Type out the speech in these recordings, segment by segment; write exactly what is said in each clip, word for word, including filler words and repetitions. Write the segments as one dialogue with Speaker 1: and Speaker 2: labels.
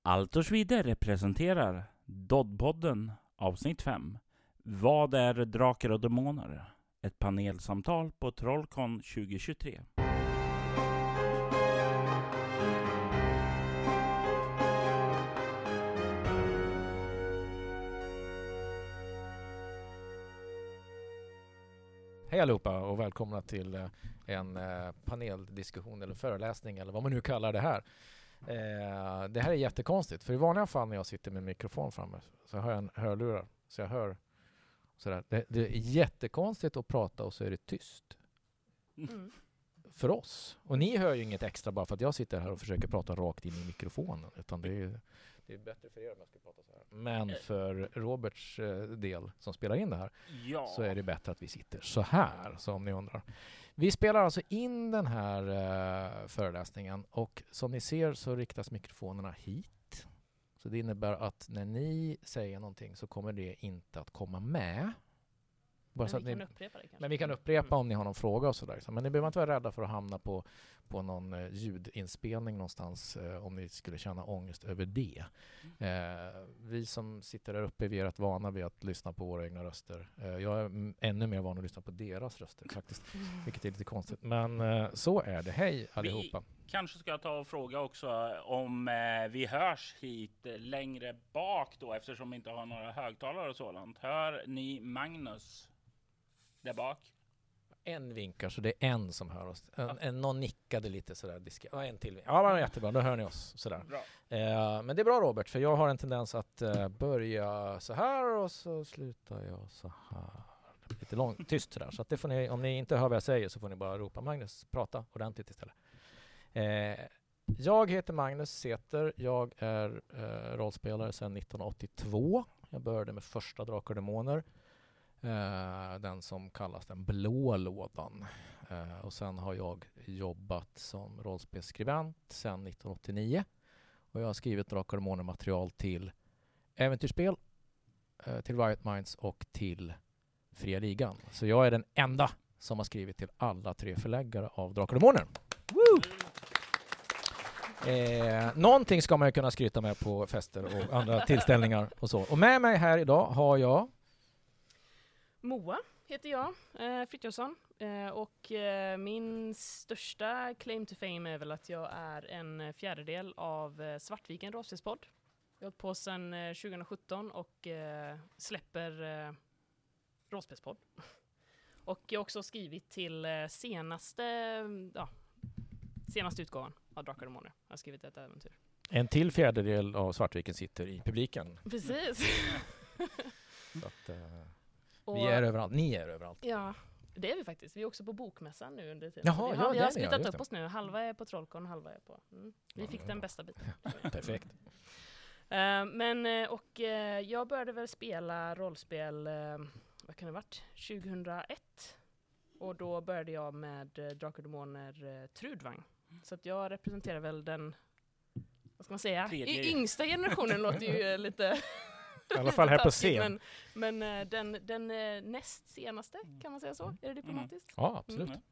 Speaker 1: Allt och så vidare presenterar Doddpodden avsnitt fem. Vad är drakar och demoner? Ett panelsamtal på Trollcon tjugo tjugotre.
Speaker 2: Hej allihopa och välkomna till en paneldiskussion eller föreläsning eller vad man nu kallar det här. Eh, det här är jättekonstigt, för i vanliga fall när jag sitter med mikrofon framme så har jag en hörlurar, så jag hör sådär. Det, det är jättekonstigt att prata och så är det tyst. Mm. För oss. Och ni hör ju inget extra bara för att jag sitter här och försöker prata rakt in i mikrofonen, utan det är, det är bättre för er om jag ska prata så här. Men för Roberts del som spelar in det här, ja, så är det bättre att vi sitter så här, så om ni undrar. Vi spelar alltså in den här uh, föreläsningen och som ni ser så riktas mikrofonerna hit. Så det innebär att när ni säger någonting så kommer det inte att komma med. Bara
Speaker 3: men,
Speaker 2: så
Speaker 3: vi
Speaker 2: att
Speaker 3: kan
Speaker 2: ni,
Speaker 3: upprepa det kanske.
Speaker 2: men vi kan upprepa mm. om ni har någon fråga och sådär. Men ni behöver inte vara rädda för att hamna på, på någon uh, ljudinspelning någonstans uh, om ni skulle känna ångest över det. Mm. Uh, vi som sitter där uppe, vi är rätt vana vid att lyssna på våra egna röster. Uh, jag är m- ännu mer van att lyssna på deras röster faktiskt, mm. vilket är lite konstigt. Men uh, så är det. Hej allihopa.
Speaker 1: Vi kanske ska ta och fråga också om uh, vi hörs hit uh, längre bak då, eftersom vi inte har några högtalare och sådant. Hör ni Magnus där bak?
Speaker 2: En vinkar, så det är en som hör oss. En, en, någon nickade lite sådär. Diska. Ja, en till. Ja, men jättebra. Då hör ni oss sådär. Eh, men det är bra, Robert, för jag har en tendens att eh, börja så här och så slutar jag så här. Lite långt, tyst sådär. Så att det får ni, om ni inte hör vad jag säger så får ni bara ropa Magnus, prata ordentligt istället. Eh, jag heter Magnus Säter. Jag är eh, rollspelare sedan nittonhundraåttiotvå. Jag började med första Drakar och demoner. Uh, den som kallas den blå lådan. Uh, och sen har jag jobbat som rollspelsskribent sedan nittonhundraåttionio. Och jag har skrivit Drakar och demoner material till äventyrsspel, uh, till Riot Minds och till Fria Ligan. Så jag är den enda som har skrivit till alla tre förläggare av Drakar och demoner. Woo! Eh, någonting ska man ju kunna skryta med på fester och andra tillställningar och så. Och med mig här idag har jag
Speaker 3: Moa heter jag, eh, Frithiofsson, eh, och eh, min största claim to fame är väl att jag är en fjärdedel av eh, Svartviken rollspelspodd. Jag har hållit på sedan eh, tjugohundrasjutton och eh, släpper eh, rollspelspodd. Och jag har också skrivit till eh, senaste, ja, senaste utgåvan av Drakar och demoner. Jag har skrivit ett äventyr.
Speaker 2: En till fjärdedel av Svartviken sitter i publiken.
Speaker 3: Precis.
Speaker 2: Så att, eh, vi är överallt. Ni är överallt.
Speaker 3: Ja, det är vi faktiskt. Vi är också på bokmässan nu under tiden.
Speaker 2: Jaha,
Speaker 3: vi har,
Speaker 2: ja,
Speaker 3: vi har
Speaker 2: det
Speaker 3: splittat
Speaker 2: ja,
Speaker 3: upp oss nu. Halva är på Trollcon, halva är på... Mm. Vi
Speaker 2: ja,
Speaker 3: fick
Speaker 2: ja.
Speaker 3: den bästa biten.
Speaker 2: Perfekt.
Speaker 3: Uh, men, och uh, jag började väl spela rollspel, uh, vad kan det ha varit? tjugohundraett. Och då började jag med uh, Drakar och demoner uh, Trudvang. Så att jag representerar väl den, vad ska man säga? I yngsta generationen låter ju lite...
Speaker 2: I alla fall här på scen.
Speaker 3: Men, men uh, den, den uh, näst senaste, kan man säga så? Är det diplomatiskt?
Speaker 2: Mm. Ja, absolut. Mm.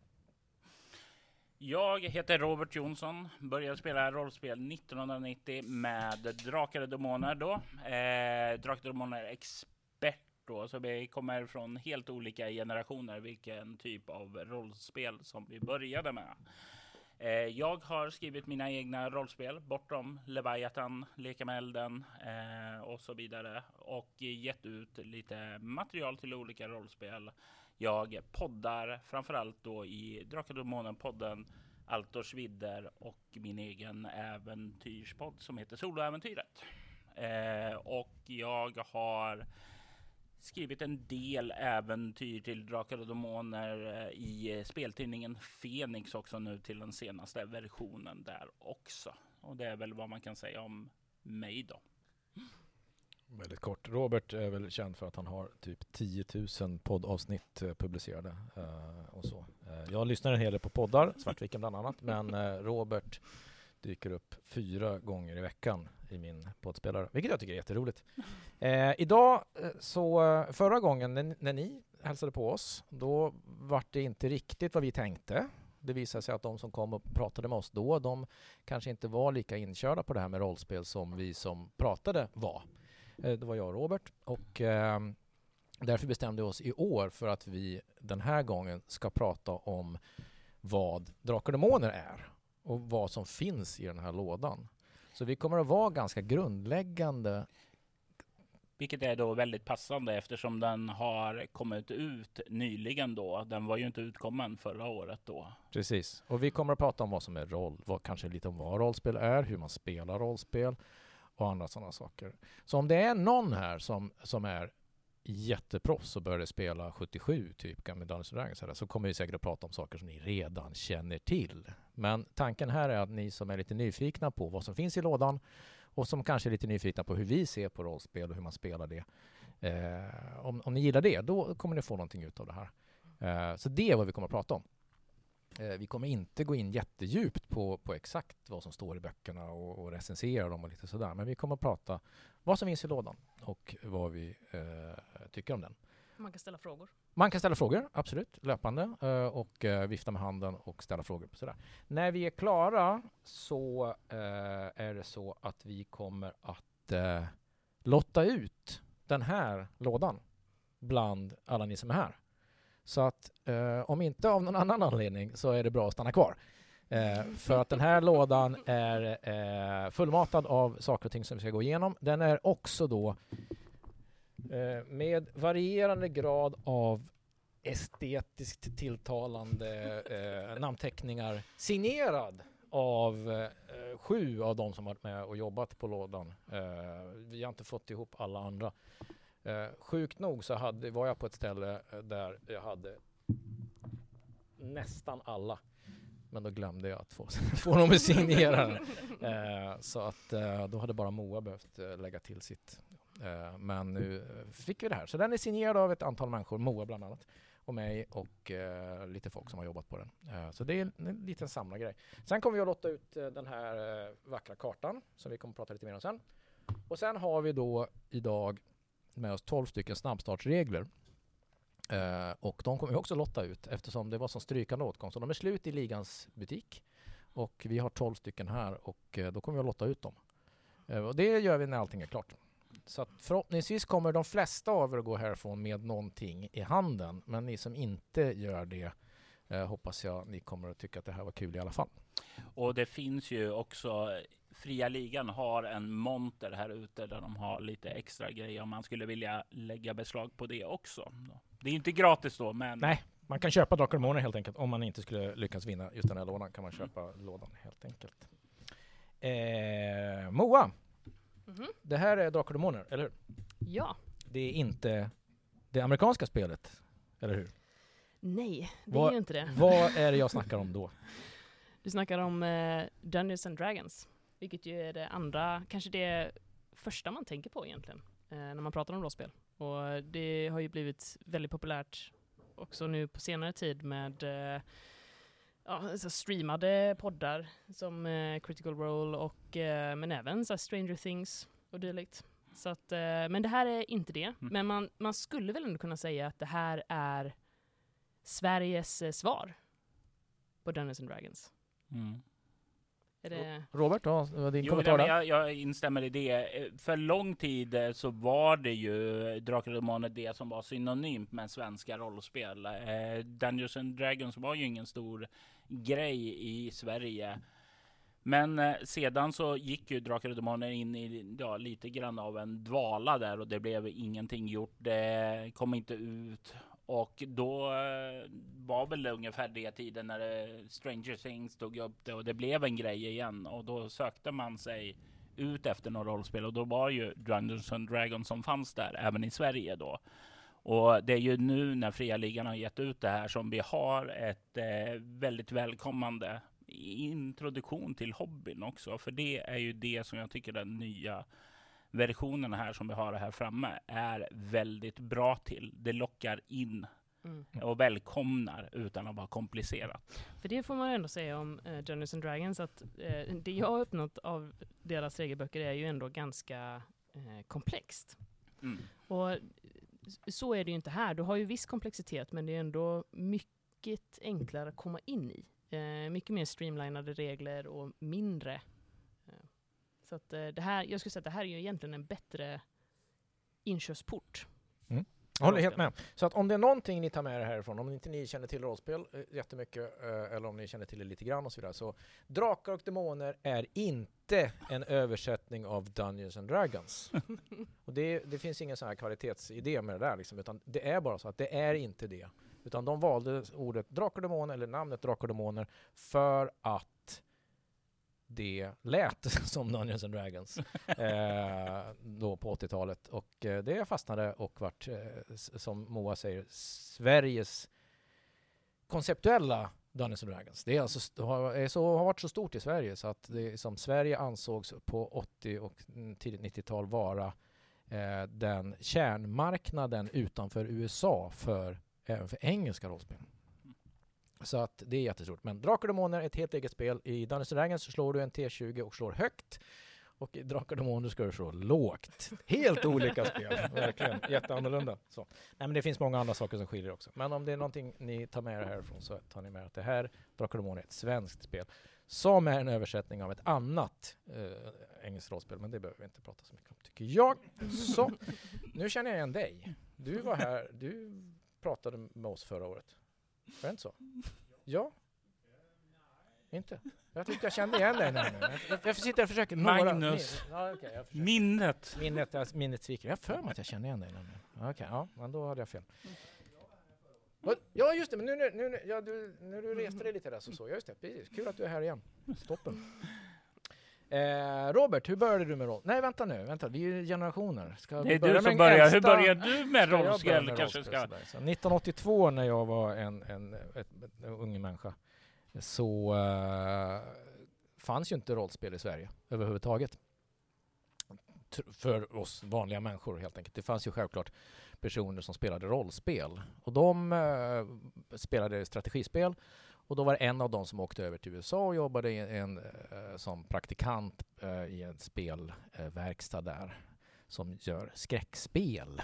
Speaker 1: Jag heter Robert Jonsson, började spela rollspel nittonhundranittio med Drakar och demoner då. Eh, Drakar och demoner expert då, så vi kommer från helt olika generationer vilken typ av rollspel som vi började med. Eh, jag har skrivit mina egna rollspel, Bortom Leviathan, Leka med elden eh, och så vidare. Och gett ut lite material till olika rollspel. Jag poddar framförallt då i Drakar och demoner-podden Altors vidder och min egen äventyrspodd som heter Soloäventyret. Eh, och jag har skrivit en del äventyr till Drakar och demoner i speltidningen Fenix också nu till den senaste versionen där också. Och det är väl vad man kan säga om mig då.
Speaker 2: Väldigt kort. Robert är väl känd för att han har typ tio tusen poddavsnitt uh, publicerade uh, och så. Uh, jag lyssnar en hel del på poddar, Svartviken bland annat, men uh, Robert dyker upp fyra gånger i veckan i min poddspelare, vilket jag tycker är jätteroligt. Uh, idag, uh, så uh, förra gången när, när ni hälsade på oss, då var det inte riktigt vad vi tänkte. Det visade sig att de som kom och pratade med oss då, de kanske inte var lika inkörda på det här med rollspel som vi som pratade var. Det var jag och Robert, och eh, därför bestämde vi oss i år för att vi den här gången ska prata om vad Drakar och Demoner är och vad som finns i den här lådan. Så vi kommer att vara ganska grundläggande.
Speaker 1: Vilket är då väldigt passande eftersom den har kommit ut nyligen då. Den var ju inte utkommen förra året då.
Speaker 2: Precis. Och vi kommer att prata om vad som är roll, vad, kanske lite om vad rollspel är, hur man spelar rollspel och andra sådana saker. Så om det är någon här som, som är jätteproffs och började spela sjuttiosju typ med Dungeons and Dragons så kommer vi säkert att prata om saker som ni redan känner till. Men tanken här är att ni som är lite nyfikna på vad som finns i lådan och som kanske är lite nyfikna på hur vi ser på rollspel och hur man spelar det. Eh, om, om ni gillar det, då kommer ni få någonting ut av det här. Eh, så det är vad vi kommer att prata om. Eh, vi kommer inte gå in jättedjupt på, på exakt vad som står i böckerna och, och recensera dem och lite sådär. Men vi kommer att prata vad som finns i lådan och vad vi eh, tycker om den.
Speaker 3: Man kan ställa frågor.
Speaker 2: Man kan ställa frågor, absolut, löpande eh, och eh, vifta med handen och ställa frågor. Sådär. När vi är klara så eh, är det så att vi kommer att eh, lotta ut den här lådan bland alla ni som är här. Så att eh, om inte av någon annan anledning så är det bra att stanna kvar. Eh, för att den här lådan är eh, fullmatad av saker och ting som vi ska gå igenom. Den är också då eh, med varierande grad av estetiskt tilltalande eh, namnteckningar signerad av eh, sju av de som varit med och jobbat på lådan. Eh, vi har inte fått ihop alla andra. Eh, sjukt nog så hade, var jag på ett ställe där jag hade nästan alla. Men då glömde jag att få, få dem att signera den. Eh, så att eh, då hade bara Moa behövt eh, lägga till sitt. Eh, men nu fick vi det här. Så den är signerad av ett antal människor, Moa bland annat. Och mig och eh, lite folk som har jobbat på den. Eh, så det är en, en liten samlargrej. Sen kommer vi att låta ut eh, den här eh, vackra kartan som vi kommer att prata lite mer om sen. Och sen har vi då idag med oss tolv stycken snabbstartsregler. Uh, och de kommer vi också lotta ut eftersom det var som strykande åtkomst. Så de är slut i ligans butik och vi har tolv stycken här och uh, då kommer vi att lotta ut dem. Uh, och det gör vi när allting är klart. Så att förhoppningsvis kommer de flesta av er att gå härifrån med någonting i handen. Men ni som inte gör det uh, hoppas jag ni kommer att tycka att det här var kul i alla fall.
Speaker 1: Och det finns ju också, Fria Ligan har en monter här ute där de har lite extra grejer om man skulle vilja lägga beslag på det också. Det är inte gratis då, men...
Speaker 2: Nej, man kan köpa Drakar och Demoner helt enkelt. Om man inte skulle lyckas vinna just den här lådan kan man köpa mm. lådan helt enkelt. Eh, Moa, mm-hmm. Det här är Drakar och Demoner, eller hur?
Speaker 3: Ja.
Speaker 2: Det är inte det amerikanska spelet, eller hur?
Speaker 3: Nej, det
Speaker 2: vad,
Speaker 3: är ju inte det.
Speaker 2: Vad är det jag snackar om då?
Speaker 3: Du snackar om eh, Dungeons and Dragons, vilket ju är det andra, kanske det första man tänker på egentligen eh, när man pratar om rollspel. Och det har ju blivit väldigt populärt också nu på senare tid med eh, ja, så streamade poddar som eh, Critical Role och eh, men även så Stranger Things och dylikt. Så att, eh, men det här är inte det. Mm. Men man, man skulle väl ändå kunna säga att det här är Sveriges eh, svar på Dungeons and Dragons. Mm. Är det...
Speaker 2: Robert, ja, din
Speaker 1: jo,
Speaker 2: kommentar där?
Speaker 1: Jag, jag instämmer i det. För lång tid så var det ju Drakar och Demoner det som var synonymt med svenska rollspel. Eh, Dungeons and Dragons var ju ingen stor grej i Sverige. Men eh, sedan så gick ju Drakar och Demoner in i ja, lite grann av en dvala där och det blev ingenting gjort. Det kom inte ut. Och då eh, var väl det ungefär det tiden när det, Stranger Things tog upp det och det blev en grej igen. Och då sökte man sig ut efter några rollspel och då var ju Dungeons and Dragons som fanns där, även i Sverige då. Och det är ju nu när Fria Ligan har gett ut det här som vi har ett eh, väldigt välkommande introduktion till hobbyn också. För det är ju det som jag tycker den nya versionen här som vi har här framme är väldigt bra till. Det lockar in mm. och välkomnar utan att vara komplicerat.
Speaker 3: För det får man ändå säga om uh, Dungeons and Dragons att uh, det jag har öppnat av deras regelböcker är ju ändå ganska uh, komplext. Mm. Och så är det ju inte här. Du har ju viss komplexitet men det är ändå mycket enklare att komma in i Eh, mycket mer streamlinade regler och mindre. Eh, så att eh, det här, jag skulle säga att det här är ju egentligen en bättre inkörsport.
Speaker 2: Mm. Jag håller helt med. Så att om det är någonting ni tar med er härifrån, om inte ni känner till rollspel eh, jättemycket, eh, eller om ni känner till det lite grann och så vidare, så Drakar och Demoner är inte en översättning av Dungeons and Dragons. Och det, det finns ingen sån här kvalitetsidé med det där, liksom, utan det är bara så att det är inte det. Utan de valde ordet Drakar och Demoner, eller namnet Drakar och Demoner, för att det lät som Dungeons and Dragons eh, då på åttiotalet. Och eh, det fastnade och vart, eh, som Moa säger, Sveriges konceptuella Dungeons and Dragons. Det är alltså, har, är så, har varit så stort i Sverige så att det som Sverige ansågs på åttio- och tidigt nittiotal vara eh, den kärnmarknaden utanför U S A för, även för engelska rollspel. Så att det är jättestort. Men Drakar och Demoner är ett helt eget spel. I Dungeons and Dragons slår du en T tjugo och slår högt. Och i Drakar och Demoner ska du slå lågt. Helt olika spel. Verkligen. Jätteannorlunda. Så. Nej, men det finns många andra saker som skiljer också. Men om det är någonting ni tar med er härifrån så tar ni med att det här, Drakar och Demoner, är ett svenskt spel. Som är en översättning av ett annat eh, engelskt rollspel. Men det behöver vi inte prata så mycket om, tycker jag. Så, nu känner jag igen dig. Du var här, du pratade med oss förra året. Var det inte så? Ja? Inte? Jag tyckte jag kände igen dig. Jag, jag, jag sitter och försöker...
Speaker 1: Magnus.
Speaker 2: Några, ja, okay, jag försöker.
Speaker 1: Minnet.
Speaker 2: Minnet, jag, minnet sviker. Jag för mig att jag kände igen dig. Okej, okay, ja, men då hade jag fel. Ja, just det. Men nu, nu, nu, ja, du, nu du reste dig lite där så så. Ja, just det. Precis. Kul att du är här igen. Toppen. Eh, Robert, hur började du med roll? Nej, vänta nu. Vänta, vi är ju generationer. Ska
Speaker 1: det är
Speaker 2: vi
Speaker 1: du som börjar. Äldsta... Hur började du med rollspel? Kanske ska...
Speaker 2: Så nittonhundraåttiotvå när jag var en, en, ett, ett, en ung människa så uh, fanns ju inte rollspel i Sverige överhuvudtaget. T- för oss vanliga människor helt enkelt. Det fanns ju självklart personer som spelade rollspel. Och de uh, spelade strategispel. Och då var det en av dem som åkte över till U S A och jobbade i en, uh, som praktikant uh, i en spelverkstad uh, där som gör skräckspel.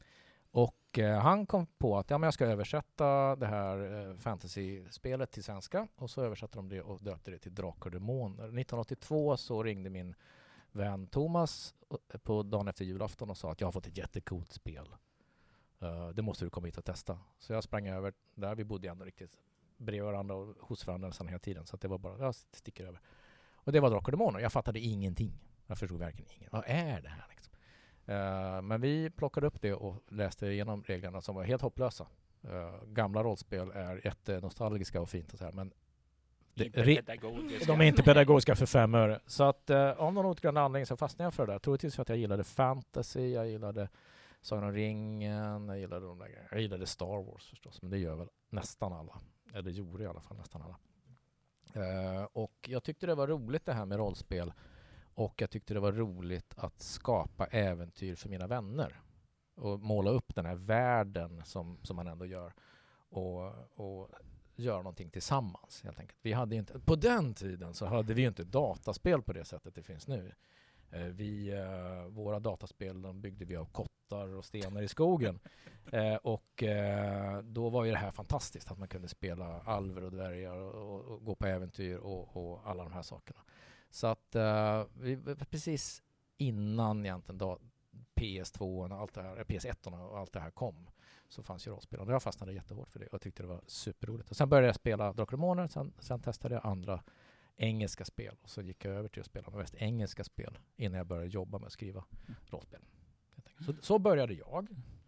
Speaker 2: Och uh, han kom på att ja, men jag ska översätta det här uh, fantasy-spelet till svenska. Och så översatte de det och döpte det till Drakar och Demoner. nittonhundraåttiotvå så ringde min vän Thomas på dagen efter julafton och sa att jag har fått ett jättekult spel. Uh, det måste du komma hit och testa. Så jag sprang över där. Vi bodde ändå riktigt bredvid varandra och hos varandra nästan hela tiden. Så att det var bara, jag sticker över. Och det var Drakar och Demoner. Jag fattade ingenting. Jag förstod verkligen ingenting. Vad är det här liksom? Uh, men vi plockade upp det och läste igenom reglerna som var helt hopplösa. Uh, gamla rollspel är jättenostalgiska och fint och så här, men det, re- de är inte pedagogiska för fem öre. Så att uh, av någon outgrundlig anledning så fastnade jag för det där. Troligtvis för att jag gillade fantasy, jag gillade Sagan om ringen, jag gillade de där, jag gillade Star Wars förstås, men det gör väl nästan alla. Eller gjorde i alla fall nästan alla. Uh, och jag tyckte det var roligt det här med rollspel. Och jag tyckte det var roligt att skapa äventyr för mina vänner. Och måla upp den här världen som, som man ändå gör. Och, och göra någonting tillsammans helt enkelt. Vi hade inte, på den tiden så hade vi inte dataspel på det sättet det finns nu. Uh, vi, uh, våra dataspel de byggde vi av kottar och stenar i skogen. Uh, och uh, då var ju det här fantastiskt att man kunde spela alver och dvärgar och, och, och gå på äventyr och, och alla de här sakerna. Så att uh, vi, precis innan egentligen då P S två och allt det här, P S ett och allt det här kom så fanns ju rollspel. Och jag fastnade jättehårt för det och tyckte det var superroligt. Och sen började jag spela Drakar och Demoner, sen, sen testade jag andra engelska spel och så gick jag över till att spela mest engelska spel innan jag började jobba med att skriva mm. rollspel. Så, så började jag.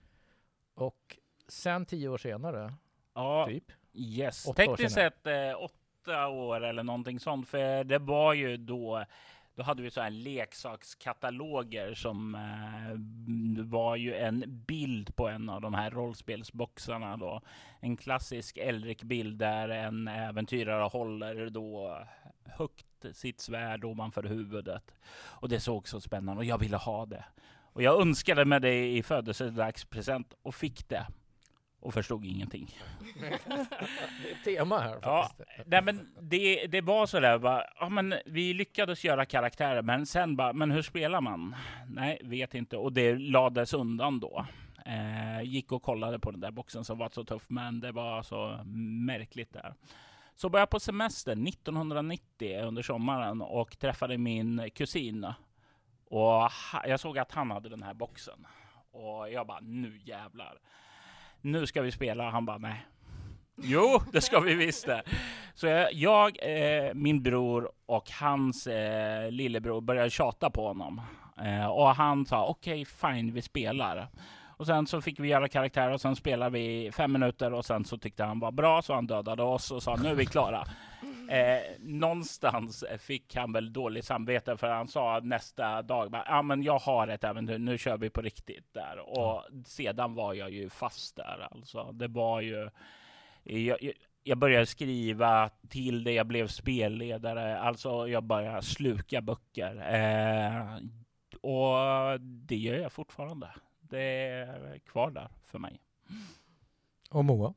Speaker 2: Och sen tio år senare,
Speaker 1: ja,
Speaker 2: typ.
Speaker 1: Yes, tekniskt sett eh, åtta år eller någonting sånt. För det var ju då, då hade vi så här leksakskataloger som eh, var ju en bild på en av de här rollspelsboxarna då. En klassisk Elric-bild där en äventyrare håller då högt sitt svärd ovanför huvudet. Och det såg så spännande och jag ville ha det. Och jag önskade med det i födelsedagspresent och fick det. Och förstod ingenting.
Speaker 2: Det är ett tema här faktiskt.
Speaker 1: Ja, nej, men det, det var så där. Bara, ja, men vi lyckades göra karaktärer. Men sen bara, men hur spelar man? Nej, vet inte. Och det lades undan då. Eh, gick och kollade på den där boxen som var så tuff. Men det var så märkligt där. Så var jag på semester nittonhundranittio under sommaren och träffade min kusin. Och ha, jag såg att han hade den här boxen. Och jag bara, nu jävlar. Nu ska vi spela. Han bara, nej. Jo, det ska vi visst det. Så jag, jag eh, min bror och hans eh, lillebror började tjata på honom. Eh, och han sa, okej, okay, fine, vi spelar. Och sen så fick vi göra karaktärer och sen spelade vi fem minuter och sen så tyckte han var bra så han dödade oss och sa, nu är vi klara. Eh, någonstans fick han väl dåligt samvete för han sa nästa dag, ja ah, men jag har ett äventyr, nu kör vi på riktigt där. Och sedan var jag ju fast där. Alltså, det var ju... Jag, jag började skriva till det, jag blev spelledare, alltså jag började sluka böcker. Eh, och det gör jag fortfarande. Det är kvar där för mig.
Speaker 2: Och Moa?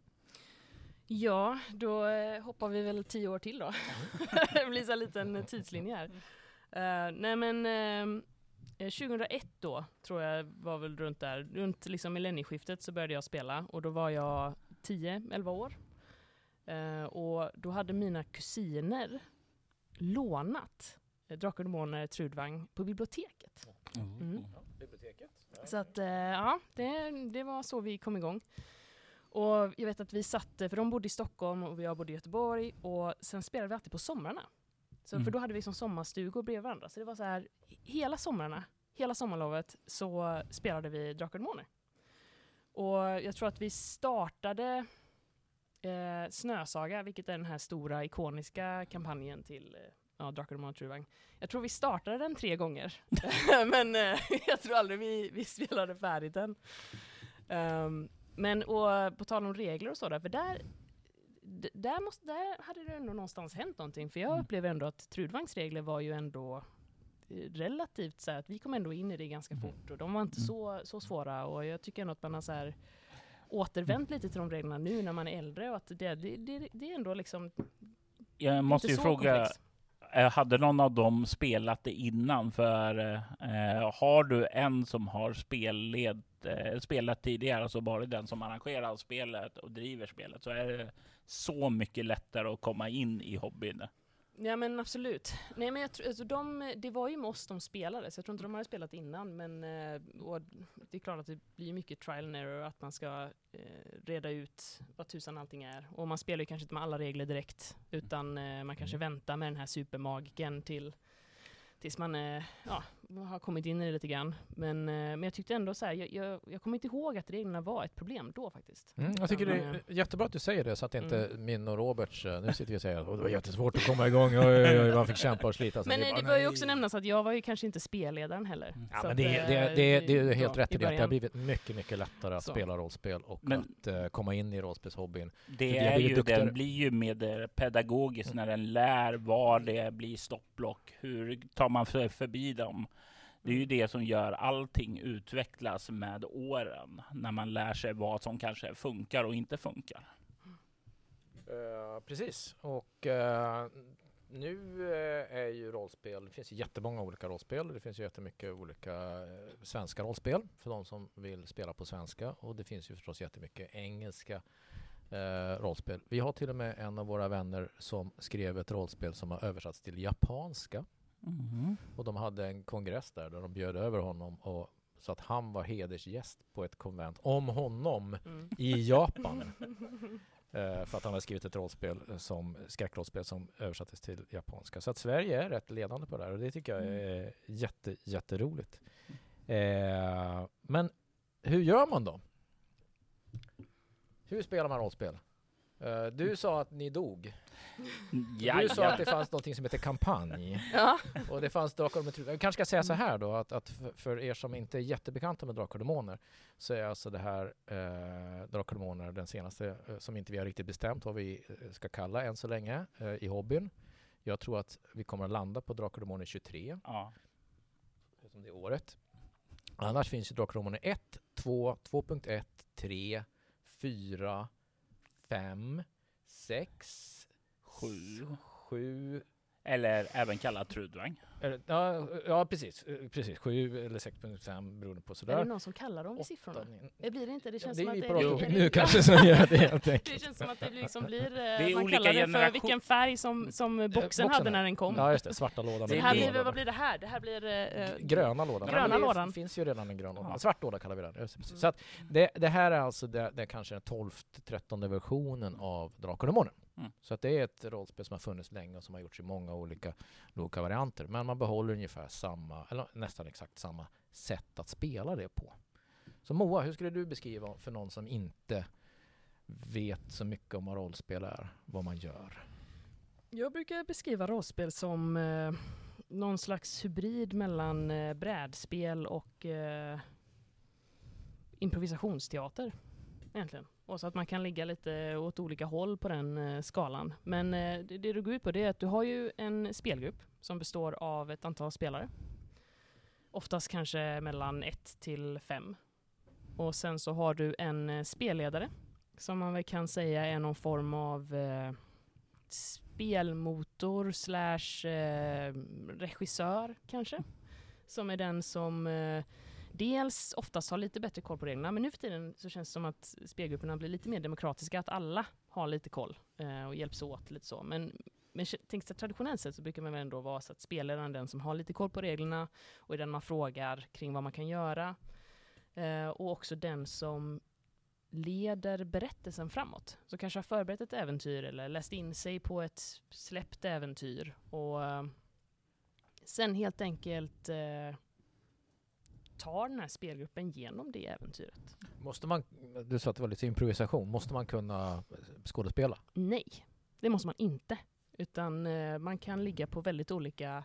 Speaker 3: Ja, då eh, hoppar vi väl tio år till då. Det blir så en liten tidslinje här. Uh, nej men uh, tjugohundraett då tror jag var väl runt där. Runt liksom millennieskiftet så började jag spela och då var jag tio elva år. Uh, och då hade mina kusiner lånat uh, Drakar och Demoner Trudvang på biblioteket.
Speaker 1: Mm.
Speaker 3: Mm.
Speaker 2: Ja, biblioteket. Ja.
Speaker 3: Så att uh, ja, det, det var så vi kom igång. Och jag vet att vi satt, för de bodde i Stockholm och jag bodde i Göteborg och sen spelade vi alltid på somrarna. Så,
Speaker 1: Mm.
Speaker 3: För då hade vi som sommarstugor bredvid varandra. Så det var så här, hela somrarna, hela sommarlovet så spelade vi Drakar och Demoner. Och jag tror att vi startade eh, Snösaga, vilket är den här stora ikoniska kampanjen till eh, ja, Drakar och Demoner Trudvang. Jag tror vi startade den tre gånger. Men eh, jag tror aldrig vi, vi spelade färdigt den. Um, Men och på tal om regler och sådär, för där, d- där, måste, där hade det ändå någonstans hänt någonting. För jag upplever ändå att Trudvangs regler var ju ändå eh, relativt så här, att vi kom ändå in i det ganska fort. Och de var inte så, så svåra. Och jag tycker ändå att man har så här återvänt lite till de reglerna nu när man är äldre. Och att det, det, det, det är ändå liksom
Speaker 1: Jag måste ju
Speaker 3: inte så
Speaker 1: fråga,
Speaker 3: komplext.
Speaker 1: eh, hade någon av dem spelat det innan? För eh, har du en som har spelled, eh, spelat tidigare, så bara den som arrangerar spelet och driver spelet, så är det så mycket lättare att komma in i hobbyn.
Speaker 3: Ja men absolut. Nej men jag tror, alltså de, det var ju med oss de spelade, så jag tror inte de hade spelat innan, men eh, och det är klart att det blir mycket trial and error, att man ska eh, reda ut vad tusan allting är. Och man spelar ju kanske inte med alla regler direkt, utan eh, man kanske väntar med den här supermagiken till tills man eh, ja, har kommit in i det lite grann. Men, eh, men jag tyckte ändå så här, jag, jag, jag kommer inte ihåg att reglerna var ett problem då faktiskt.
Speaker 2: Mm, jag tycker det
Speaker 3: Men,
Speaker 2: är jättebra att du säger det så att inte
Speaker 3: Mm.
Speaker 2: min och Roberts, eh, nu sitter vi och säger att "Åh, det var jättesvårt att komma igång, oj, oj, oj, man fick kämpa och slita. Så
Speaker 3: Men
Speaker 2: vi
Speaker 3: eh,
Speaker 2: bara,
Speaker 3: det bör ju
Speaker 2: nej.
Speaker 3: också nämnas att jag var ju kanske inte spelledaren heller.
Speaker 2: Ja,
Speaker 3: Så
Speaker 2: men
Speaker 3: att,
Speaker 2: det,
Speaker 3: eh,
Speaker 2: det, det, det är helt
Speaker 3: ja,
Speaker 2: rätt i det. Det har
Speaker 3: början.
Speaker 2: blivit mycket, mycket lättare att
Speaker 3: Så.
Speaker 2: spela rollspel och
Speaker 1: Men-
Speaker 2: att eh, komma in i rollspelshobbyn.
Speaker 1: Det
Speaker 2: vi har
Speaker 1: är
Speaker 2: blivit
Speaker 1: ju,
Speaker 2: duktigare.
Speaker 1: den blir ju med eh, pedagogiskt när den lär var det blir stoppblock. Hur tar man för, förbi dem? Det är ju det som gör allting utvecklas med åren. När man lär sig vad som kanske funkar och inte funkar.
Speaker 2: Uh, precis. Och uh, nu uh, är ju rollspel, det finns ju jättemånga olika rollspel. Det finns ju jättemycket olika uh, svenska rollspel för de som vill spela på svenska. Och det finns ju förstås jättemycket engelska uh, rollspel. Vi har till och med en av våra vänner som skrev ett rollspel som har översatts till japanska.
Speaker 1: Mm.
Speaker 2: Och de hade en kongress där, där de bjöd över honom och så att han var hedersgäst på ett konvent om honom
Speaker 3: Mm.
Speaker 2: i Japan. Eh, för att han har skrivit ett rollspel som skräckrollspel som översattes till japanska. Så att Sverige är rätt ledande på det här och det tycker jag är jätte, jätteroligt. Eh, men hur gör man då? Hur spelar man rollspel? Eh, du sa att ni dog.
Speaker 1: Ja,
Speaker 2: Du sa
Speaker 1: ja.
Speaker 2: att det fanns något som heter kampanj.
Speaker 3: Ja.
Speaker 2: Och det fanns Drakar och Demoner. Jag kanske ska säga så här då, att, att för, för er som inte är jättebekanta med Drakar och Demoner så är alltså det här eh, Drakar och Demoner den senaste eh, som inte vi har riktigt bestämt vad vi eh, ska kalla än så länge eh, i hobbyn. Jag tror att vi kommer att landa på Drakar och Demoner tjugotre,
Speaker 1: Ja.
Speaker 2: som det är året. Annars finns ju Drakar och Demoner ett, två, två punkt ett, tre, fyra, fem, sex,
Speaker 1: Sju.
Speaker 2: sju,
Speaker 1: Eller även kallad Trudvang.
Speaker 2: Ja, ja precis. precis. sju eller sex punkt fem beroende på sådär.
Speaker 3: Är det någon som kallar dem vid siffrorna? Det blir det inte. Det känns
Speaker 2: ja,
Speaker 3: det
Speaker 2: som
Speaker 3: att
Speaker 2: det
Speaker 3: det
Speaker 2: är nu kanske som gör det helt enkelt.
Speaker 3: Det känns som att det liksom blir...
Speaker 1: Det är
Speaker 3: man
Speaker 1: olika
Speaker 3: kallar det för
Speaker 1: generation-
Speaker 3: vilken färg som, som boxen,
Speaker 2: boxen
Speaker 3: hade
Speaker 2: är.
Speaker 3: när den kom.
Speaker 2: Ja, just det. Svarta lådan.
Speaker 3: Så
Speaker 1: Det
Speaker 3: här
Speaker 1: blir-
Speaker 3: blir, vad blir det här? Det här blir... eh,
Speaker 2: Gröna lådan.
Speaker 3: Gröna
Speaker 2: Ja, men det
Speaker 3: lådan.
Speaker 2: finns ju redan en grön låda.
Speaker 1: Ja.
Speaker 2: Svart låda kallar vi den. Just det, precis.
Speaker 3: Mm.
Speaker 2: Så att det, det här är alltså det, det är kanske den tolfte, trettonde versionen av Drakar och Demoner.
Speaker 1: Mm.
Speaker 2: Så att det är ett rollspel som har funnits länge och som har gjorts i många olika, olika varianter. Men man behåller ungefär samma, eller nästan exakt samma sätt att spela det på. Så Moa, hur skulle du beskriva för någon som inte vet så mycket om vad rollspel är, vad man gör?
Speaker 3: Jag brukar beskriva rollspel som eh, någon slags hybrid mellan eh, brädspel och eh, improvisationsteater egentligen. Och så att man kan ligga lite åt olika håll på den eh, skalan. Men eh, det, det du går ut på det är att du har ju en spelgrupp som består av ett antal spelare. Oftast kanske mellan ett till fem. Och sen så har du en eh, spelledare som man väl kan säga är någon form av eh, spelmotor slash eh, regissör kanske. Som är den som eh, dels oftast har lite bättre koll på reglerna, men nu för tiden så känns det som att spelgrupperna blir lite mer demokratiska, att alla har lite koll eh, och hjälps åt lite så. Men, men tänks det traditionellt sett så brukar man väl ändå vara så att spelaren är den som har lite koll på reglerna och är den man frågar kring vad man kan göra. Eh, och också den som leder berättelsen framåt. Så kanske har förberett ett äventyr eller läst in sig på ett släppt äventyr och eh, sen helt enkelt eh, tar den här spelgruppen genom det äventyret.
Speaker 2: Måste man, du sa att det var lite improvisation, måste man kunna skådespela?
Speaker 3: Nej, det måste man inte. Utan eh, man kan ligga på väldigt olika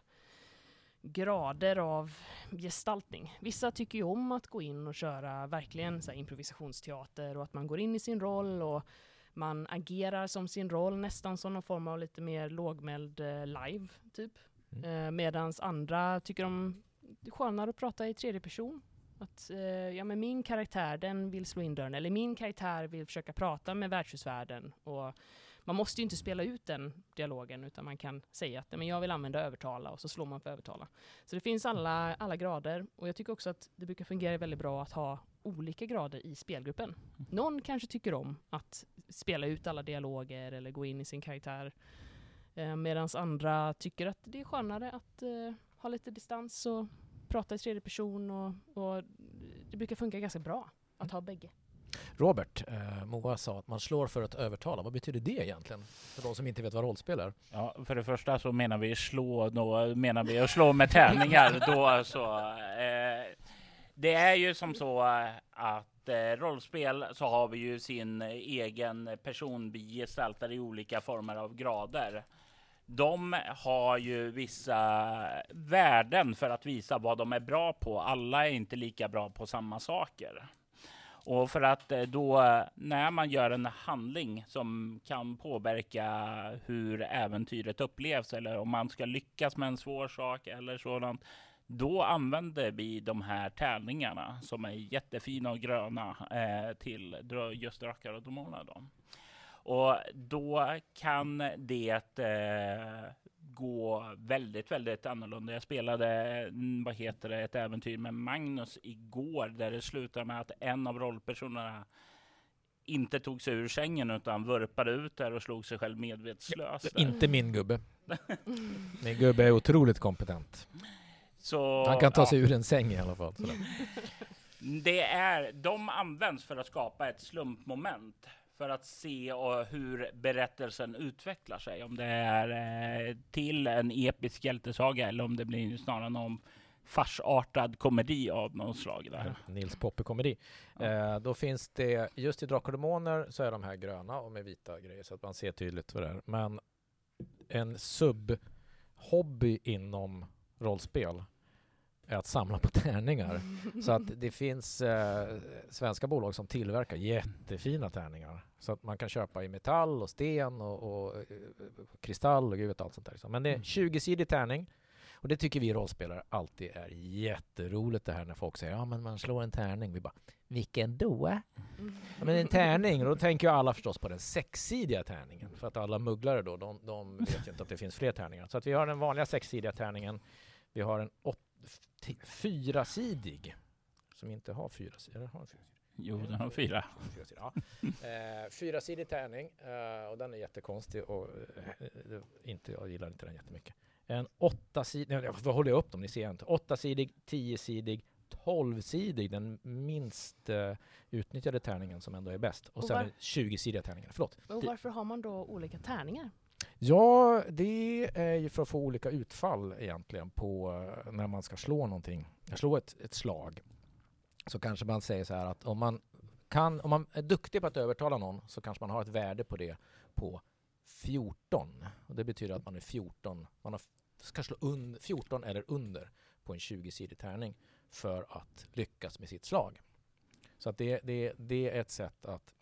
Speaker 3: grader av gestaltning. Vissa tycker ju om att gå in och köra verkligen så här improvisationsteater och att man går in i sin roll och man agerar som sin roll, nästan som någon form av lite mer lågmäld eh, live typ.
Speaker 2: Mm.
Speaker 3: Eh, medans andra tycker om det är skönare att prata i tredje person. Att eh, ja, men min karaktär den vill slå in dörren eller min karaktär vill försöka prata med värdshusvärden och man måste ju inte spela ut den dialogen utan man kan säga att men jag vill använda övertala och så slår man för övertala. Så det finns alla, alla grader och jag tycker också att det brukar fungera väldigt bra att ha olika grader i spelgruppen. Någon kanske tycker om att spela ut alla dialoger eller gå in i sin karaktär eh, medan andra tycker att det är skönare att eh, ha lite distans och prata i tredje person och, och det brukar funka ganska bra att ha bägge.
Speaker 2: Robert, eh, Moa sa att man slår för att övertala. Vad betyder det egentligen? För de som inte vet vad rollspel är.
Speaker 1: Ja, för det första så menar vi slå, då menar vi att slå med tärningar. Då så, eh, det är ju som så att eh, rollspel så har vi ju sin egen person vi gestaltar i olika former av grader. De har ju vissa värden för att visa vad de är bra på. Alla är inte lika bra på samma saker. Och för att då när man gör en handling som kan påverka hur äventyret upplevs eller om man ska lyckas med en svår sak eller sådant, då använder vi de här tärningarna som är jättefina och gröna eh, till just Drakar och Demoner då. Och då kan det eh, gå väldigt, väldigt annorlunda. Jag spelade, vad heter det, ett äventyr med Magnus igår där det slutar med att en av rollpersonerna inte tog sig ur sängen utan vurpade ut där och slog sig själv medvetslös.
Speaker 2: Ja, inte min gubbe. Min gubbe är otroligt kompetent.
Speaker 1: Så,
Speaker 2: han kan ta
Speaker 1: ja.
Speaker 2: sig ur en säng i alla fall. Sådär.
Speaker 1: Det är, de används för att skapa ett slumpmoment. För att se och hur berättelsen utvecklar sig. Om det är eh, till en episk hjältesaga eller om det blir snarare någon farsartad komedi av någon slag. Där.
Speaker 2: Nils Poppe-komedi. Ja. Eh, då finns det, just i Drakar och Demoner så är de här gröna och med vita grejer så att man ser tydligt vad det är. Men en sub-hobby inom rollspel är att samla på tärningar. Så att det finns eh, svenska bolag som tillverkar jättefina tärningar. Så att man kan köpa i metall och sten och, och, och kristall och gud vet allt sånt där. Men det är en tjugo-sidig tärning. Och det tycker vi rollspelare alltid är jätteroligt det här när folk säger ja men man slår en tärning. Vi bara, vilken då? Mm. Ja, men en tärning, och då tänker ju alla förstås på den sexsidiga tärningen. För att alla mugglare då, de, de vet ju inte att det finns fler tärningar. Så att vi har den vanliga sexsidiga tärningen. Vi har en åt, t- fyrasidig som inte har fyra sidor. Har fyra.
Speaker 1: Jo, den har fyra.
Speaker 2: Fyra sidor, ja. eh, fyrasidig tärning eh, och den är jättekonstig och eh, inte, jag gillar inte den jättemycket. En åttasidig, vad håller jag upp dem? Ni ser inte. Åttasidig, tiosidig, tolvsidig, den minst uh, utnyttjade tärningen som ändå är bäst. Och, och sen var... tjugosidiga tärningar. Förlåt.
Speaker 3: Och varför har man då olika tärningar?
Speaker 2: Ja, det är ju för att få olika utfall egentligen på uh, när man ska slå någonting. Jag slår ett, ett slag. Så kanske man säger så här att om man kan, om man är duktig på att övertala någon så kanske man har ett värde på det på fjorton. Och det betyder att man är fjorton. Man har, ska slå un, fjorton eller under på en tjugosidig tärning för att lyckas med sitt slag. Så att det, det, det är ett sätt att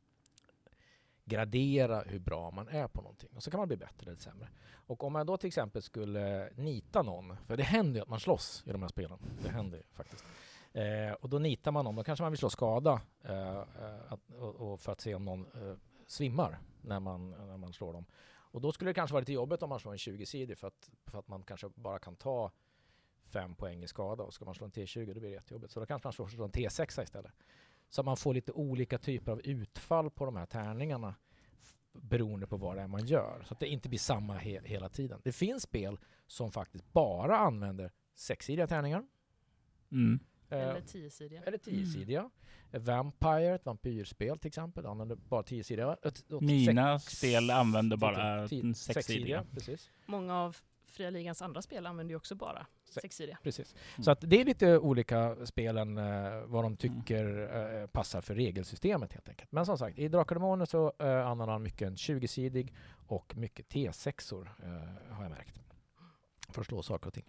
Speaker 2: gradera hur bra man är på någonting. Och så kan man bli bättre eller sämre. Och om man då till exempel skulle nita någon, för det händer ju att man slåss i de här spelen. Det händer ju faktiskt. Eh, och då nitar man någon, då kanske man vill slå skada eh, att, och, och för att se om någon eh, svimmar när man, när man slår dem. Och då skulle det kanske vara lite jobbigt om man slår en tjugosidig för att, för att man kanske bara kan ta fem poäng i skada, och ska man slå en T tjugo då blir det jättejobbigt. Så då kanske man slår, slår en T sex istället. Så att man får lite olika typer av utfall på de här tärningarna f- beroende på vad det är man gör. Så att det inte blir samma he- hela tiden. Det finns spel som faktiskt bara använder sexsidiga tärningar.
Speaker 1: Mm.
Speaker 3: Eller tiosidiga.
Speaker 2: Eller tiosidiga. Mm. Vampire, ett vampyrspel till exempel, använder bara tiosidiga.
Speaker 1: Mina sex, spel använder bara sexsidiga.
Speaker 2: sexsidiga. Precis.
Speaker 3: Många av Fria Ligans andra spel använder ju också bara sexsidiga.
Speaker 2: Precis. Mm. Så att det är lite olika spelen eh, vad de tycker eh, passar för regelsystemet helt enkelt. Men som sagt, i Drakar och Demoner så eh, använder man mycket en tjugosidig och mycket T sexor eh, har jag märkt. För att slå saker och ting.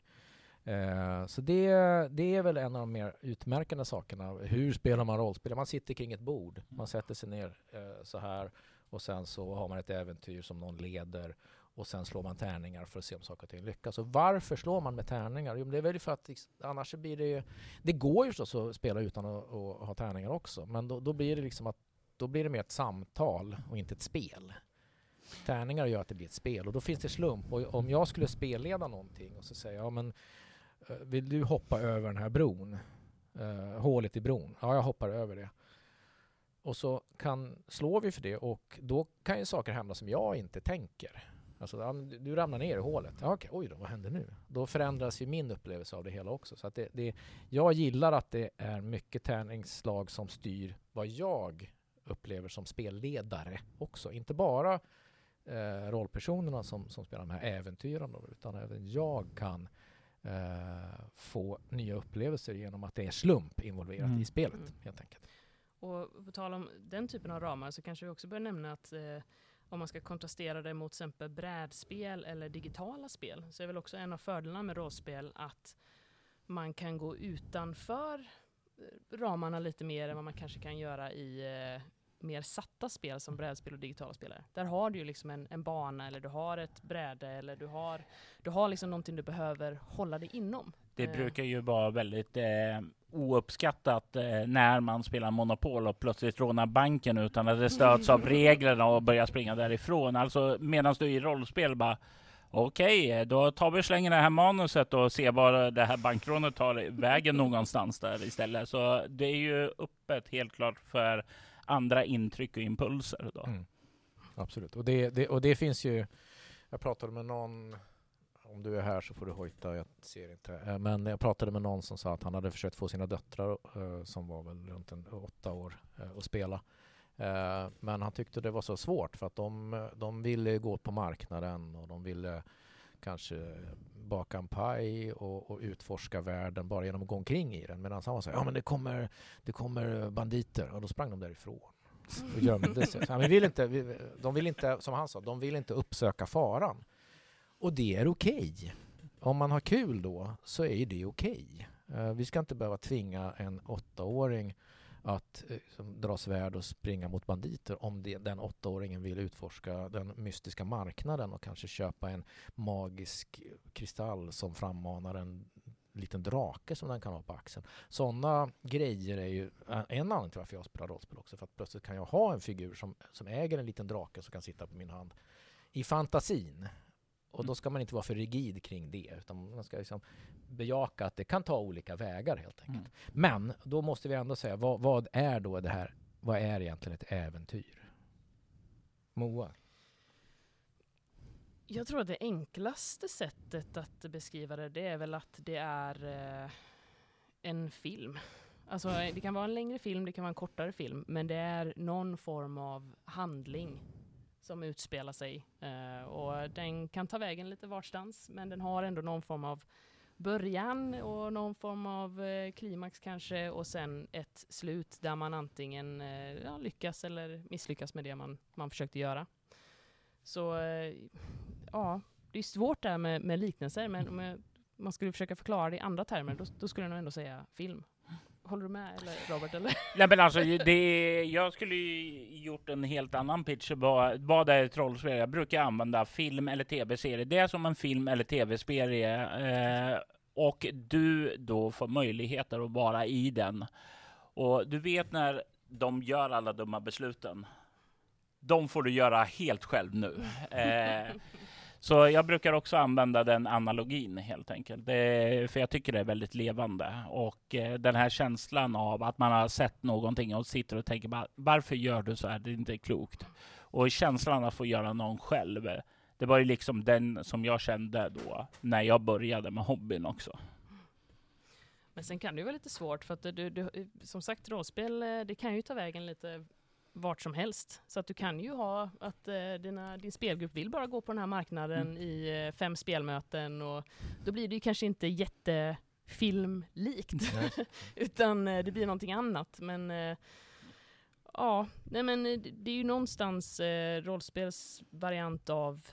Speaker 2: Uh, så det, det är väl en av de mer utmärkande sakerna. Hur spelar man rollspel? Man sitter kring ett bord. Man sätter sig ner uh, så här. Och sen så har man ett äventyr som någon leder. Och sen slår man tärningar för att se om saker och ting lyckas. Och varför slår man med tärningar? Jo, det är väl för att annars blir det... Det går ju så att spela utan att, att ha tärningar också. Men då, då blir det liksom att... Då blir det mer ett samtal och inte ett spel. Tärningar gör att det blir ett spel. Och då finns det slump. Och om jag skulle spelleda någonting och så säger jag... Ja, men vill du hoppa över den här bron? Uh, hålet i bron. Ja, jag hoppar över det. Och så kan, slår vi för det och då kan ju saker hända som jag inte tänker. Alltså, ja, du ramlar ner i hålet. Ja, okej, oj då, vad händer nu? Då förändras ju min upplevelse av det hela också. Så att det, det, jag gillar att det är mycket tärningsslag som styr vad jag upplever som spelledare också. Inte bara eh, rollpersonerna som, som spelar de här äventyren, utan även jag kan Uh, få nya upplevelser genom att det är slump involverat mm. i spelet mm. helt enkelt.
Speaker 3: Och på tal om den typen av ramar så kanske vi också bör nämna att eh, om man ska kontrastera det mot till exempel brädspel eller digitala spel så är väl också en av fördelarna med rollspel att man kan gå utanför ramarna lite mer än vad man kanske kan göra i eh, mer satta spel som brädspel och digitala spelare. Där har du ju liksom en, en bana eller du har ett bräde eller du har, du har liksom någonting du behöver hålla dig inom.
Speaker 1: Det eh. brukar ju vara väldigt eh, ouppskattat eh, när man spelar Monopol och plötsligt rånar banken utan att det stöds av reglerna och börjar springa därifrån. Alltså medan du i rollspel bara okej, okay, då tar vi och slänger det här manuset och ser var det här bankrånet tar vägen någonstans där istället. Så det är ju öppet helt klart för andra intryck och impulser då. Mm.
Speaker 2: Absolut. Och det, det, och det finns ju, jag pratade med någon, om du är här så får du hojta, jag ser inte. Men jag pratade med någon som sa att han hade försökt få sina döttrar uh, som var väl runt en, åtta år uh, att spela. Uh, men han tyckte det var så svårt för att de, de ville gå på marknaden och de ville kanske baka en paj och, och utforska världen bara genom att gå omkring i den. Medan han var så här, ja men det kommer, det kommer banditer och då sprang de därifrån. Och gömde sig. Så han vill inte, de vill inte, som han sa, de vill inte uppsöka faran. Och det är okej. Okay. Om man har kul då så är det okej. Okay. Uh, vi ska inte behöva tvinga en åttaåring att eh, som dra svärd och springa mot banditer om det, den åttaåringen vill utforska den mystiska marknaden och kanske köpa en magisk kristall som frammanar en liten drake som den kan ha på axeln. Sådana grejer är ju en anledning till varför jag spelar rollspel också. För att plötsligt kan jag ha en figur som, som äger en liten drake som kan sitta på min hand i fantasin. Och då ska man inte vara för rigid kring det, utan man ska liksom bejaka att det kan ta olika vägar helt enkelt. Mm. Men då måste vi ändå säga, vad, vad är då det här? Vad är egentligen ett äventyr? Moa?
Speaker 3: Jag tror att det enklaste sättet att beskriva det, det är väl att det är eh, en film. Alltså det kan vara en längre film, det kan vara en kortare film, men det är någon form av handling som utspelar sig. Eh, och den kan ta vägen lite varstans, men den har ändå någon form av början och någon form av eh, klimax kanske, och sen ett slut där man antingen eh, ja, lyckas eller misslyckas med det man, man försökte göra. Så eh, ja, det är svårt där med, med liknelser, men om jag, man skulle försöka förklara det i andra termer, då, då skulle jag nog ändå säga film. Håller du med, eller Robert? Eller?
Speaker 1: Nej, men alltså, det, jag skulle ju gjort en helt annan pitch. Vad, vad är ett rollspel? Jag brukar använda film eller tv-serie. Det är som en film eller tv-serie. Eh, och du då får möjligheter att vara i den. Och du vet när de gör alla dumma besluten. De får du göra helt själv nu. Eh, Så jag brukar också använda den analogin helt enkelt. Det, för jag tycker det är väldigt levande. Och eh, den här känslan av att man har sett någonting och sitter och tänker bara, varför gör du så här? Det är inte klokt. Och känslan att få göra någon själv. Det var ju liksom den som jag kände då när jag började med hobbyn också.
Speaker 3: Men sen kan det ju vara lite svårt för att du, du, som sagt, rollspel, det kan ju ta vägen lite vart som helst. Så att du kan ju ha att eh, dina, din spelgrupp vill bara gå på den här marknaden mm. i eh, fem spelmöten, och då blir det ju kanske inte jättefilmlikt utan eh, det blir någonting annat. Men eh, ja, nej men det är ju någonstans eh, rollspelsvariant av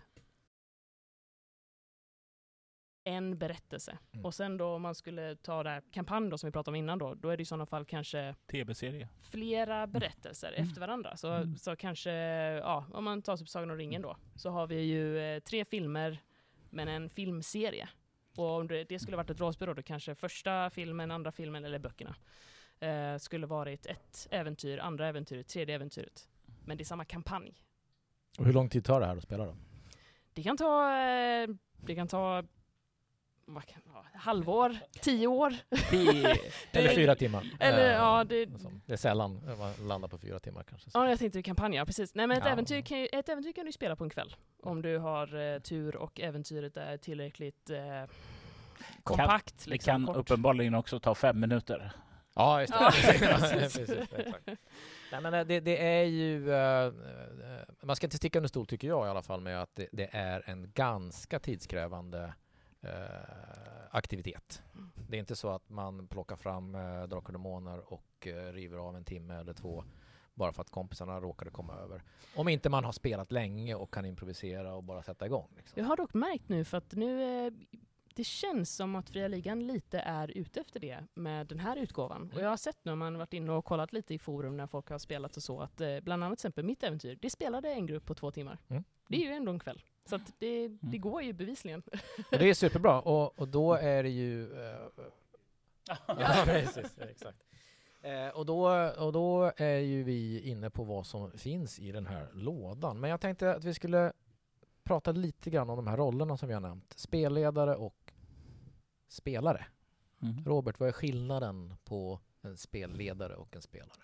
Speaker 3: en berättelse. Mm. Och sen då om man skulle ta det här kampanj då, som vi pratade om innan då, då är det i sådana fall kanske
Speaker 1: tv-serie.
Speaker 3: Flera berättelser mm. efter varandra. Så, mm. så kanske, ja, om man tar typ Sagan om ringen då, så har vi ju eh, tre filmer men en filmserie. Och om det, det skulle varit ett rollspel då, då kanske första filmen, andra filmen eller böckerna eh, skulle varit ett äventyr, andra äventyret, tredje äventyret. Men det är samma kampanj.
Speaker 2: Och hur lång tid tar det här att spela då?
Speaker 3: Det kan ta eh, det kan ta Vad kan, ja, halvår, tio år.
Speaker 2: Eller fyra timmar.
Speaker 3: Eller, ja, det,
Speaker 2: det är sällan man landar på fyra timmar kanske.
Speaker 3: Ja, jag tänkte kampanja, precis. Nej, men ett,
Speaker 2: ja.
Speaker 3: äventyr kan ju, ett äventyr kan du spela på en kväll. Om du har eh, tur och äventyret är tillräckligt eh, kompakt.
Speaker 1: Kan,
Speaker 3: liksom,
Speaker 1: det kan
Speaker 3: kort.
Speaker 1: uppenbarligen också ta fem minuter.
Speaker 2: Ja, just det.
Speaker 3: Ja,
Speaker 2: precis, Nej, men det, det är ju... Uh, man ska inte sticka under stol, tycker jag i alla fall, med att det, det är en ganska tidskrävande Uh, aktivitet. Mm. Det är inte så att man plockar fram uh, Drakar och Demoner och uh, river av en timme eller två bara för att kompisarna råkade komma över. Om inte man har spelat länge och kan improvisera och bara sätta igång. Liksom.
Speaker 3: Jag har dock märkt nu, för att nu eh, det känns som att Fria Ligan lite är ute efter det med den här utgåvan. Mm. Och jag har sett nu, man har varit inne och kollat lite i forum när folk har spelat och så, att eh, bland annat till exempel mitt äventyr, det spelade en grupp på två timmar. Mm. Det är ju ändå en kväll. Så att det, det går ju bevisligen.
Speaker 2: Och det är superbra. Och, och då är det ju... Uh, ja, precis. Exakt. Uh, och, då, och då är ju vi inne på vad som finns i den här lådan. Men jag tänkte att vi skulle prata lite grann om de här rollerna som vi har nämnt. Spelledare och spelare. Mm. Robert, vad är skillnaden på en spelledare och en spelare?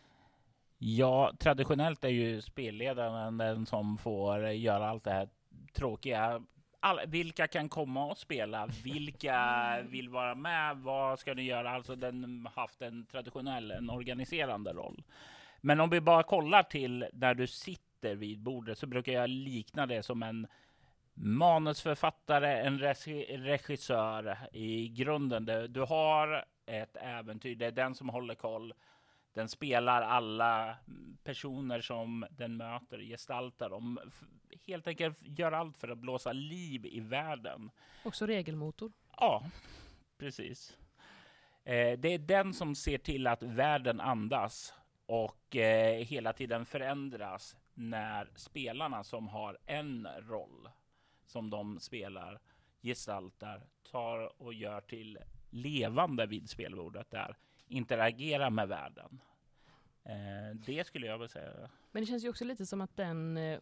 Speaker 1: Ja, traditionellt är ju spelledaren den som får göra allt det här tråkiga. All, vilka kan komma och spela? Vilka vill vara med? Vad ska ni göra? Alltså den har haft en traditionell, en organiserande roll. Men om vi bara kollar till när du sitter vid bordet, så brukar jag likna det som en manusförfattare, en regissör i grunden. Du har ett äventyr, det är den som håller koll. Den spelar alla personer som den möter, gestaltar dem. Helt enkelt gör allt för att blåsa liv i världen.
Speaker 3: Också regelmotor.
Speaker 1: Ja, precis. Eh, det är den som ser till att världen andas och eh, hela tiden förändras när spelarna som har en roll som de spelar, gestaltar, tar och gör till levande vid spelbordet där, interagerar med världen. Eh, det skulle jag vilja säga.
Speaker 3: Men det känns ju också lite som att den eh,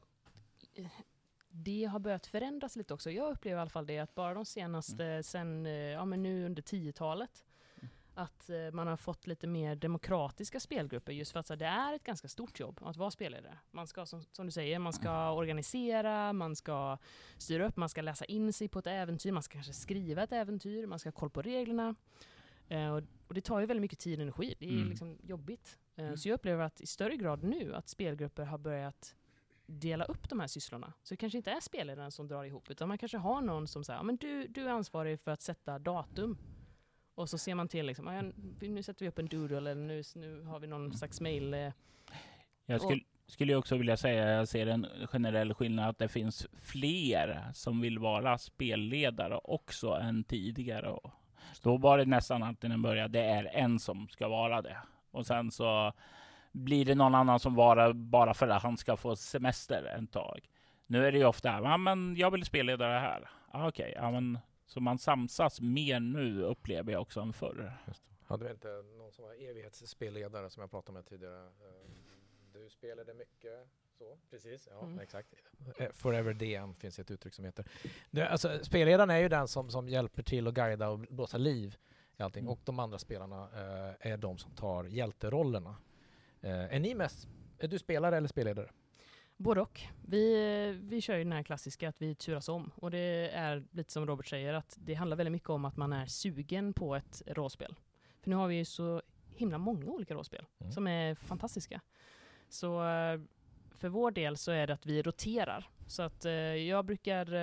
Speaker 3: det har börjat förändras lite också. Jag upplever i alla fall det att bara de senaste, mm. sen, ja men nu under tiotalet, mm. att eh, man har fått lite mer demokratiska spelgrupper just för att så, det är ett ganska stort jobb att vara spelare. Man ska, som, som du säger, man ska organisera, man ska styra upp, man ska läsa in sig på ett äventyr, man ska kanske skriva ett äventyr, man ska ha koll på reglerna. Eh, och, och det tar ju väldigt mycket tid och energi. Det är mm. liksom jobbigt. Eh, mm. Så jag upplever att i större grad nu att spelgrupper har börjat dela upp de här sysslorna. Så det kanske inte är spelaren som drar ihop, utan man kanske har någon som säger, men du, du är ansvarig för att sätta datum. Och så ser man till, liksom, ja, nu sätter vi upp en doodle, eller nu, nu har vi någon slags mail. Eh,
Speaker 1: jag skulle, skulle också vilja säga, jag ser en generell skillnad att det finns fler som vill vara spelledare också än tidigare. Då var det nästan alltid när början, det är en som ska vara det. Och sen så blir det någon annan som var bara för att han ska få semester en tag. Nu är det ju ofta, ja men jag vill spelleda det här. Ah, okej, okay. Ja men så man samsas mer nu, upplever jag också än förr.
Speaker 2: Just det. Hade du inte någon som var evighetsspelledare som jag pratade med tidigare? Du spelade mycket så, precis. Ja, mm. exakt. Forever D M finns ett uttryck som heter. Det, alltså, spelledaren är ju den som, som hjälper till att guida och blåsa liv i allting. Mm. Och de andra spelarna eh, är de som tar hjälterollerna. Eh, är ni mest, är du spelare eller spelledare?
Speaker 3: Både och. Vi, vi kör ju den här klassiska att vi turas om. Och det är lite som Robert säger, att det handlar väldigt mycket om att man är sugen på ett rollspel. För nu har vi ju så himla många olika rollspel mm. som är fantastiska. Så för vår del så är det att vi roterar. Så att eh, jag brukar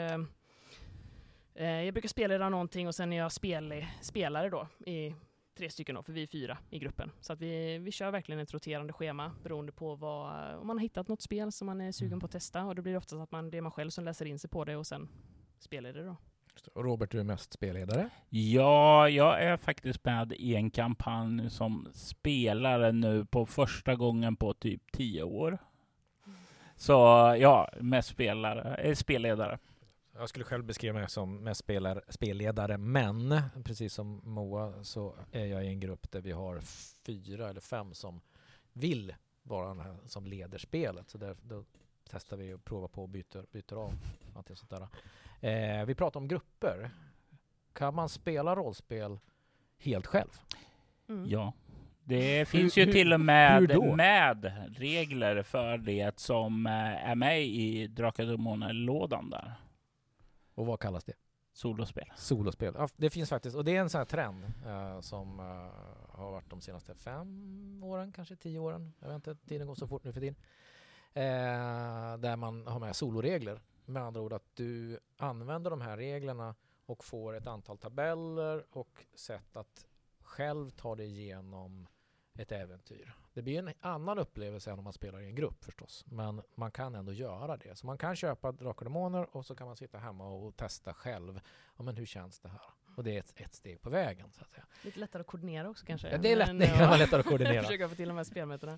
Speaker 3: eh, jag brukar spela någonting och sen är jag spel, spelare då i tre stycken då, för vi är fyra i gruppen. Så att vi, vi kör verkligen ett roterande schema beroende på vad, om man har hittat något spel som man är sugen på att testa. Och det blir oftast att man, det är man själv som läser in sig på det och sen spelar det då.
Speaker 2: Och Robert, du är mest spelledare?
Speaker 1: Ja, jag är faktiskt med i en kampanj som spelare nu på första gången på typ tio år. Så ja, mest spelare, äh, spelledare.
Speaker 2: Jag skulle själv beskriva mig som mest spelar, spelledare, men precis som Moa så är jag i en grupp där vi har fyra eller fem som vill vara den här som leder spelet. Så där, då testar vi och provar på och byter, byter av. Allt sånt där. Eh, vi pratar om grupper. Kan man spela rollspel helt själv?
Speaker 1: Mm. Ja. Det finns ju till och med, med regler för det som är med i Drakar och Demoner-lådan där.
Speaker 2: Och vad kallas det?
Speaker 1: Solospel.
Speaker 2: Solospel. Ja, det finns faktiskt. Och det är en sån här trend uh, som uh, har varit de senaste fem åren, kanske tio åren. Jag vet inte, tiden går så fort nu för din. Uh, där man har med soloregler. Med andra ord att du använder de här reglerna och får ett antal tabeller och sätt att själv ta dig igenom ett äventyr. Det blir en annan upplevelse än om man spelar i en grupp förstås. Men man kan ändå göra det. Så man kan köpa Drakar och Demoner och så kan man sitta hemma och testa själv. Ja, men hur känns det här? Och det är ett, ett steg på vägen så att säga.
Speaker 3: Lite lättare att koordinera också kanske.
Speaker 2: Ja, det är lätt, det kan vara lättare att koordinera.
Speaker 3: Försöka få till de här spelmötena.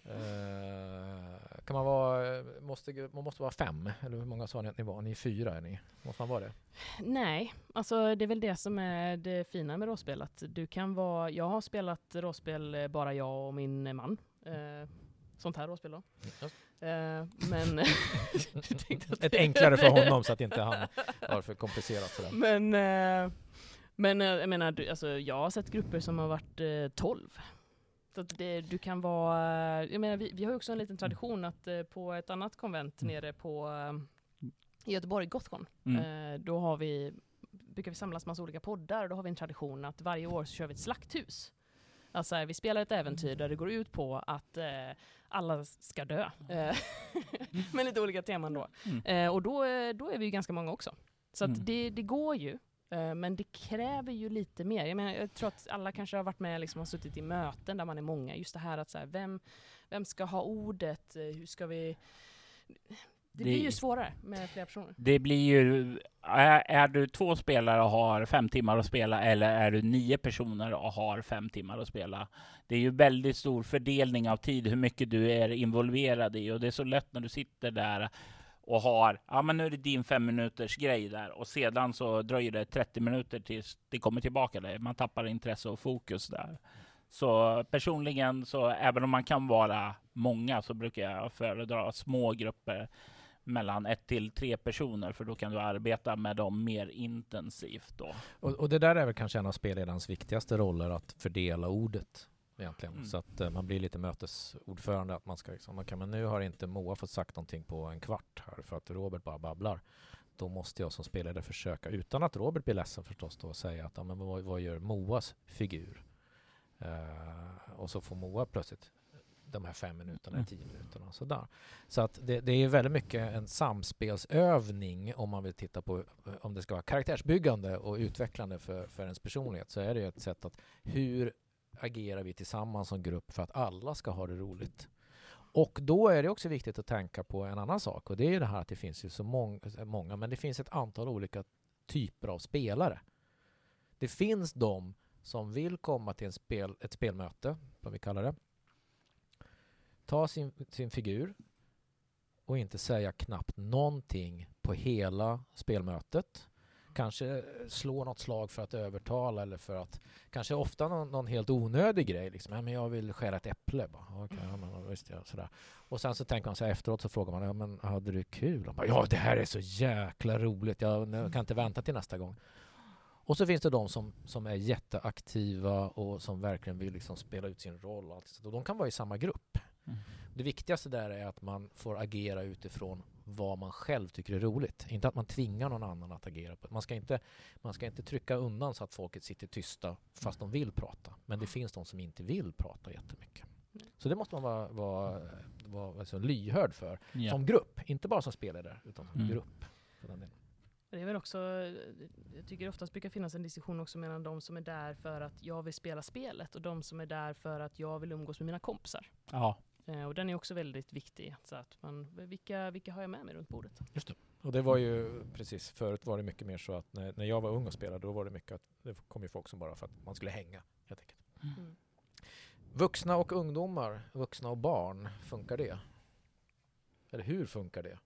Speaker 2: Uh, kan man vara, måste, man måste vara fem? Eller hur många sa ni att ni var? Ni är fyra, är ni? Måste man vara det?
Speaker 3: Nej, alltså det är väl det som är det fina med rollspel. Att du kan vara, jag har spelat rollspel bara jag och min man. Uh, sånt här rollspel då. Yes. Uh, men
Speaker 2: ett enklare för honom så att inte han var för komplicerat sådär.
Speaker 3: Men uh, men uh, jag menar du, alltså, jag har sett grupper som har varit uh, tolv. Så att det, du kan vara uh, jag menar vi, vi har ju också en liten tradition att uh, på ett annat konvent mm. nere på uh, i Göteborg, Gothcon, mm. uh, då har vi brukar vi samlas massa olika poddar och då har vi en tradition att varje år så kör vi ett slakthus. Alltså vi spelar ett äventyr där det går ut på att eh, alla ska dö. Eh, med lite olika teman då. Mm. Eh, och då, då är vi ju ganska många också. Så mm. att det, det går ju. Eh, men det kräver ju lite mer. Jag menar, jag tror att alla kanske har varit med liksom har suttit i möten där man är många. Just det här att så här, vem, vem ska ha ordet? Hur ska vi... Det blir ju svårare med flera personer.
Speaker 1: Det blir ju... Är, är du två spelare och har fem timmar att spela, eller är du nio personer och har fem timmar att spela? Det är ju väldigt stor fördelning av tid, hur mycket du är involverad i. Och det är så lätt när du sitter där och har... Ja, men nu är det din fem minuters grej där. Och sedan så dröjer det trettio minuter tills det kommer tillbaka där. Man tappar intresse och fokus där. Så personligen, så även om man kan vara många, så brukar jag föredra små grupper mellan ett till tre personer, för då kan du arbeta med dem mer intensivt då.
Speaker 2: Och, och det där är väl kanske en av spelledarens viktigaste roller, att fördela ordet egentligen. Mm. Så att uh, man blir lite mötesordförande, att man ska liksom, okay, men nu har inte Moa fått sagt någonting på en kvart här för att Robert bara babblar. Då måste jag som spelare försöka, utan att Robert blir ledsen förstås då, säga att ja, men vad, vad gör Moas figur? Uh, och så får Moa plötsligt de här fem minuterna, mm. tio minuterna och sådär. Så att det, det är väldigt mycket en samspelsövning om man vill titta på om det ska vara karaktärsbyggande och utvecklande för, för ens personlighet, så är det ett sätt att hur agerar vi tillsammans som grupp för att alla ska ha det roligt. Och då är det också viktigt att tänka på en annan sak, och det är ju det här att det finns ju så mång- många, men det finns ett antal olika typer av spelare. Det finns de som vill komma till en spel, ett spelmöte, vad vi kallar det, ta sin, sin figur och inte säga knappt någonting på hela spelmötet. Kanske slå något slag för att övertala, eller för att kanske ofta någon, någon helt onödig grej. Liksom. Ja, men jag vill skära ett äpple. Bara. Okay, ja, men, visst, ja, sådär. Och sen så tänker man sig efteråt, så frågar man, ja, men hade du kul? Och bara, ja, det här är så jäkla roligt. Jag, jag kan inte vänta till nästa gång. Och så finns det de som, som är jätteaktiva och som verkligen vill liksom spela ut sin roll. Och, allt. Så de kan vara i samma grupp. Mm. Det viktigaste där är att man får agera utifrån vad man själv tycker är roligt. Inte att man tvingar någon annan att agera på. Man ska inte, man ska inte trycka undan så att folket sitter tysta fast de vill prata. Men det finns de som inte vill prata jättemycket. Så det måste man vara, vara, vara alltså lyhörd för. Ja. Som grupp. Inte bara som spelare utan som mm. grupp.
Speaker 3: Det är väl också, jag tycker oftast brukar finnas en diskussion också mellan de som är där för att jag vill spela spelet och de som är där för att jag vill umgås med mina kompisar.
Speaker 1: Ja.
Speaker 3: Eh, och den är också väldigt viktig. Så att man, vilka, vilka har jag med mig runt bordet?
Speaker 2: Just det. Och det var ju precis, förut var det mycket mer så att när, när jag var ung och spelade, då var det mycket att det kom ju folk som bara för att man skulle hänga, helt enkelt. Mm. Vuxna och ungdomar, vuxna och barn, funkar det? Eller hur funkar det?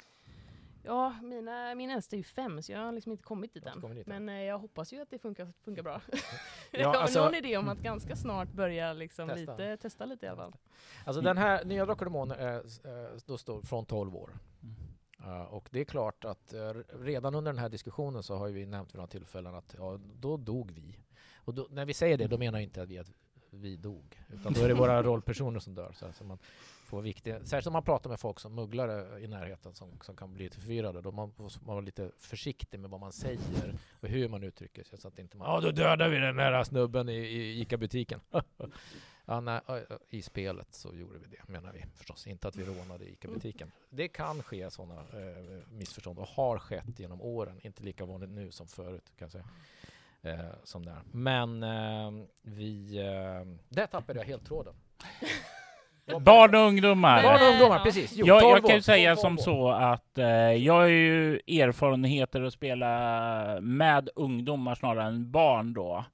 Speaker 3: Ja, mina, min äldsta är ju fem, så jag har liksom inte kommit dit än.
Speaker 2: Kommit dit
Speaker 3: men eh, jag hoppas ju att det funkar, funkar bra.
Speaker 2: Ja,
Speaker 3: jag har
Speaker 2: alltså,
Speaker 3: någon idé om att ganska snart börja liksom testa. Lite, testa lite i alla fall.
Speaker 2: Alltså den här nya Drakar och Demoner är äh, då står från tolv år. Mm. Uh, och det är klart att uh, redan under den här diskussionen så har vi nämnt vid några tillfällen att ja, då dog vi. Och då, när vi säger det, då menar jag inte att vi, att vi dog. Utan då är det våra rollpersoner som dör. Så alltså man får viktiga, särskilt om man pratar med folk som mugglare i närheten som, som kan bli lite förvirrade. Då man måste man vara lite försiktig med vad man säger och hur man uttrycker sig. Så att inte man, ja då dödar vi den här snubben i, i Ica-butiken. Ja, nej, i spelet så gjorde vi det, menar vi förstås. Inte att vi rånade Ica-butiken. Det kan ske sådana eh, missförstånd och har skett genom åren. Inte lika vanligt nu som förut, kan jag säga. Eh, som där. Men eh, vi... Eh, där tappade jag helt tråden.
Speaker 1: Barn och ungdomar.
Speaker 2: Barn och ungdomar, precis. Jo,
Speaker 1: jag, jag kan ju säga som så att eh, jag har ju erfarenheter att spela med ungdomar snarare än barn då.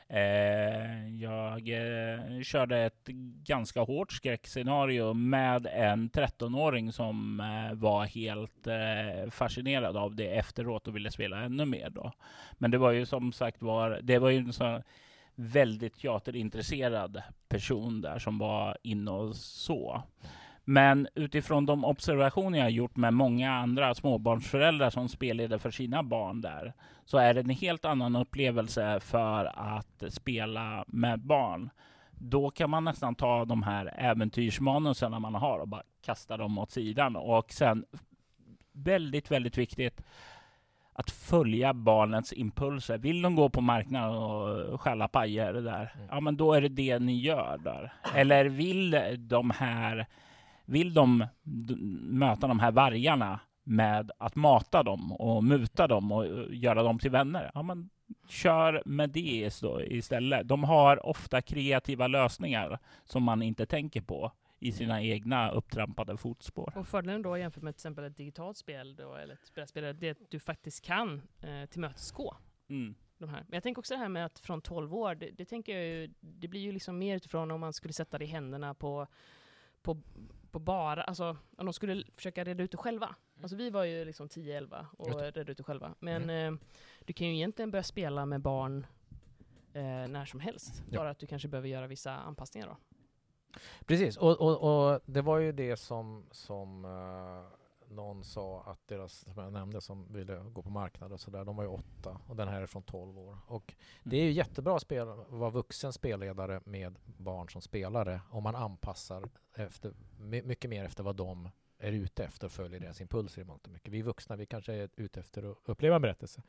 Speaker 1: Eh, jag eh, körde ett ganska hårt skräckscenario med en trettonåring som eh, var helt eh, fascinerad av det efteråt och ville spela ännu mer då. Men det var ju som sagt var, det var ju en sån väldigt teaterintresserad person där som var inne och så. Men utifrån de observationer jag har gjort med många andra småbarnsföräldrar som spelade för sina barn där, så är det en helt annan upplevelse för att spela med barn. Då kan man nästan ta de här äventyrsmanuserna man har och bara kasta dem åt sidan. Och sen, väldigt, väldigt viktigt, att följa barnens impulser. Vill de gå på marknaden och skälla pajer där, ja men då är det det ni gör där. Eller vill de här Vill de d- möta de här vargarna med att mata dem och muta dem och göra dem till vänner? Ja, men kör med det istället. De har ofta kreativa lösningar som man inte tänker på i sina egna upptrampade fotspår.
Speaker 3: Och fördelen då jämfört med till exempel ett digitalt spel då, eller ett brädspel, det är att du faktiskt kan eh, tillmötesgå
Speaker 1: Mm.
Speaker 3: de här. Men jag tänker också det här med att från tolv år, det, det tänker jag ju, det blir ju liksom mer utifrån om man skulle sätta det i händerna på, på, på bara, alltså om de skulle försöka reda ut det själva. Alltså vi var ju liksom tio elva och redde ut det själva. Men mm. eh, du kan ju egentligen börja spela med barn eh, när som helst. Ja. Bara att du kanske behöver göra vissa anpassningar då.
Speaker 2: Precis, och, och, och det var ju det som, som uh, någon sa att deras, som jag nämnde, som ville gå på marknad och sådär, de var ju åtta och den här är från tolv år. Och mm. det är ju jättebra att spela, vara vuxen spelledare med barn som spelare om man anpassar efter, mycket mer efter vad de är ute efter och följer deras impulser i mångt och mycket. Vi vuxna, vi kanske är ute efter att uppleva en berättelse.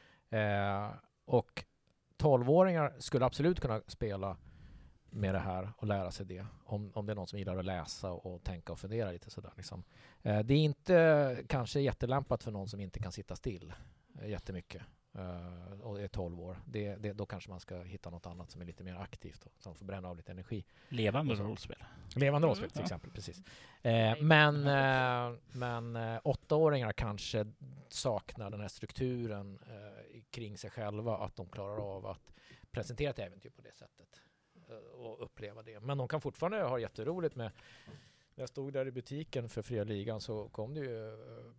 Speaker 2: Eh, och tolvåringar skulle absolut kunna spela med det här och lära sig det. Om, om det är någon som gillar att läsa och tänka och fundera lite sådär. Liksom. Eh, det är inte kanske jättelämpat för någon som inte kan sitta still eh, jättemycket eh, och är tolv år. Det, det, då kanske man ska hitta något annat som är lite mer aktivt och som får bränna av lite energi.
Speaker 1: Levande rollspel.
Speaker 2: Levande rollspel till mm. exempel, precis. Eh, men eh, men eh, åttaåringar kanske saknar den här strukturen eh, kring sig själva, att de klarar av att presentera ett äventyr på det sättet och uppleva det. Men de kan fortfarande ha jätteroligt med. När jag stod där i butiken för Fria Ligan så kom det ju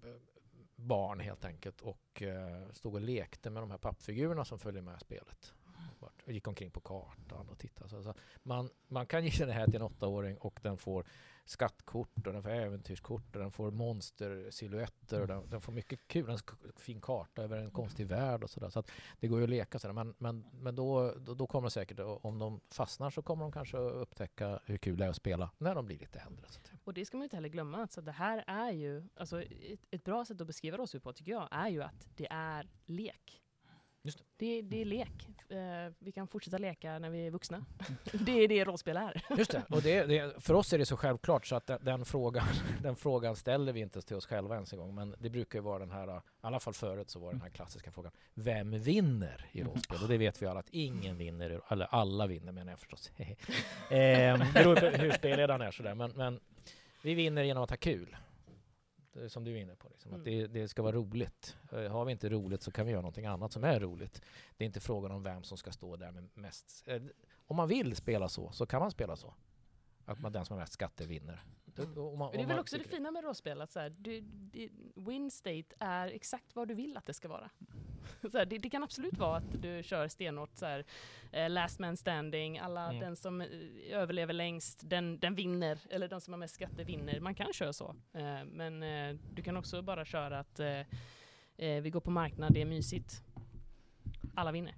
Speaker 2: barn helt enkelt och stod och lekte med de här pappfigurerna som följer med spelet. Och gick omkring på kartan och tittade. Så man, man kan ge den här till en åttaåring och den får skattkort och den får äventyrskort och den får monstersilhuetter och den, den får mycket kul, en fin karta över en konstig värld och sådär. Så att det går ju att leka sådär. Men, men, men då, då, då kommer de säkert, om de fastnar så kommer de kanske upptäcka hur kul det är att spela när de blir lite äldre. Så att.
Speaker 3: Och det ska man inte heller glömma. Så det här är ju, alltså ett, ett bra sätt att beskriva oss på tycker jag, är ju att det är lek.
Speaker 2: Just det.
Speaker 3: Det, det är lek. Uh, vi kan fortsätta leka när vi är vuxna. Det är det rollspel är.
Speaker 2: Just det. Och det, det, för oss är det så självklart så att den, den, frågan, den frågan ställer vi inte till oss själva ens en gång. Men det brukar ju vara den här, i alla fall förut så var den här klassiska frågan. Vem vinner i rollspel? Och det vet vi alla att ingen vinner, eller alla vinner menar jag förstås. eh, det beror på hur spelledaren är sådär. Men, men vi vinner genom att ha kul. Som du är inne på. Liksom. Mm. Att det, det ska vara roligt. Uh, har vi inte roligt så kan vi göra någonting annat som är roligt. Det är inte frågan om vem som ska stå där med mest. Uh, om man vill spela så, så kan man spela så. Att man, den som har mest skatter vinner.
Speaker 3: Mm. Om man, om det är väl också det fina med rollspel. Att så här, du, det, win state är exakt vad du vill att det ska vara. Så här, det, det kan absolut vara att du kör stenhårt så här, uh, last man standing. Alla, mm. Den som uh, överlever längst, den, den vinner. Eller den som har mest skatter vinner. Man kan köra så. Uh, men uh, du kan också bara köra att uh, uh, vi går på marknad, det är mysigt. Alla vinner.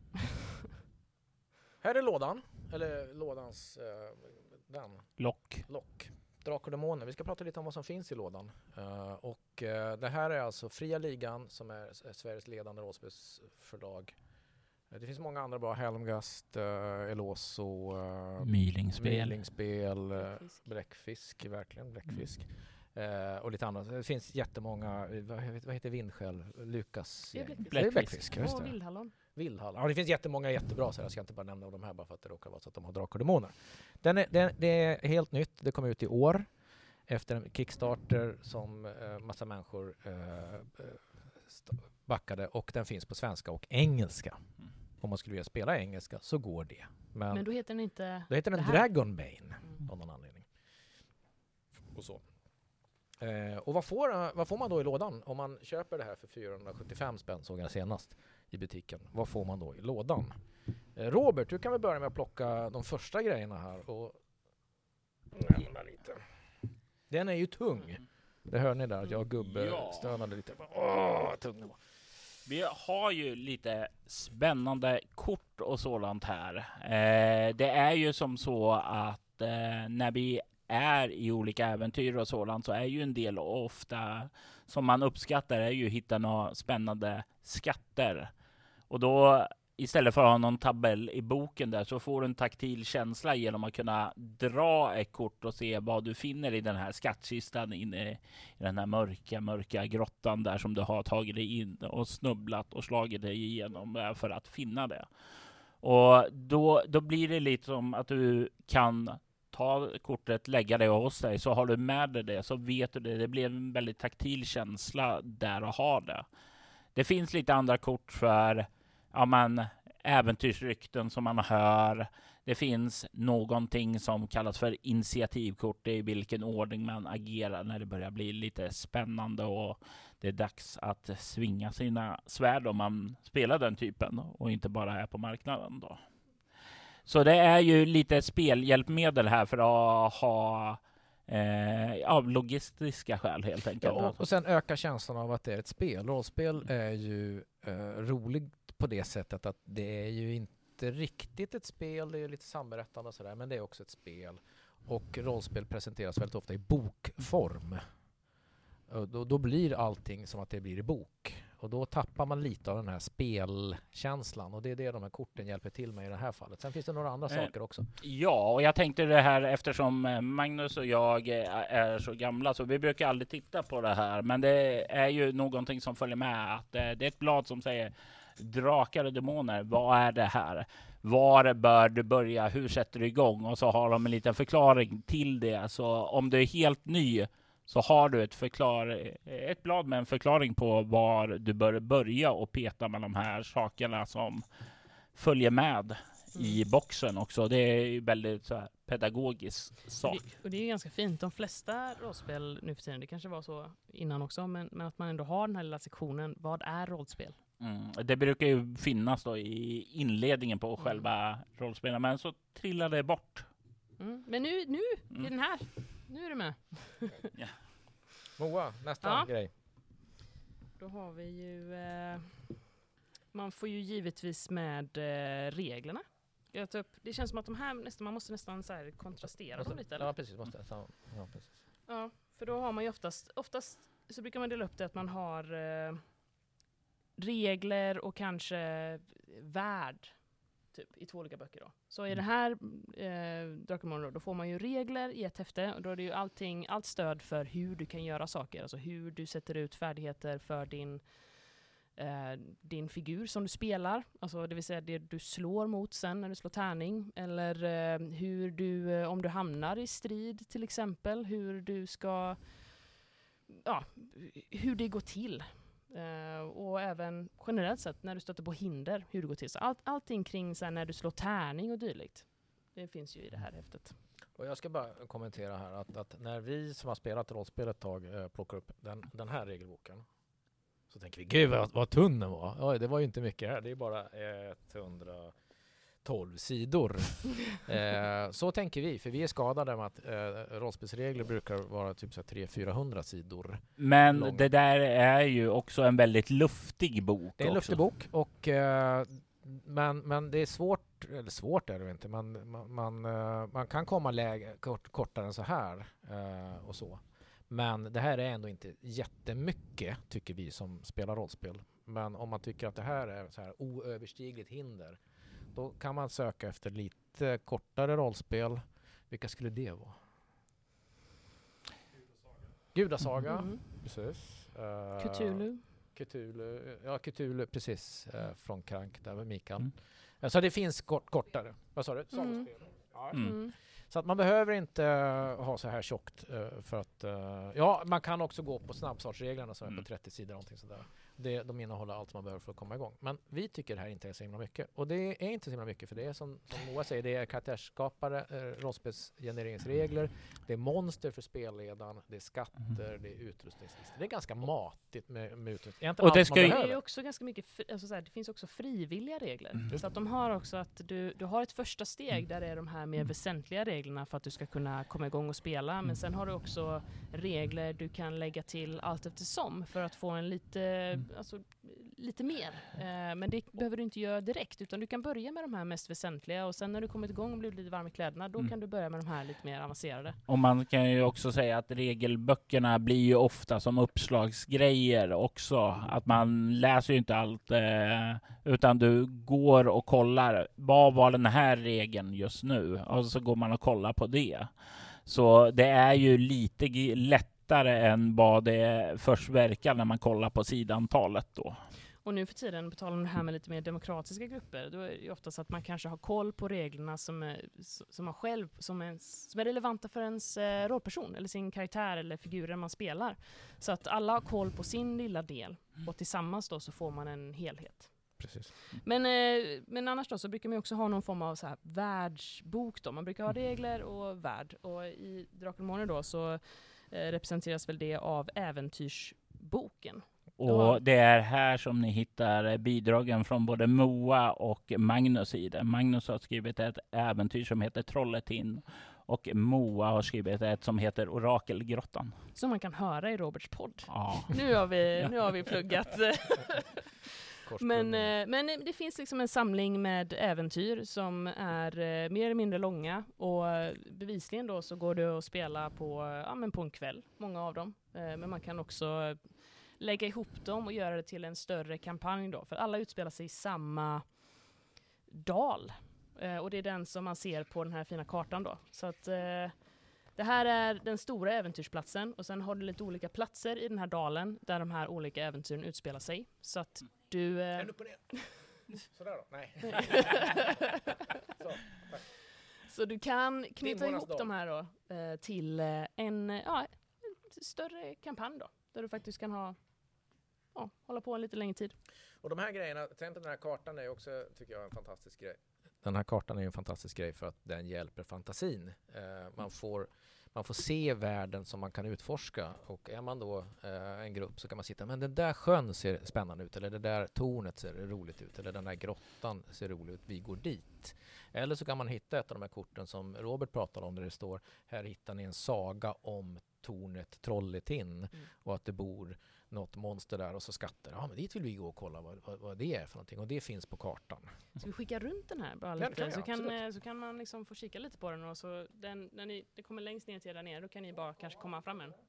Speaker 2: Här är lådan. Eller lådans... Uh, den.
Speaker 1: Lock.
Speaker 2: Lock. Drakar och demoner. Vi ska prata lite om vad som finns i lådan. Uh, och uh, det här är alltså Fria Ligan som är Sveriges ledande rollspelsförlag. Uh, det finns många andra bra. Helmgast, uh, Eloso, uh,
Speaker 1: Mylingspel,
Speaker 2: Mylingspel uh, Bläckfisk, verkligen Bläckfisk. Mm. Uh, och lite annat. Det finns jättemånga. Vad, vad heter Vindskäl? Lukas.
Speaker 3: Det är Bläckfisk.
Speaker 2: Bläckfisk. Bläckfisk just
Speaker 3: och
Speaker 2: det.
Speaker 3: Vildhallon.
Speaker 2: Vildhallon. Ja, det finns jättemånga jättebra så jag ska inte bara nämna de här bara för att det råkar vara så att de har drakar och demoner. Den är, den, det är helt nytt. Det kommer ut i år efter en Kickstarter som uh, massa människor uh, backade och den finns på svenska och engelska. Mm. Om man skulle vilja spela engelska så går det. Men,
Speaker 3: Men då heter den inte...
Speaker 2: Då heter den Dragonbane mm. av någon anledning. Och så. Uh, och vad får, vad får man då i lådan? Om man köper det här för fyrahundrasjuttiofem spänn såg jag senast i butiken. Vad får man då i lådan? Uh, Robert, du kan väl börja med att plocka de första grejerna här och nämna lite. Den är ju tung. Det hör ni där att jag gubbe ja. stönade lite. Åh, tung den var.
Speaker 1: Vi har ju lite spännande kort och sådant här. Eh, det är ju som så att eh, när vi är i olika äventyr och sådant så är ju en del ofta som man uppskattar är ju att hitta några spännande skatter. Och då istället för att ha någon tabell i boken där så får du en taktil känsla genom att kunna dra ett kort och se vad du finner i den här skattkistan inne i den här mörka, mörka grottan där som du har tagit dig in och snubblat och slagit dig igenom för att finna det. Och då, då blir det lite som att du kan ta kortet, lägga det hos dig, så har du med dig det, så vet du det. Det blir en väldigt taktil känsla där att ha det. Det finns lite andra kort för ja, man, äventyrsrykten som man hör. Det finns någonting som kallas för initiativkort. Det är i vilken ordning man agerar när det börjar bli lite spännande och det är dags att svinga sina svärd om man spelar den typen och inte bara är på marknaden då. Så det är ju lite spelhjälpmedel här för att ha eh, av logistiska skäl helt enkelt.
Speaker 2: Ja, och sen öka känslan av att det är ett spel. Rollspel är ju eh, roligt på det sättet att det är ju inte riktigt ett spel, det är lite samberättande och sådär, men det är också ett spel. Och rollspel presenteras väldigt ofta i bokform. Och då, då blir allting som att det blir i bok. Och då tappar man lite av den här spelkänslan. Och det är det de här korten hjälper till med i det här fallet. Sen finns det några andra eh, saker också.
Speaker 1: Ja, och jag tänkte det här eftersom Magnus och jag är så gamla så vi brukar aldrig titta på det här. Men det är ju någonting som följer med. Att det är ett blad som säger drakar och demoner, vad är det här? Var bör du börja? Hur sätter du igång? Och så har de en liten förklaring till det. Så om du är helt ny så har du ett, förklar- ett blad med en förklaring på var du bör börja och peta med de här sakerna som följer med i boxen också. Det är ju väldigt så här pedagogisk sak.
Speaker 3: Och det, och det är ju ganska fint. De flesta rollspel nu för tiden, det kanske var så innan också, men, men att man ändå har den här lilla sektionen, vad är rollspel?
Speaker 1: Mm. Det brukar ju finnas då i inledningen på
Speaker 3: mm.
Speaker 1: själva rollspelen, men så trillar det bort.
Speaker 3: Mm. Men nu, nu
Speaker 1: Mm.
Speaker 3: är den här. Nu är du med.
Speaker 1: Ja.
Speaker 2: Moa, nästa
Speaker 3: Ja.
Speaker 2: grej.
Speaker 3: Då har vi ju... Eh, man får ju givetvis med eh, reglerna. Jag tar upp, det känns som att de här nästan, man måste nästan så här kontrastera dem lite. Eller?
Speaker 2: Ja, precis. Måste, ja, precis.
Speaker 3: Ja, för då har man ju oftast... Oftast så brukar man dela upp det att man har eh, regler och kanske värld typ, i två olika böcker då. Så i det här eh, Drakar då, då får man ju regler i ett häfte och då är det ju allting, allt stöd för hur du kan göra saker, alltså hur du sätter ut färdigheter för din eh, din figur som du spelar, alltså det vill säga det du slår mot sen när du slår tärning, eller eh, hur du, eh, om du hamnar i strid till exempel, hur du ska ja, hur det går till. Uh, och även generellt sett när du stöter på hinder, hur det går till. Så allt, allting kring så här, när du slår tärning och dylikt. Det finns ju i det här häftet.
Speaker 2: Och jag ska bara kommentera här att, att när vi som har spelat rollspel ett tag eh, plockar upp den, den här regelboken så tänker vi, gud vad, vad tunn den var. Oj, det var ju inte mycket här, det är bara etthundratolv sidor. eh, så tänker vi, för vi är skadade med att eh, rollspelsregler brukar vara typ så här tre till fyrahundra sidor.
Speaker 1: Men
Speaker 2: lång.
Speaker 1: det där är ju också en väldigt luftig bok.
Speaker 2: Det är en
Speaker 1: också.
Speaker 2: luftig bok, och, eh, men, men det är svårt, eller svårt är det inte, man, man, man, eh, man kan komma läge, kort, kortare än så här eh, och så. Men det här är ändå inte jättemycket, tycker vi som spelar rollspel. Men om man tycker att det här är så här oöverstigligt hinder, då kan man söka efter lite kortare rollspel. Vilka skulle det vara? Gudasaga.
Speaker 3: Mm.
Speaker 2: Precis. Uh,
Speaker 3: Cthulhu.
Speaker 2: Cthulhu. Ja, Cthulhu, precis. Uh, från Krank, där med Mikael.
Speaker 1: Mm.
Speaker 2: Uh, så det finns kort, kortare. Vad sa du?
Speaker 3: Mm.
Speaker 2: Sagospel. Ja.
Speaker 1: Mm.
Speaker 3: Mm.
Speaker 2: Så att man behöver inte uh, ha så här tjockt uh, för att... Uh, ja, man kan också gå på snabbstartsreglerna som är
Speaker 1: Mm.
Speaker 2: på trettio sidor. Någonting sådär. Det, de innehåller allt man behöver för att komma igång. Men vi tycker det här inte är så himla mycket. Och det är inte så himla mycket, för det är som, som Moa säger, det är karaktärsskapare, eh, rollspelsgenereringsregler, det är monster för spelledaren, det är skatter,
Speaker 1: Mm.
Speaker 2: det är utrustningslistor. Det är ganska matigt med, med utrustning. Egentligen
Speaker 1: Och det
Speaker 2: allt
Speaker 1: ska
Speaker 2: man
Speaker 1: ju-
Speaker 3: Det är
Speaker 2: behöver.
Speaker 3: ju också ganska mycket, fri, alltså så här, det finns också frivilliga regler.
Speaker 1: Mm.
Speaker 3: Så att de har också att du, du har ett första steg
Speaker 1: Mm.
Speaker 3: där det är de här mer
Speaker 1: Mm.
Speaker 3: väsentliga reglerna för att du ska kunna komma igång och spela.
Speaker 1: Mm.
Speaker 3: Men sen har du också regler du kan lägga till allt eftersom för att få en lite,
Speaker 1: Mm.
Speaker 3: alltså, lite mer. Eh, men det behöver du inte göra direkt, utan du kan börja med de här mest väsentliga och sen när du kommit igång och blivit lite varm i kläderna, då
Speaker 1: Mm.
Speaker 3: kan du börja med de här lite mer avancerade.
Speaker 1: Och man kan ju också säga att regelböckerna blir ju ofta som uppslagsgrejer också. Att man läser ju inte allt, eh, utan du går och kollar, vad var den här regeln just nu? Och så går man och kollar på det. Så det är ju lite lättare än vad det först verkar när man kollar på sidantalet då.
Speaker 3: Och nu för tiden, på tal om det här med lite mer demokratiska grupper, då är det ju oftast att man kanske har koll på reglerna som är, som man själv, som är, som är relevanta för ens eh, rollperson eller sin karaktär eller figurer man spelar. Så att alla har koll på sin lilla del och tillsammans då så får man en helhet.
Speaker 2: Precis.
Speaker 3: Men, eh, men annars då så brukar man också ha någon form av så här världsbok då. Man brukar ha regler och värld. Och i Drakar och Demoner då så eh, representeras väl det av äventyrsboken.
Speaker 1: Och det är här som ni hittar bidragen från både Moa och Magnus i det. Magnus har skrivit ett äventyr som heter Trolletin och Moa har skrivit ett som heter Orakelgrottan.
Speaker 3: Som man kan höra i Roberts podd.
Speaker 1: Ja.
Speaker 3: Nu har vi, nu har vi pluggat. men, men det finns liksom en samling med äventyr som är mer eller mindre långa och bevisligen då så går det att spela på, ja, men på en kväll, många av dem. Men man kan också lägga ihop dem och göra det till en större kampanj då. För alla utspelar sig i samma dal. Eh, och det är den som man ser på den här fina kartan då. Så att eh, det här är den stora äventyrsplatsen. Och sen har du lite olika platser i den här dalen där de här olika äventyren utspelar sig. Så att du... Eh...
Speaker 2: En upp och ner. Sådär då? Nej. Så, tack.
Speaker 3: Så du kan knyta ihop
Speaker 2: dal.
Speaker 3: de här då eh, till eh, en, ja, en större kampanj då. Där du faktiskt kan ha Ja, hålla på en lite längre tid.
Speaker 2: Och de här grejerna, till exempel den här kartan är också, tycker jag, en fantastisk grej. Den här kartan är en fantastisk grej för att den hjälper fantasin. Eh, man, får, man får se världen som man kan utforska. Och är man då eh, en grupp så kan man sitta, men den där sjön ser spännande ut. Eller det där tornet ser roligt ut. Eller den där grottan ser rolig ut. Vi går dit. Eller så kan man hitta ett av de här korten som Robert pratade om där det står, här hittar ni en saga om tornet Trolletin. Mm. Och att det bor något monster där och så skatter. Ja, men dit vill vi gå och kolla vad, vad, vad det är för någonting. Och det finns på kartan.
Speaker 3: Ska vi skicka runt den här bara
Speaker 2: Ja,
Speaker 3: lite?
Speaker 2: kan
Speaker 3: så,
Speaker 2: jag,
Speaker 3: kan, så kan man liksom få kika lite på den. Och så den, när ni, det kommer längst ner till där nere, då kan ni bara kanske komma fram en.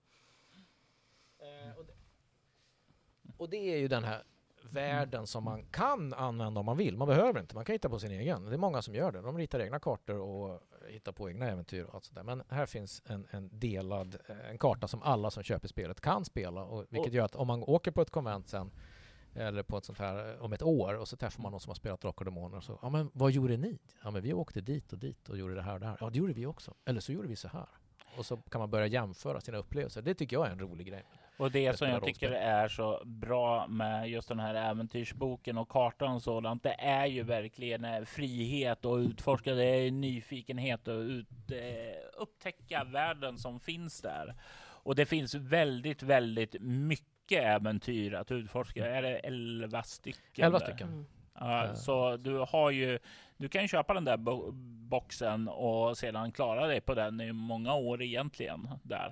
Speaker 2: Eh, och, det, och det är ju den här världen som man kan använda om man vill. Man behöver inte. Man kan hitta på sin egen. Det är många som gör det. De ritar egna kartor och hittar på egna äventyr och allt sådär. Men här finns en, en delad en karta som alla som köper spelet kan spela. Och, vilket gör att om man åker på ett konvent sen eller på ett sånt här om ett år och så träffar man någon som har spelat Drakar och Demoner och så, ja men vad gjorde ni? Ja men vi åkte dit och dit och gjorde det här och det här. Ja det gjorde vi också. Eller så gjorde vi så här. Och så kan man börja jämföra sina upplevelser. Det tycker jag är en rolig grej.
Speaker 1: Och det som jag tycker är så bra med just den här äventyrsboken och kartan och sådant, det är ju verkligen frihet och utforska, det är nyfikenhet och ut, eh, upptäcka världen som finns där. Och det finns väldigt, väldigt mycket äventyr att utforska. Är det elva stycken?
Speaker 2: Elva stycken.
Speaker 3: Mm.
Speaker 1: Ja, uh, så du har ju, du kan ju köpa den där bo- boxen och sedan klara dig på den i många år egentligen där.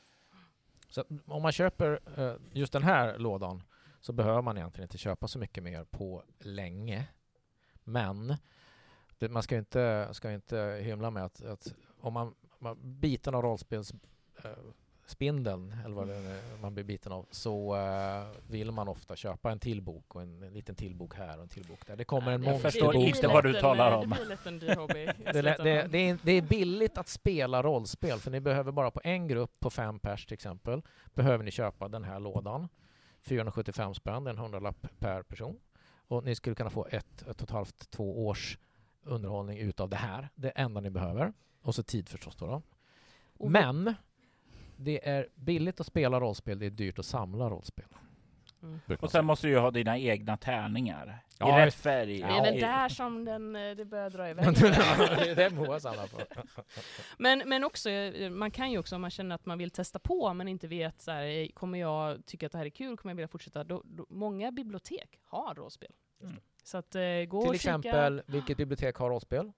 Speaker 2: Så om man köper uh, just den här lådan så behöver man egentligen inte köpa så mycket mer på länge. Men det, man ska ju inte, ska inte hymla med att, att om man, man biten av rollspels uh, spindeln eller vad det är man blir biten av, så uh, vill man ofta köpa en till bok och en, en liten till bok här och en till bok där. Det kommer en
Speaker 1: Jag förstår inte vad du talar om.
Speaker 2: Det, det, det, det, är, det är billigt att spela rollspel för ni behöver bara på en grupp på fem pers till exempel behöver ni köpa den här lådan. fyrahundrasjuttiofem spänn, en hundralapp per person. Och ni skulle kunna få ett, ett och ett halvt, två års underhållning utav det här. Det enda ni behöver. Och så tid förstås då. då. Men det är billigt att spela rollspel, det är dyrt att samla rollspel.
Speaker 3: Mm.
Speaker 1: Och sen måste du ju ha dina egna tärningar.
Speaker 2: Ja,
Speaker 1: I rätt färg.
Speaker 3: Det är väl där som den, det börjar dra iväg.
Speaker 2: Det är det Moa samlar på.
Speaker 3: men, men också, man kan ju också om man känner att man vill testa på men inte vet så här, kommer jag tycka att det här är kul, kommer jag vilja fortsätta. Då, då, många bibliotek har rollspel. Mm. Så att eh, gå
Speaker 2: Till
Speaker 3: och
Speaker 2: exempel,
Speaker 3: kika.
Speaker 2: vilket bibliotek har rollspel?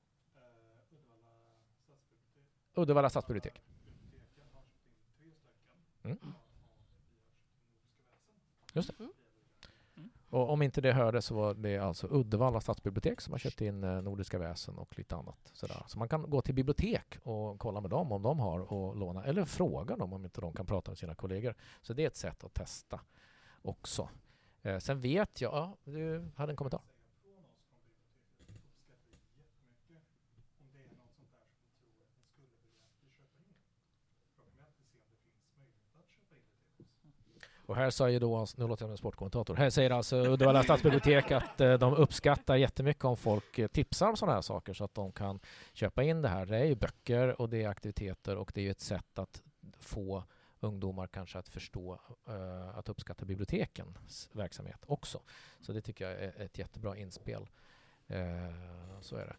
Speaker 2: Uddevalla stadsbibliotek. Mm. Just det. Mm. Och om inte det hörde så var det alltså Uddevalla stadsbibliotek som har köpt in eh, Nordiska väsen och lite annat. Sådär. Så man kan gå till bibliotek och kolla med dem om de har och låna. Eller fråga dem om inte de kan prata med sina kollegor. Så det är ett sätt att testa också. Eh, sen vet jag... Ja, du hade en kommentar. Och här säger då, nu låter jag som en sportkommentator, här säger alltså Uddevalla stadsbibliotek att eh, de uppskattar jättemycket om folk eh, tipsar om sådana här saker så att de kan köpa in det här. Det är ju böcker och det är aktiviteter och det är ju ett sätt att få ungdomar kanske att förstå uh, att uppskatta bibliotekens verksamhet också. Så det tycker jag är ett jättebra inspel. Uh, så är det.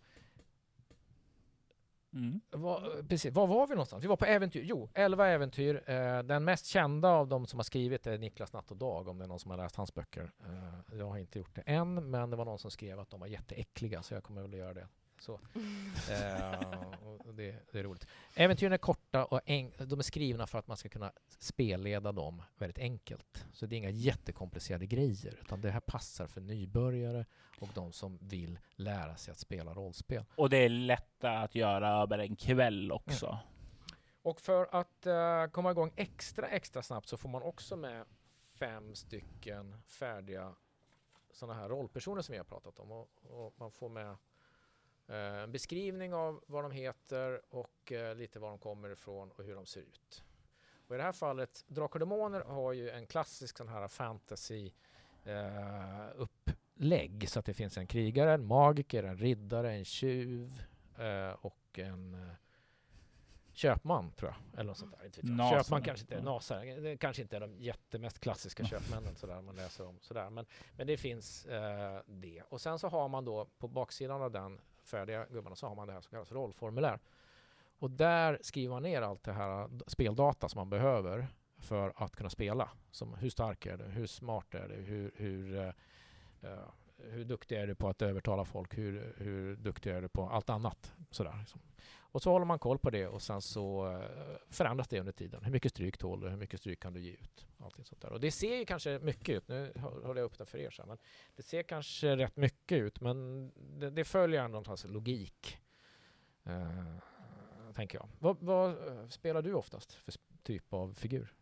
Speaker 1: Mm.
Speaker 2: Var, precis, var var vi någonstans? Vi var på äventyr. Jo, elva äventyr. Uh, den mest kända av dem som har skrivit är Niklas Natt och Dag, om det är någon som har läst hans böcker. Uh, jag har inte gjort det än, men det var någon som skrev att de var jätteäckliga, så jag kommer väl att göra det. Så. Uh, och det, det är roligt. Äventyren är korta och en- de är skrivna för att man ska kunna spelleda dem väldigt enkelt. Så det är inga jättekomplicerade grejer, utan det här passar för nybörjare och de som vill lära sig att spela rollspel.
Speaker 1: Och det är lätt att göra över en kväll också. Mm.
Speaker 2: Och för att uh, komma igång extra extra snabbt så får man också med fem stycken färdiga sådana här rollpersoner som vi har pratat om. Och, och man får med en uh, beskrivning av vad de heter och uh, lite var de kommer ifrån och hur de ser ut. Och i det här fallet, Drakar och Demoner har ju en klassisk sån här fantasy uh, upplägg, så att det finns en krigare, en magiker, en riddare, en tjuv uh, och en uh, köpman, tror jag. Eller något sånt där. Inte vet jag. Köpman kanske inte är nasar. Det kanske inte är de jättemest klassiska köpmännen sådär man läser om. Sådär. Men, men det finns uh, det. Och sen så har man då på baksidan av den färdiga gubbarna så har man det här som kallas rollformulär. Och där skriver man ner allt det här speldata som man behöver för att kunna spela. Som hur stark är du? Hur smart är du? Hur, hur, uh, hur duktig är du på att övertala folk? Hur, hur duktig är du på allt annat? Sådär, liksom. Och så håller man koll på det och sen så uh, förändras det under tiden. Hur mycket stryk tål du? Hur mycket stryk kan du ge ut? Allting sånt där. Och det ser ju kanske mycket ut. Nu håller jag upp det för er sen. Men det ser kanske rätt mycket ut, men det, det följer ändå någon slags logik. Uh, tänker jag. Vad, vad uh, spelar du oftast för typ av figur?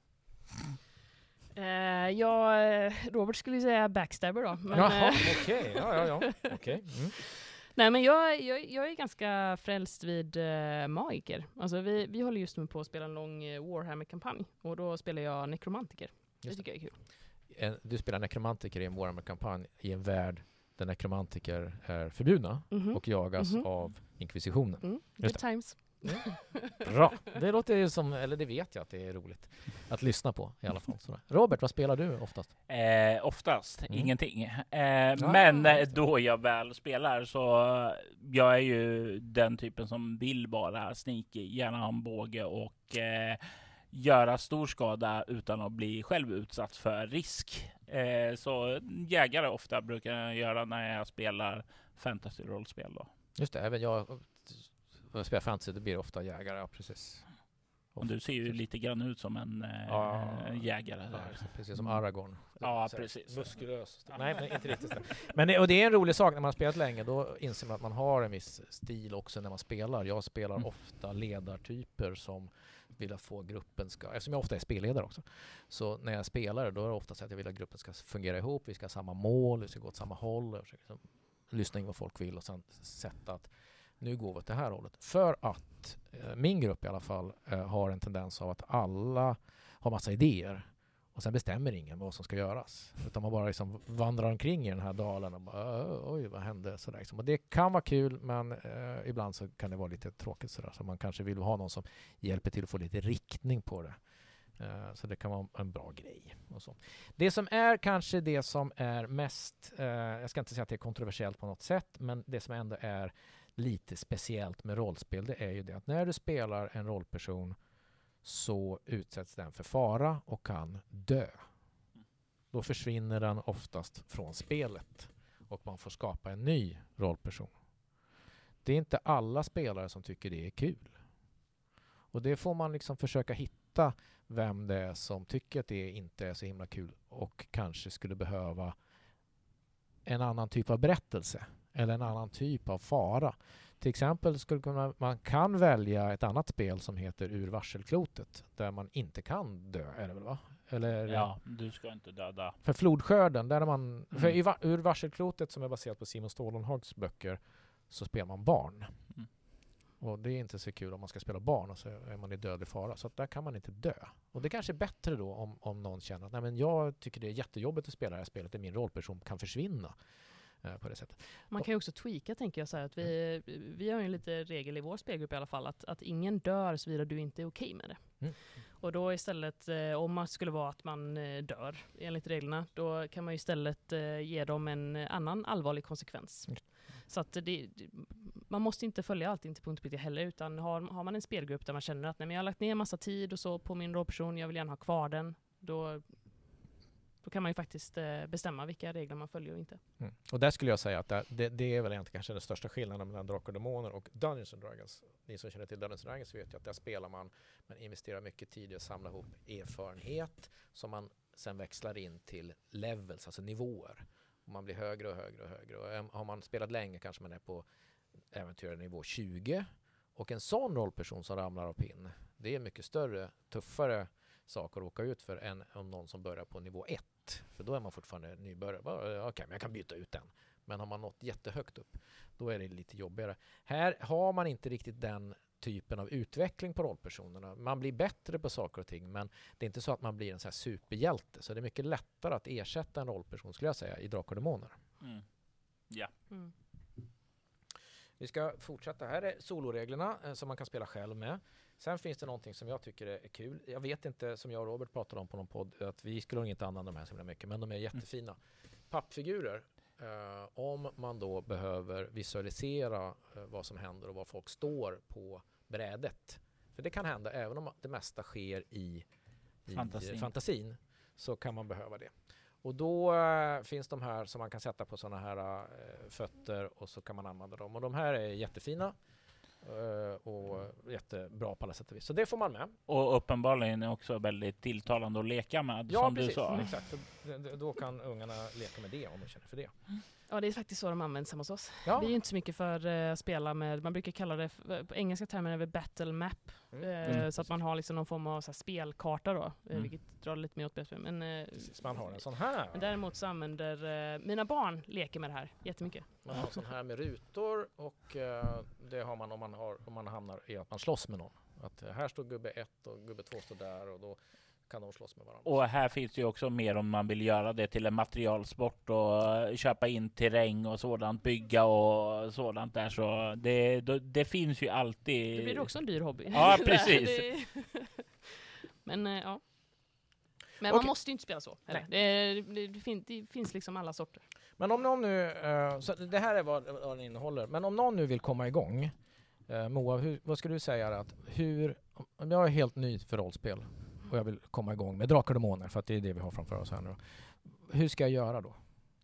Speaker 3: Uh, ja, Robert skulle säga backstabber då. Men,
Speaker 2: Jaha,
Speaker 3: uh,
Speaker 2: okej. Okay. Ja, ja, ja. Okay. Mm.
Speaker 3: Nej, men jag, jag, jag är ganska frälst vid uh, magiker. Alltså vi, vi håller just nu på att spela en lång uh, Warhammer-kampanj. Och då spelar jag nekromantiker. Det tycker jag är kul.
Speaker 2: En, du spelar nekromantiker i en Warhammer-kampanj i en värld där nekromantiker är förbjudna mm-hmm. och jagas mm-hmm. av inkvisitionen.
Speaker 3: Mm. Good times.
Speaker 2: Mm. Bra. Det låter ju som, eller det vet jag att det är roligt att lyssna på i alla fall. Sådär. Robert, vad spelar du oftast?
Speaker 1: Eh, oftast mm. ingenting. Eh, ah, men eh, då jag väl spelar så jag är ju den typen som vill bara sneaky, gärna ha en båge och eh, göra stor skada utan att bli själv utsatt för risk. Eh, så jägare ofta brukar jag göra när jag spelar fantasy-rollspel då.
Speaker 2: Just det, även jag jag spelar fantasy, det blir ofta jägare, ja precis.
Speaker 1: Och du ser ju lite grann ut som en äh, ja, jägare. Där.
Speaker 2: Ja, precis som Aragorn.
Speaker 1: Ja, precis.
Speaker 2: Muskulös. Nej, men inte riktigt. Men det, och det är en rolig sak när man har spelat länge, då inser man att man har en viss stil också när man spelar. Jag spelar mm. ofta ledartyper som vill att få gruppen ska, eftersom jag ofta är spelledare också. Så när jag spelar då är det ofta så att jag vill att gruppen ska fungera ihop, vi ska ha samma mål, vi ska gå åt samma håll, och liksom, lyssna in vad folk vill och sen sätta att nu går vi åt det här hållet. För att eh, min grupp i alla fall eh, har en tendens av att alla har massa idéer och sen bestämmer ingen vad som ska göras. Utan man bara liksom vandrar omkring i den här dalen och bara, oj, vad hände? Sådär, liksom. Och det kan vara kul, men eh, ibland så kan det vara lite tråkigt. Sådär. Så man kanske vill ha någon som hjälper till att få lite riktning på det. Uh, så det kan vara en bra grej. Och så. Det som är kanske det som är mest, uh, jag ska inte säga att det är kontroversiellt på något sätt, men det som ändå är lite speciellt med rollspel, det är ju det att när du spelar en rollperson så utsätts den för fara och kan dö. Då försvinner den oftast från spelet och man får skapa en ny rollperson. Det är inte alla spelare som tycker det är kul. Och det får man liksom försöka hitta vem det är som tycker att det inte är så himla kul och kanske skulle behöva en annan typ av berättelse eller en annan typ av fara. Till exempel skulle kunna, man kan välja ett annat spel som heter Ur varselklotet där man inte kan dö, är det väl va? Eller,
Speaker 1: ja, du ska inte döda.
Speaker 2: För flodskörden, där man, mm. för i va, Ur varselklotet som är baserat på Simon Stålenhags böcker så spelar man barn. Mm. Och det är inte så kul om man ska spela barn och så är man i dödlig fara. Så att där kan man inte dö. Och det kanske är bättre då om, om någon känner att nej, men jag tycker det är jättejobbigt att spela det här spelet där min rollperson kan försvinna eh, på det sättet.
Speaker 3: Man kan ju också tweaka, tänker jag, så här, att vi, vi har ju en lite regel i vår spelgrupp i alla fall, att, att ingen dör såvida du inte är okej med det. Mm. Och då istället, eh, om man skulle vara att man eh, dör enligt reglerna, då kan man ju istället eh, ge dem en annan allvarlig konsekvens. Mm. Så att det, man måste inte följa allting till punkt och pricka heller, utan har, har man en spelgrupp där man känner att nej, men jag har lagt ner massa tid och så på min rollperson, jag vill gärna ha kvar den, då, då kan man ju faktiskt eh, bestämma vilka regler man följer och inte.
Speaker 2: Mm. Och där skulle jag säga att det, det, det är väl egentligen kanske den största skillnaden mellan Drakar och Demoner och Dungeons and Dragons. Ni som känner till Dungeons and Dragons vet ju att där spelar man, man investerar mycket tid i att samla ihop erfarenhet som man sen växlar in till levels, alltså nivåer. Och man blir högre och högre och högre. Och har man spelat länge kanske man är på äventyrarnivå tjugo. Och en sån rollperson som ramlar av pinn, det är mycket större, tuffare saker att åka ut för än om någon som börjar på nivå ett. För då är man fortfarande nybörjare. Okej, okay, men jag kan byta ut den. Men har man nått jättehögt upp, då är det lite jobbigare. Här har man inte riktigt den typen av utveckling på rollpersonerna. Man blir bättre på saker och ting, men det är inte så att man blir en så här superhjälte. Så det är mycket lättare att ersätta en rollperson, skulle jag säga, i Drakar och Demoner.
Speaker 1: Mm. Ja.
Speaker 3: Mm.
Speaker 2: Vi ska fortsätta. Här är soloreglerna eh, som man kan spela själv med. Sen finns det någonting som jag tycker är kul. Jag vet inte, som jag och Robert pratade om på någon podd, att vi skulle inte använda de här så mycket, men de är jättefina. Mm. Pappfigurer. Uh, om man då behöver visualisera uh, vad som händer och vad folk står på brädet. För det kan hända även om det mesta sker i, i fantasin. fantasin, så kan man behöva det. Och då uh, finns de här som man kan sätta på sådana här uh, fötter och så kan man använda dem. Och de här är jättefina. Uh, och jättebra på alla sätt och vis. Så det får man med.
Speaker 1: Och uppenbarligen är också väldigt tilltalande att leka med,
Speaker 2: ja,
Speaker 1: som
Speaker 2: precis,
Speaker 1: du sa.
Speaker 2: Ja, exakt. För då kan ungarna leka med det om de känner för det.
Speaker 3: Ja, det är faktiskt så de används hemma hos oss.
Speaker 2: Ja.
Speaker 3: Vi är ju inte så mycket för att uh, spela med, man brukar kalla det, för, på engelska termer är det battle map. Mm. Uh, mm. Så att man har liksom någon form av så här, spelkarta då, mm. uh, vilket drar lite mer åt bättre. Men, uh,
Speaker 2: precis, man har en sån här.
Speaker 3: Men däremot så använder uh, mina barn leker med det här jättemycket.
Speaker 2: Man har en sån här med rutor och uh, det har man om man, har, om man hamnar i att man slåss med någon. Att uh, här står gubbe ett och gubbe två står där och då kan de slåss med varandra.
Speaker 1: Och här finns det ju också mer om man vill göra det till en materialsport och köpa in terräng och sådant, bygga och sådant där, så det, det, det finns ju alltid.
Speaker 3: Det blir också en dyr hobby.
Speaker 1: Ja, precis.
Speaker 3: Men ja. Men
Speaker 2: okay.
Speaker 3: Man måste ju inte spela så. Det, det, det, fin, det finns liksom alla sorter.
Speaker 2: Men om någon nu, uh, så det här är vad, vad den innehåller, men om någon nu vill komma igång, uh, Moa, hur, vad skulle du säga att hur, om jag är helt ny för rollspel och jag vill komma igång med Drakar och Demoner, för att det är det vi har framför oss här nu. Hur ska jag göra då?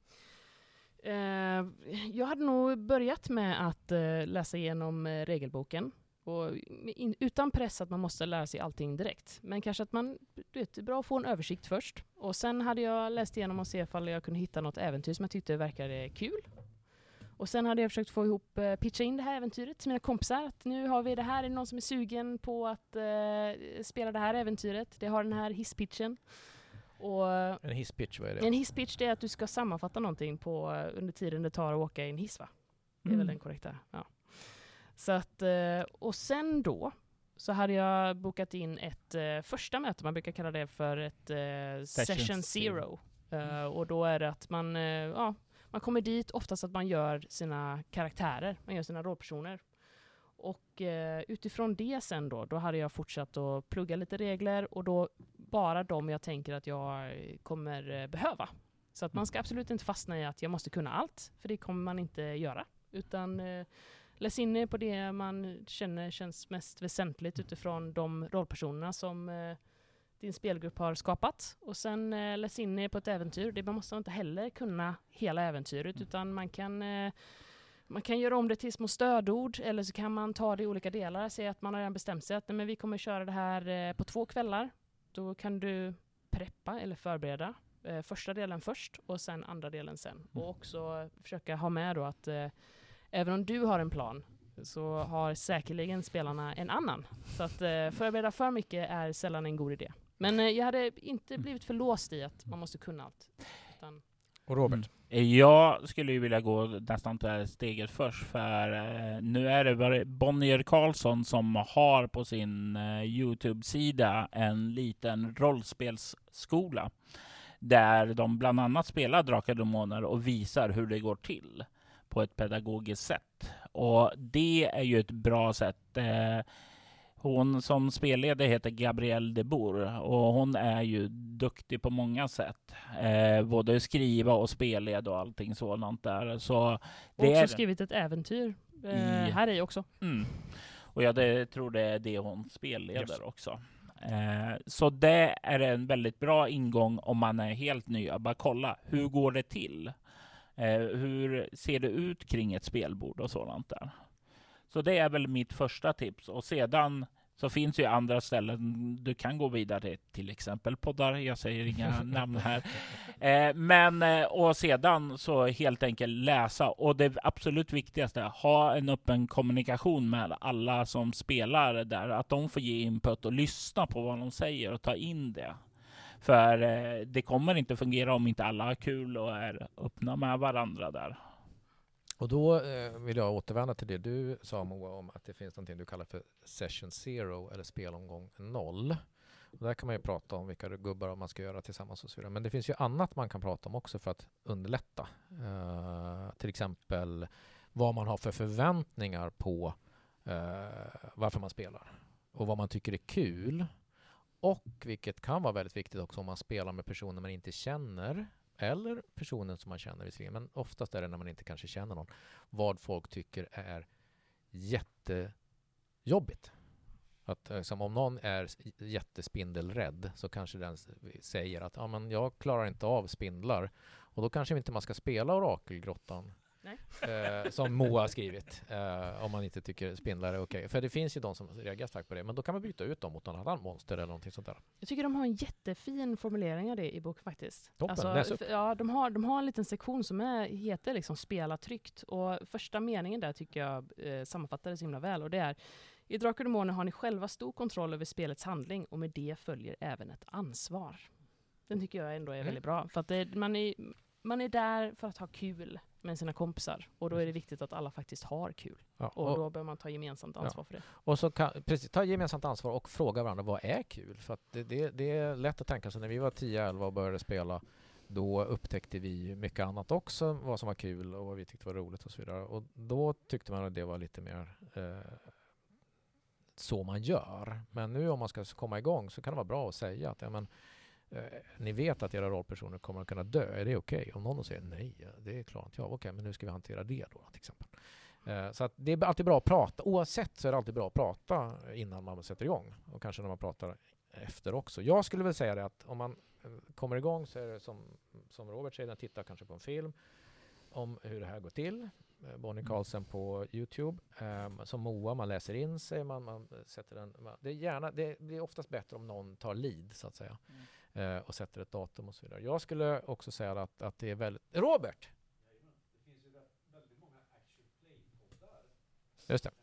Speaker 3: Uh, jag hade nog börjat med att uh, läsa igenom uh, regelboken. Och in, utan press att man måste lära sig allting direkt. Men kanske att man, du vet, det är bra att få en översikt först. Och sen hade jag läst igenom och se ifall jag kunde hitta något äventyr som jag tyckte verkade kul. Och sen hade jag försökt få ihop, uh, pitcha in det här äventyret till mina kompisar. Att nu har vi det här, är det någon som är sugen på att uh, spela det här äventyret? Det har den här hisspitchen. Och
Speaker 2: en hisspitch, vad är det?
Speaker 3: En hisspitch, det är att du ska sammanfatta någonting på, uh, under tiden det tar att åka i en hiss, va? Det är mm. väl den korrekta, ja. Så att, och sen då så hade jag bokat in ett uh, första möte, man brukar kalla det för ett uh, session, session zero. Uh, och då är det att man, uh, ja, man kommer dit oftast att man gör sina karaktärer, man gör sina rollpersoner. Och uh, utifrån det sen då, då hade jag fortsatt att plugga lite regler och då bara de jag tänker att jag kommer uh, behöva. Så att man ska absolut inte fastna i att jag måste kunna allt, för det kommer man inte göra. Utan uh, läs in på det man känner känns mest väsentligt utifrån de rollpersonerna som eh, din spelgrupp har skapat. Och sen eh, läs in på ett äventyr. Det man måste inte heller kunna hela äventyret, utan man kan, eh, man kan göra om det till små stödord, eller så kan man ta det i olika delar. Säga att man har redan bestämt sig att nej, men vi kommer köra det här eh, på två kvällar. Då kan du preppa eller förbereda eh, första delen först och sen andra delen sen. Och också försöka ha med då att eh, även om du har en plan så har säkerligen spelarna en annan. Så att eh, förbereda för mycket är sällan en god idé. Men eh, jag hade inte blivit för låst i att man måste kunna allt. Utan
Speaker 2: Och Robert?
Speaker 1: Mm. Jag skulle ju vilja gå nästan det här steget först, för eh, nu är det bara Bonnier Karlsson som har på sin eh, YouTube-sida en liten rollspelsskola där de bland annat spelar Drakar och Demoner och visar hur det går till på ett pedagogiskt sätt. Och det är ju ett bra sätt. Eh, hon som spelledare heter Gabrielle de Boer och hon är ju duktig på många sätt. Eh, både skriva och spelleda och allting sådant där. Så
Speaker 3: och
Speaker 1: det
Speaker 3: också
Speaker 1: är...
Speaker 3: skrivit ett äventyr eh,
Speaker 1: I...
Speaker 3: här i också.
Speaker 1: Mm. Och jag det, tror det är det hon spelleder yes. också. Eh, så det är en väldigt bra ingång om man är helt ny. Bara kolla, hur går det till? Eh, hur ser det ut kring ett spelbord och sådant där? Så det är väl mitt första tips. Och sedan så finns ju andra ställen du kan gå vidare till, till exempel poddar. Jag säger inga namn här. Eh, men eh, och sedan så helt enkelt läsa. Och det absolut viktigaste, ha en öppen kommunikation med alla som spelar där. Att de får ge input och lyssna på vad de säger och ta in det. För eh, det kommer inte fungera om inte alla har kul och är öppna med varandra där.
Speaker 2: Och då eh, vill jag återvända till det du sa, Moa, om att det finns något du kallar för session zero eller spelomgång noll. Och där kan man ju prata om vilka gubbar man ska göra tillsammans och så vidare. Men det finns ju annat man kan prata om också för att underlätta. Uh, till exempel vad man har för förväntningar på uh, varför man spelar. Och vad man tycker är kul. Och vilket kan vara väldigt viktigt också om man spelar med personer man inte känner. Eller personen som man känner visserligen, men oftast är det när man inte kanske känner någon. Vad folk tycker är jättejobbigt. Att, liksom, om någon är jättespindelrädd så kanske den säger att ah, men jag klarar inte av spindlar. Och då kanske inte man ska spela Orakelgrottan. Eh, som Moa har skrivit. Eh, om man inte tycker spindlar är okej. Okay. För det finns ju de som reagerar starkt på det. Men då kan man byta ut dem mot någon annan monster eller någonting sånt där. Jag
Speaker 3: tycker de har en jättefin formulering av det i boken faktiskt.
Speaker 2: Toppen,
Speaker 3: alltså,
Speaker 2: läs upp.
Speaker 3: Ja, de har, de har en liten sektion som är, heter liksom spela tryggt. Och första meningen där tycker jag eh, sammanfattar det så himla väl. Och det är: i Drakar och Demoner har ni själva stor kontroll över spelets handling och med det följer även ett ansvar. Den tycker jag ändå är mm. väldigt bra. För att det, man, är, man är där för att ha kul med sina kompisar. Och då är det viktigt att alla faktiskt har kul. Ja, och, och då bör man ta gemensamt ansvar ja. för det.
Speaker 2: Och så kan, precis, ta gemensamt ansvar och fråga varandra vad är kul. För att det, det, det är lätt att tänka sig när vi var tio elva och började spela. Då upptäckte vi mycket annat också. Vad som var kul och vad vi tyckte var roligt och så vidare. Och då tyckte man att det var lite mer eh, så man gör. Men nu om man ska komma igång så kan det vara bra att säga att ja, men, eh, ni vet att era rollpersoner kommer att kunna dö. Är det okej? Okay? Om någon säger nej, det är klart. Ja, okej, okay, men hur ska vi hantera det då till exempel? Eh, så att det är alltid bra att prata. Oavsett så är det alltid bra att prata innan man sätter igång. Och kanske när man pratar efter också. Jag skulle väl säga det att om man kommer igång så är det som, som Robert säger, att titta kanske på en film om hur det här går till. Bonnie Carlsen på YouTube. Um, som Moa, man läser in sig, man, man sätter en, man, det, är gärna, det blir oftast bättre om någon tar lead så att säga. Mm. Uh, och sätter ett datum och så vidare. Jag skulle också säga att, att det är väldigt... Robert! Det finns ju väldigt många action play-poddar. Just det.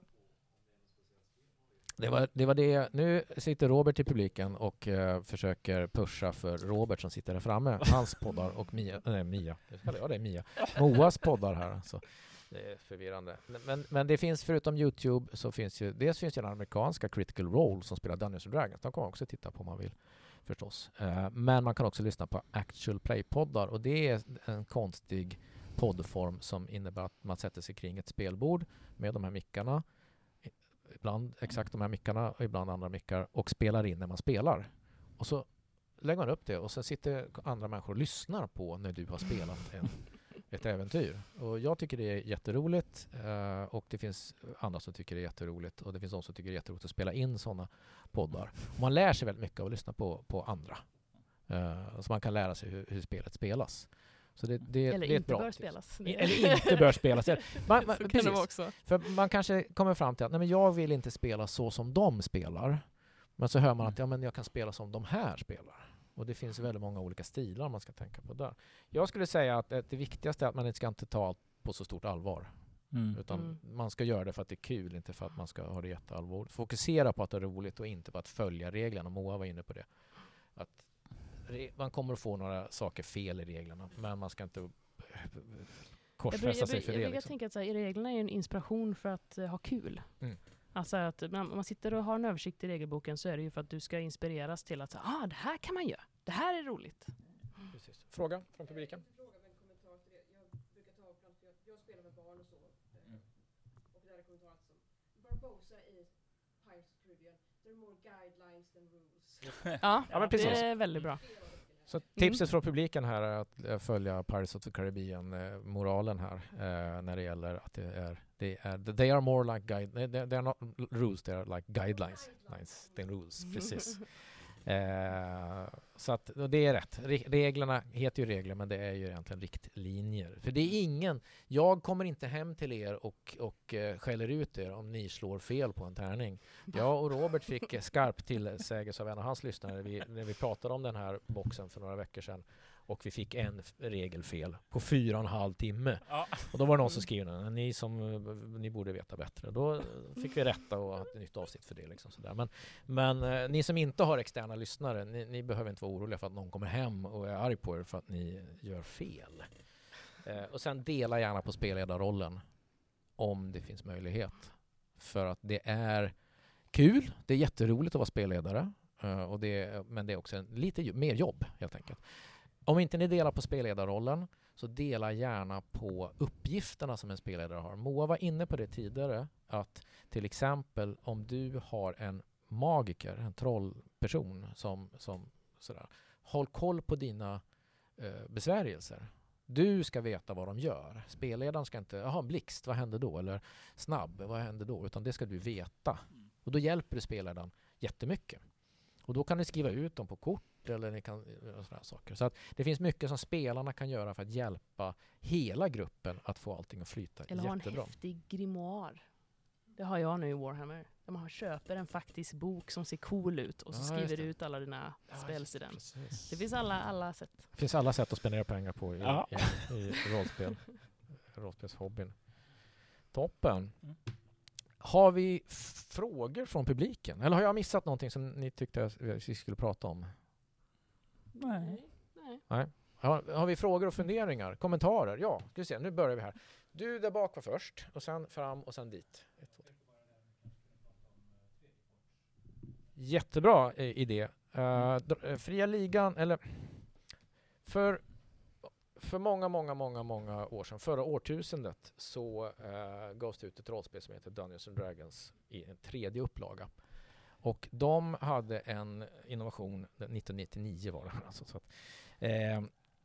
Speaker 2: Det var, det var det. Nu sitter Robert i publiken och uh, försöker pusha för Robert som sitter där framme. Hans poddar och Mia, nej Mia, ja det är Mia. Moas poddar här. Alltså. Det är förvirrande. Men, men, men det finns förutom YouTube så finns ju, dels finns ju den amerikanska Critical Role som spelar Dungeons and Dragons. De kan man också titta på om man vill förstås. Uh, men man kan också lyssna på Actual Play-poddar och det är en konstig poddform som innebär att man sätter sig kring ett spelbord med de här mickarna. Ibland exakt de här mickarna och ibland andra mickar och spelar in när man spelar. Och så lägger man upp det och sen sitter andra människor och lyssnar på när du har spelat en, ett äventyr. Och jag tycker det är jätteroligt uh, och det finns andra som tycker det är jätteroligt och det finns de som tycker det är jätteroligt att spela in sådana poddar. Och man lär sig väldigt mycket av att lyssna på, på andra. Uh, så man kan lära sig hur, hur spelet spelas. Så det, det,
Speaker 3: eller
Speaker 2: det är
Speaker 3: inte
Speaker 2: bra
Speaker 3: bör spelas.
Speaker 2: Eller inte bör spelas. Man, man,
Speaker 3: så
Speaker 2: precis.
Speaker 3: kan det också.
Speaker 2: För man kanske kommer fram till att nej, men jag vill inte spela så som de spelar. Men så hör man att ja, men jag kan spela som de här spelar. Och det finns väldigt många olika stilar man ska tänka på där. Jag skulle säga att det viktigaste är att man inte ska inte ta allt på så stort allvar. Mm. Utan mm. man ska göra det för att det är kul, inte för att man ska ha det jätteallvarligt. Fokusera på att det är roligt och inte på att följa reglerna. Moa var inne på det. Att re- man kommer att få några saker fel i reglerna, men man ska inte uh,
Speaker 3: Jag,
Speaker 2: korsfästa
Speaker 3: jag,
Speaker 2: sig
Speaker 3: jag,
Speaker 2: för
Speaker 3: jag,
Speaker 2: det.
Speaker 3: jag
Speaker 2: Liksom.
Speaker 3: tänker att så här, reglerna är en inspiration för att uh, ha kul.
Speaker 2: Mm.
Speaker 3: Alltså att man, man sitter och har en översikt i regelboken, så är det ju för att du ska inspireras till att så, ah, det här kan man göra. Det här är roligt.
Speaker 2: Precis. Fråga från publiken?
Speaker 4: Jag spelar med barn och så. Mm. Och där är kommentaren som Barbosa i Pirates of Caribbean. There are more guidelines than rules.
Speaker 3: Ja,
Speaker 2: Ja, men precis.
Speaker 3: det är väldigt bra.
Speaker 2: Så tipset från publiken här är att eh, följa Pirates of the Caribbean-moralen här eh, när det gäller att det är, det är they are more like guide, they, they are not rules, they are like guidelines. Nice, than rules, precis. Eh, så att och det är rätt. Re- reglerna heter ju regler, men det är ju egentligen riktlinjer. För det är ingen, jag kommer inte hem till er och, och uh, skäller ut er om ni slår fel på en tärning. Jag och Robert fick uh, skarp tillsägelse av en av hans lyssnare vi, när vi pratade om den här boxen för några veckor sedan. Och vi fick en f- regel fel på fyra och en halv timme.
Speaker 1: Ja.
Speaker 2: Och då var det någon som skrev, ni som uh, ni borde veta bättre. Då fick vi rätta och ha ett nytt avsnitt för det. Liksom, sådär. Men, men uh, ni som inte har externa lyssnare, ni, ni behöver inte vara oroliga för att någon kommer hem och är arg på er för att ni gör fel. Uh, och sen dela gärna på spelledarrollen om det finns möjlighet. För att det är kul, det är jätteroligt att vara spelledare. Uh, och det, men det är också en, lite jo- mer jobb helt enkelt. Om inte ni delar på spelledarrollen, så dela gärna på uppgifterna som en spelledare har. Moa var inne på det tidigare, att till exempel om du har en magiker, en trollperson som, som sådär, håll koll på dina eh, besvärjelser. Du ska veta vad de gör. Spelledaren ska inte, jaha, blixt, vad händer då? Eller snabb, vad händer då? Utan det ska du veta. Och då hjälper du spelledaren jättemycket. Och då kan ni skriva ut dem på kort eller ni kan göra sådana saker. Så att det finns mycket som spelarna kan göra för att hjälpa hela gruppen att få allting att flyta
Speaker 3: Eller ha en
Speaker 2: jättebra.
Speaker 3: häftig grimoire. Det har jag nu i Warhammer. Där man köper en faktisk bok som ser cool ut och så
Speaker 2: Ja,
Speaker 3: skriver
Speaker 2: just
Speaker 3: du
Speaker 2: det.
Speaker 3: ut alla dina
Speaker 2: Ja,
Speaker 3: spells i den.
Speaker 2: Precis.
Speaker 3: Det finns alla, alla sätt.
Speaker 2: Det finns alla sätt att spendera pengar på i,
Speaker 1: Ja.
Speaker 2: i, i rollspel. Rollspelshobbyn. Toppen.
Speaker 1: Mm.
Speaker 2: Har vi f- frågor från publiken? Eller har jag missat någonting som ni tyckte vi skulle prata om?
Speaker 1: Nej.
Speaker 3: Nej.
Speaker 2: Har, har vi frågor och funderingar? Kommentarer? Ja, ska vi se. Nu börjar vi här. Du där bak var först och sen fram och sen dit. Ett, två, tre. Jättebra eh, idé. Uh, dr- eh, fria ligan, eller för, för många, många, många, många år sedan, förra årtusendet, så uh, gavs det ut ett rollspel som heter Dungeons and Dragons i en tredje upplaga. Och de hade en innovation, nittonhundranittionio var det alltså, så att, eh,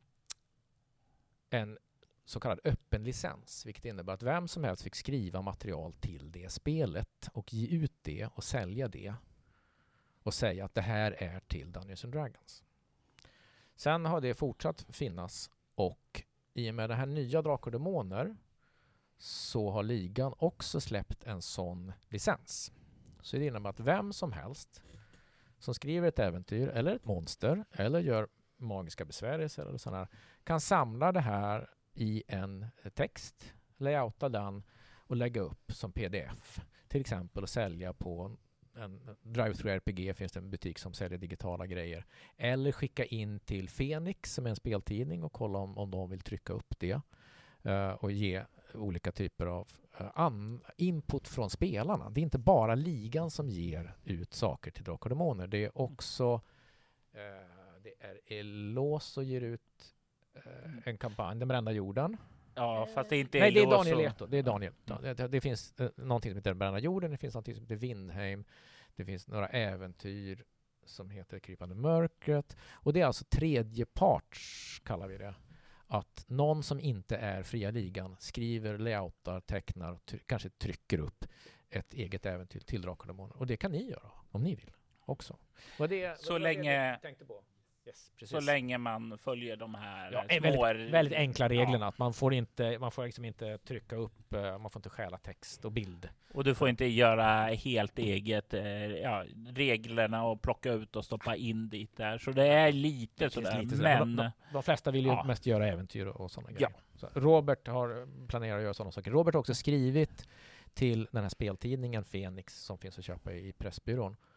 Speaker 2: en så kallad öppen licens, vilket innebär att vem som helst fick skriva material till det spelet och ge ut det och sälja det och säga att det här är till Dungeons and Dragons. Sen har det fortsatt finnas och i och med det här nya Drakar och Demoner så har ligan också släppt en sån licens. Så det innebär att vem som helst som skriver ett äventyr eller ett monster eller gör magiska besvärjelser eller sådana här, kan samla det här i en text, layouta den och lägga upp som pdf. Till exempel och sälja på en Drive-thru R P G, finns det en butik som säljer digitala grejer. Eller skicka in till Fenix som är en speltidning och kolla om, om de vill trycka upp det. Uh, och ge olika typer av uh, an- input från spelarna. Det är inte bara ligan som ger ut saker till Drakar och Demoner. Det är också uh, det är Elos som ger ut uh, en kampanj, Den brända jorden.
Speaker 1: Ja, fast det är inte
Speaker 2: Nej, det är
Speaker 1: Elos
Speaker 2: Daniel
Speaker 1: och-
Speaker 2: Leto. Det är Daniel. Det, det, det finns uh, någonting som heter Den brända jorden. Det finns någonting som heter Vindheim. Det finns några äventyr som heter Krypande mörkret. Och det är alltså tredjeparts, kallar vi det. Att någon som inte är fria ligan skriver, layoutar, tecknar, try- kanske trycker upp ett eget äventyr till Drakar och Demoner. Och det kan ni göra om ni vill också. Och det,
Speaker 1: Så
Speaker 2: vad var det
Speaker 1: länge-
Speaker 2: jag tänkte på? Yes, precis.
Speaker 1: Så länge man följer de här
Speaker 2: Ja,
Speaker 1: små...
Speaker 2: väldigt, väldigt enkla reglerna.
Speaker 1: Ja.
Speaker 2: Att man får inte, man får liksom inte trycka upp, eh, man får inte stjäla text och bild.
Speaker 1: Och du får inte göra helt eget eh, ja, reglerna och plocka ut och stoppa in dit där. Så det är lite
Speaker 2: Det finns
Speaker 1: sådär.
Speaker 2: lite sådär.
Speaker 1: Men
Speaker 2: de, de, de flesta vill ju
Speaker 1: Ja.
Speaker 2: mest göra äventyr och sådana
Speaker 1: Ja.
Speaker 2: grejer. Så Robert har planerat att göra sådana saker. Robert har också skrivit till den här speltidningen Fenix som finns att köpa i Pressbyrån.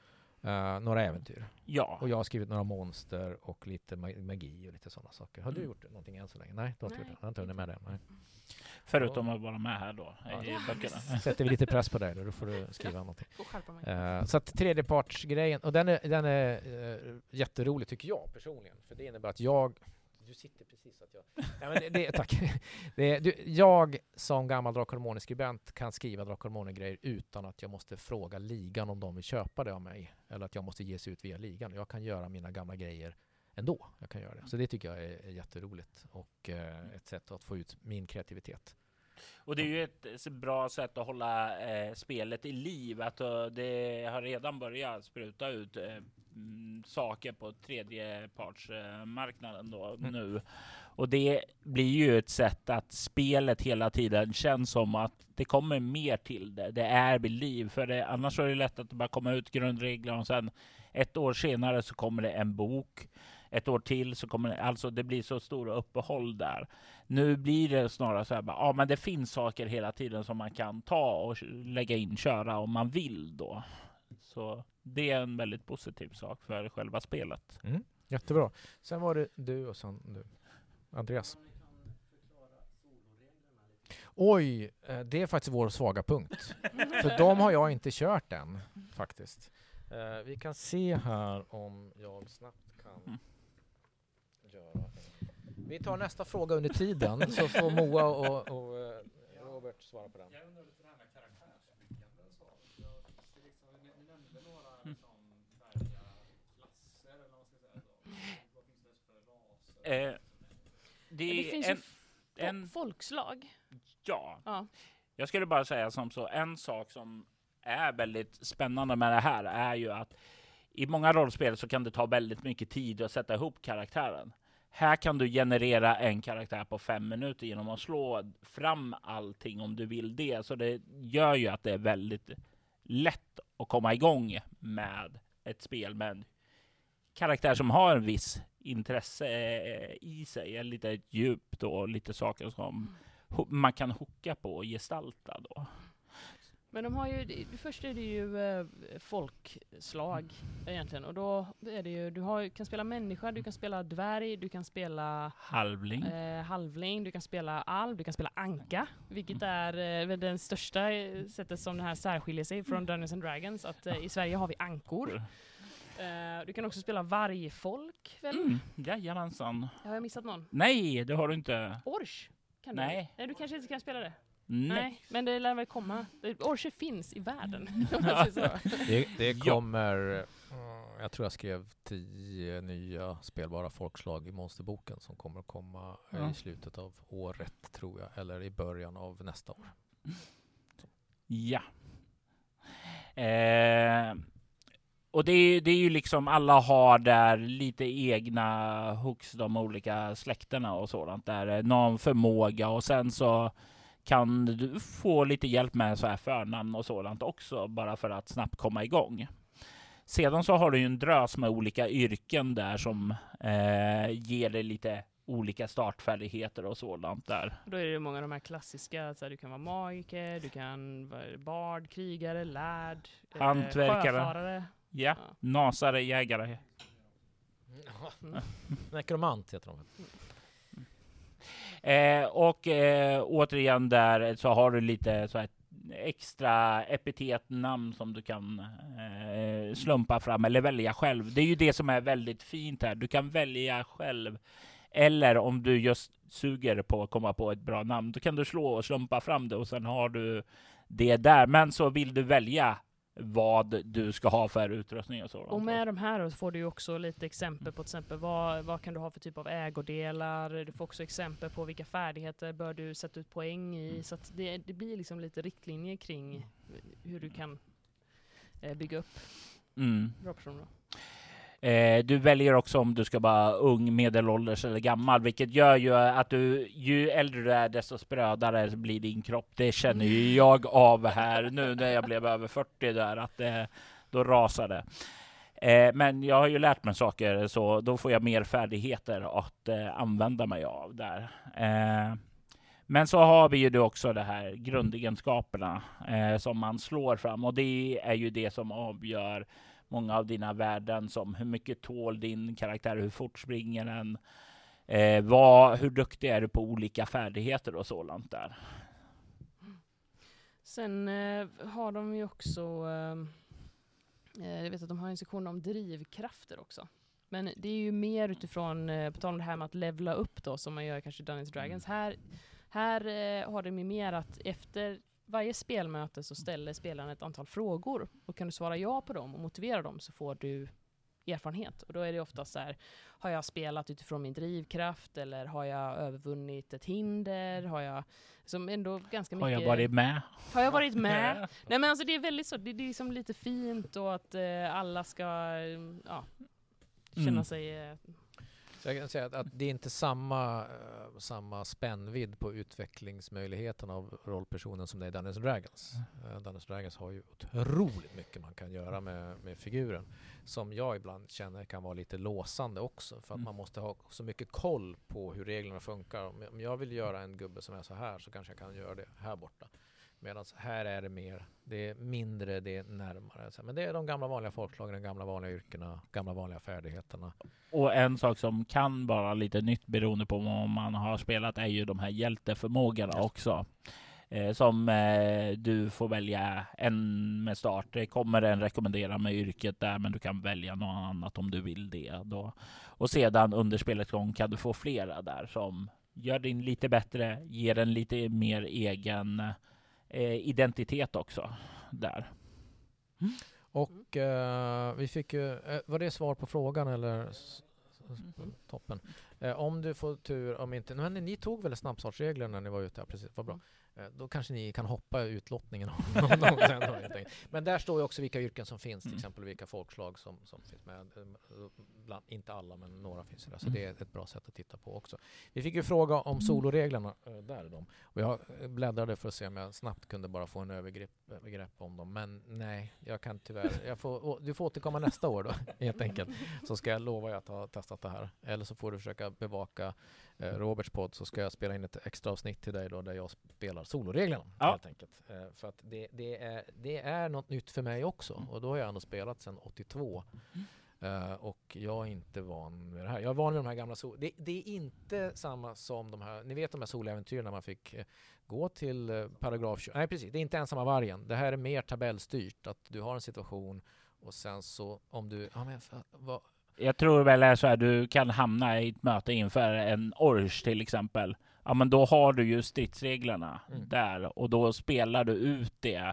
Speaker 2: Uh, några äventyr.
Speaker 1: Ja.
Speaker 2: Och jag har skrivit några monster och lite magi och lite sådana saker. Har du
Speaker 1: Mm.
Speaker 2: gjort någonting än så länge? Nej, du har inte gjort det. Jag har inte hunnit med det. Nej.
Speaker 1: Förutom att vara med här då
Speaker 2: Ja.
Speaker 1: i böckerna.
Speaker 2: Sätter vi lite press på dig då, då får du skriva någonting.
Speaker 3: Får skärpa mig.
Speaker 2: Uh, så att tredjepartsgrejen, och den är, den är uh, jätterolig tycker jag personligen. För det innebär att jag... Du sitter precis att jag... Ja, men det, det, tack. Det är, du, jag som gammal Drakar och Demoner-skribent kan skriva Drakar och Demoner-grejer utan att jag måste fråga ligan om de vill köpa det av mig. Eller att jag måste ge sig ut via ligan. Jag kan göra mina gamla grejer ändå. Jag kan göra det. Så det tycker jag är, är jätteroligt. Och eh, ett sätt att få ut min kreativitet.
Speaker 1: Och det är ju ett bra sätt att hålla eh, spelet i liv. Att uh, det har redan börjat spruta ut eh, m, saker på tredjepartsmarknaden eh, då
Speaker 2: Mm.
Speaker 1: nu. Och det blir ju ett sätt att spelet hela tiden känns som att det kommer mer till det. Det är vid liv. För det, annars är det lätt att det bara kommer ut grundregler och sen ett år senare så kommer det en bok. Ett år till så kommer det, alltså det blir så stora uppehåll där. Nu blir det snarare så här, bara, ja men det finns saker hela tiden som man kan ta och lägga in, köra om man vill då. Så det är en väldigt positiv sak för själva spelet.
Speaker 2: Mm. Jättebra. Sen var det du och sen du. Andreas. Oj, eh, det är faktiskt vår svaga punkt. För de har jag inte kört än, faktiskt. Eh, vi kan se här om jag snabbt kan
Speaker 1: Mm.
Speaker 2: göra en. Vi tar nästa fråga under tiden, så får Moa och, och eh, Robert svara på den.
Speaker 5: Jag undrar lite det här med karaktärsbyggande och så. Jag, det liksom, ni, ni nämnde några liksom, färdiga klasser eller vad man ska säga. Så. Vad finns det för raser?
Speaker 1: Eh, det,
Speaker 3: Det
Speaker 1: är
Speaker 3: finns ju
Speaker 1: en,
Speaker 3: f-
Speaker 1: en,
Speaker 3: folkslag.
Speaker 1: ja,
Speaker 3: Ja.
Speaker 1: jag skulle bara säga som så, en sak som är väldigt spännande med det här är ju att i många rollspel så kan det ta väldigt mycket tid att sätta ihop karaktären. Här kan du generera en karaktär på fem minuter genom att slå fram allting om du vill det. Så det gör ju att det är väldigt lätt att komma igång med ett spel med en karaktär som har en viss intresse i sig, lite djupt och lite saker som man kan hooka på och gestalta då.
Speaker 3: Men de har ju, det första är det ju eh, folkslag egentligen. Och då är det ju, du har, kan spela människa, du kan spela dvärg, du kan spela
Speaker 1: Halvling.
Speaker 3: eh, halvling, du kan spela alv, du kan spela anka. Vilket är eh, den största eh, sättet som det här särskiljer sig från Dungeons and Dragons. Att eh, i Sverige har vi ankor. Eh, du kan också spela vargfolk, väl?
Speaker 1: Mm, jajamensan.
Speaker 3: Har jag missat någon?
Speaker 1: Nej, det har du inte.
Speaker 3: Orch? Kan
Speaker 1: Nej.
Speaker 3: Du? Nej, du kanske inte kan spela det?
Speaker 1: Nej.
Speaker 3: Nej, men det lär väl komma. Orcher finns i världen. Om man säger så.
Speaker 2: Det, det
Speaker 1: Ja.
Speaker 2: kommer, mm, jag tror jag skrev tio nya spelbara folkslag i monsterboken som kommer att komma eh,
Speaker 1: Ja.
Speaker 2: i slutet av året tror jag, eller i början av nästa år.
Speaker 1: Ja. Eh, och det är, det är ju liksom, alla har där lite egna hooks, de olika släkterna och sådant där. Någon förmåga och sen så kan du få lite hjälp med så här förnamn och sådant också, bara för att snabbt komma igång. Sedan så har du ju en drös med olika yrken där som eh, ger dig lite olika startfärdigheter och sådant där.
Speaker 3: Då är det många av de här klassiska, så här, du kan vara magiker, du kan vara bard, krigare, lärd, eh,
Speaker 1: Hantverkare.
Speaker 3: sjöfarare.
Speaker 1: Ja,
Speaker 3: Ja.
Speaker 1: nasare, jägare.
Speaker 3: Mm.
Speaker 2: Nekromant heter de.
Speaker 1: Eh, och eh, återigen där så har du lite så här extra epitetnamn som du kan eh, slumpa fram eller välja själv. Det är ju det som är väldigt fint här. Du kan välja själv. Eller om du just suger på att komma på ett bra namn, då kan du slå och slumpa fram det och sen har du det där. Men så vill du välja vad du ska ha för utrustning och så.
Speaker 3: Och med de här då får du ju också lite exempel på till exempel vad, vad kan du ha för typ av ägodelar. Du får också exempel på vilka färdigheter bör du sätta ut poäng i. Så att det, det blir liksom lite riktlinjer kring hur du kan eh, bygga upp
Speaker 1: Mm.
Speaker 3: bra personer.
Speaker 1: Eh, du väljer också om du ska vara ung, medelålders eller gammal, vilket gör ju att du, ju äldre du är desto sprödare blir din kropp. Det känner ju jag av här nu när jag blev över fyrtio där, att det, då rasar det. Eh, men jag har ju lärt mig saker, så då får jag mer färdigheter att eh, använda mig av där. Eh, men så har vi ju då också det här grundegenskaperna eh, som man slår fram, och det är ju det som avgör många av dina värden, som hur mycket tål din karaktär, hur fort springer den, eh, vad, hur duktig är du på olika färdigheter och sådant där.
Speaker 3: Sen eh, har de ju också, eh, jag vet att de har en sektion om drivkrafter också. Men det är ju mer utifrån, eh, på tal om det här med att levla upp då, som man gör kanske i Dungeons and Dragons. Här, här eh, har de ju mer att efter varje spelmöte så ställer spelaren ett antal frågor. Och kan du svara ja på dem och motivera dem så får du erfarenhet. Och då är det ofta så här, har jag spelat utifrån min drivkraft, eller har jag övervunnit ett hinder? Har jag, som ändå ganska mycket...
Speaker 1: Har jag varit med?
Speaker 3: Har jag varit med? Nej, men alltså det är väldigt så, det, det är liksom lite fint, och att eh, alla ska ja, känna
Speaker 1: Mm.
Speaker 3: sig... Eh,
Speaker 2: Så jag kan säga att, att det är inte samma, uh, samma spännvidd på utvecklingsmöjligheterna av rollpersonen som det är i Dungeons and Dragons. Uh, Dungeons and Dragons har ju otroligt mycket man kan göra med, med figuren, som jag ibland känner kan vara lite låsande också, för att
Speaker 1: Mm.
Speaker 2: man måste ha så mycket koll på hur reglerna funkar. Om jag, om jag vill göra en gubbe som är så här, så kanske jag kan göra det här borta. Medan här är det mer, det är mindre, det är närmare. Men det är de gamla vanliga folklagen, de gamla vanliga yrkena, gamla vanliga färdigheterna.
Speaker 1: Och en sak som kan vara lite nytt beroende på vad man har spelat är ju de här hjälteförmågorna också. Eh, som eh, du får välja en med start. Det kommer en rekommendera med yrket där, men du kan välja något annat om du vill det. Då. Och sedan under spelets gång kan du få flera där som gör din lite bättre, ger den lite mer egen eh, identitet också där. Mm.
Speaker 2: Och uh, vi fick ju, uh, var det svar på frågan eller? S- s- toppen. Uh, om du får tur, om inte, men ni tog väl snabbstartsregler när ni var ute, ja, precis, vad bra. Uh, då kanske ni kan hoppa utlottningen om dem sen då, helt enkelt. Men där står ju också vilka yrken som finns, till
Speaker 1: Mm.
Speaker 2: exempel vilka folkslag som, som finns med. Uh, bland, inte alla, men några finns det där. Så
Speaker 1: Mm.
Speaker 2: det är ett bra sätt att titta på också. Vi fick ju fråga om soloreglerna, uh, där är de. Och jag bläddrade för att se om jag snabbt kunde bara få en övergrepp, övergrepp om dem. Men nej, jag kan tyvärr. Jag får, du får återkomma nästa år då, helt enkelt. Så ska jag lova att ha testat det här. Eller så får du försöka bevaka eh, Roberts podd, så ska jag spela in ett extra avsnitt till dig då, där jag spelar soloreglerna,
Speaker 1: Ja.
Speaker 2: helt enkelt. Eh, för att det, det, är, det är något nytt för mig också. Och då har jag ändå spelat sedan åttiotvå. Uh, och jag är inte van med det här. Jag är van med de här gamla sol... Det, det är inte samma som de här... Ni vet de här soläventyren när man fick uh, gå till uh, paragraf tjugo. Nej, precis. Det är inte ensamma vargen. Det här är mer tabellstyrt. Att du har en situation och sen så om du... Ja, men, för, vad...
Speaker 1: Jag tror väl är så här, du kan hamna i ett möte inför en orch till exempel. Ja, men då har du ju stridsreglerna
Speaker 2: Mm.
Speaker 1: där, och då spelar du ut det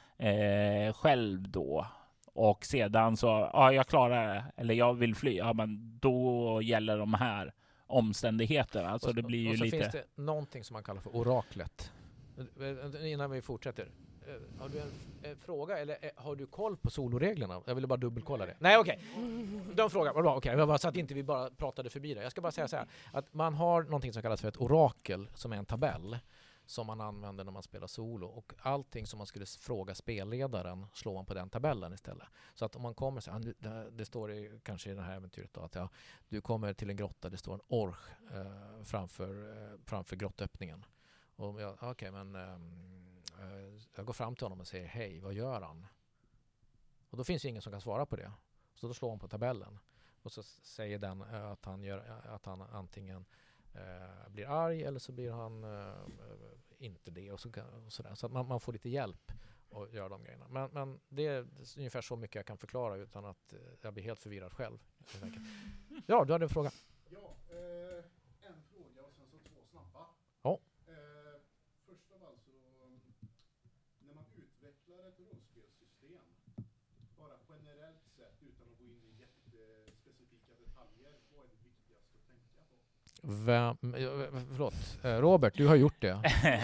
Speaker 1: eh, själv då. Och sedan så, ja, jag klarar det, eller jag vill fly, ja, men då gäller de här omständigheterna. Alltså
Speaker 2: och,
Speaker 1: det blir ju
Speaker 2: och så
Speaker 1: lite...
Speaker 2: finns det någonting som man kallar för oraklet. Uh, Innan vi fortsätter. Uh, har du en uh, fråga, eller uh, har du koll på soloreglerna? Jag ville bara dubbelkolla det. Nej, okej. Okay. De frågar, vad bra, okej. Okay. Så att inte vi bara pratade förbi det. Jag ska bara säga så här, att man har någonting som kallas för ett orakel, som är en tabell som man använder när man spelar solo, och allting som man skulle fråga spelledaren slår man på den tabellen istället. Så att om man kommer så här, det, det står i, kanske i det här äventyret då, att ja, du kommer till en grotta, det står en orch eh, framför, eh, framför grottöppningen. Och jag, okej, okay, men eh, jag går fram till honom och säger hej, vad gör han? Och då finns det ingen som kan svara på det. Så då slår han på tabellen. Och så säger den eh, att han gör att han antingen eh, blir arg, eller så blir han eh, inte det, och så, och så, där. Så att man, man får lite hjälp att göra de grejerna. Men, men det är ungefär så mycket jag kan förklara utan att eh, jag blir helt förvirrad själv. Ja, du hade en fråga.
Speaker 6: Ja, eh, en fråga och sen så två snabba.
Speaker 2: Ja.
Speaker 6: Eh, först av allt så, när man utvecklar ett rollspelssystem, bara generellt sett, utan att gå in i jättespecifika detaljer, vad är det viktigaste att tänka på?
Speaker 2: Vem, eh, förlåt, eh, Robert, du har gjort det.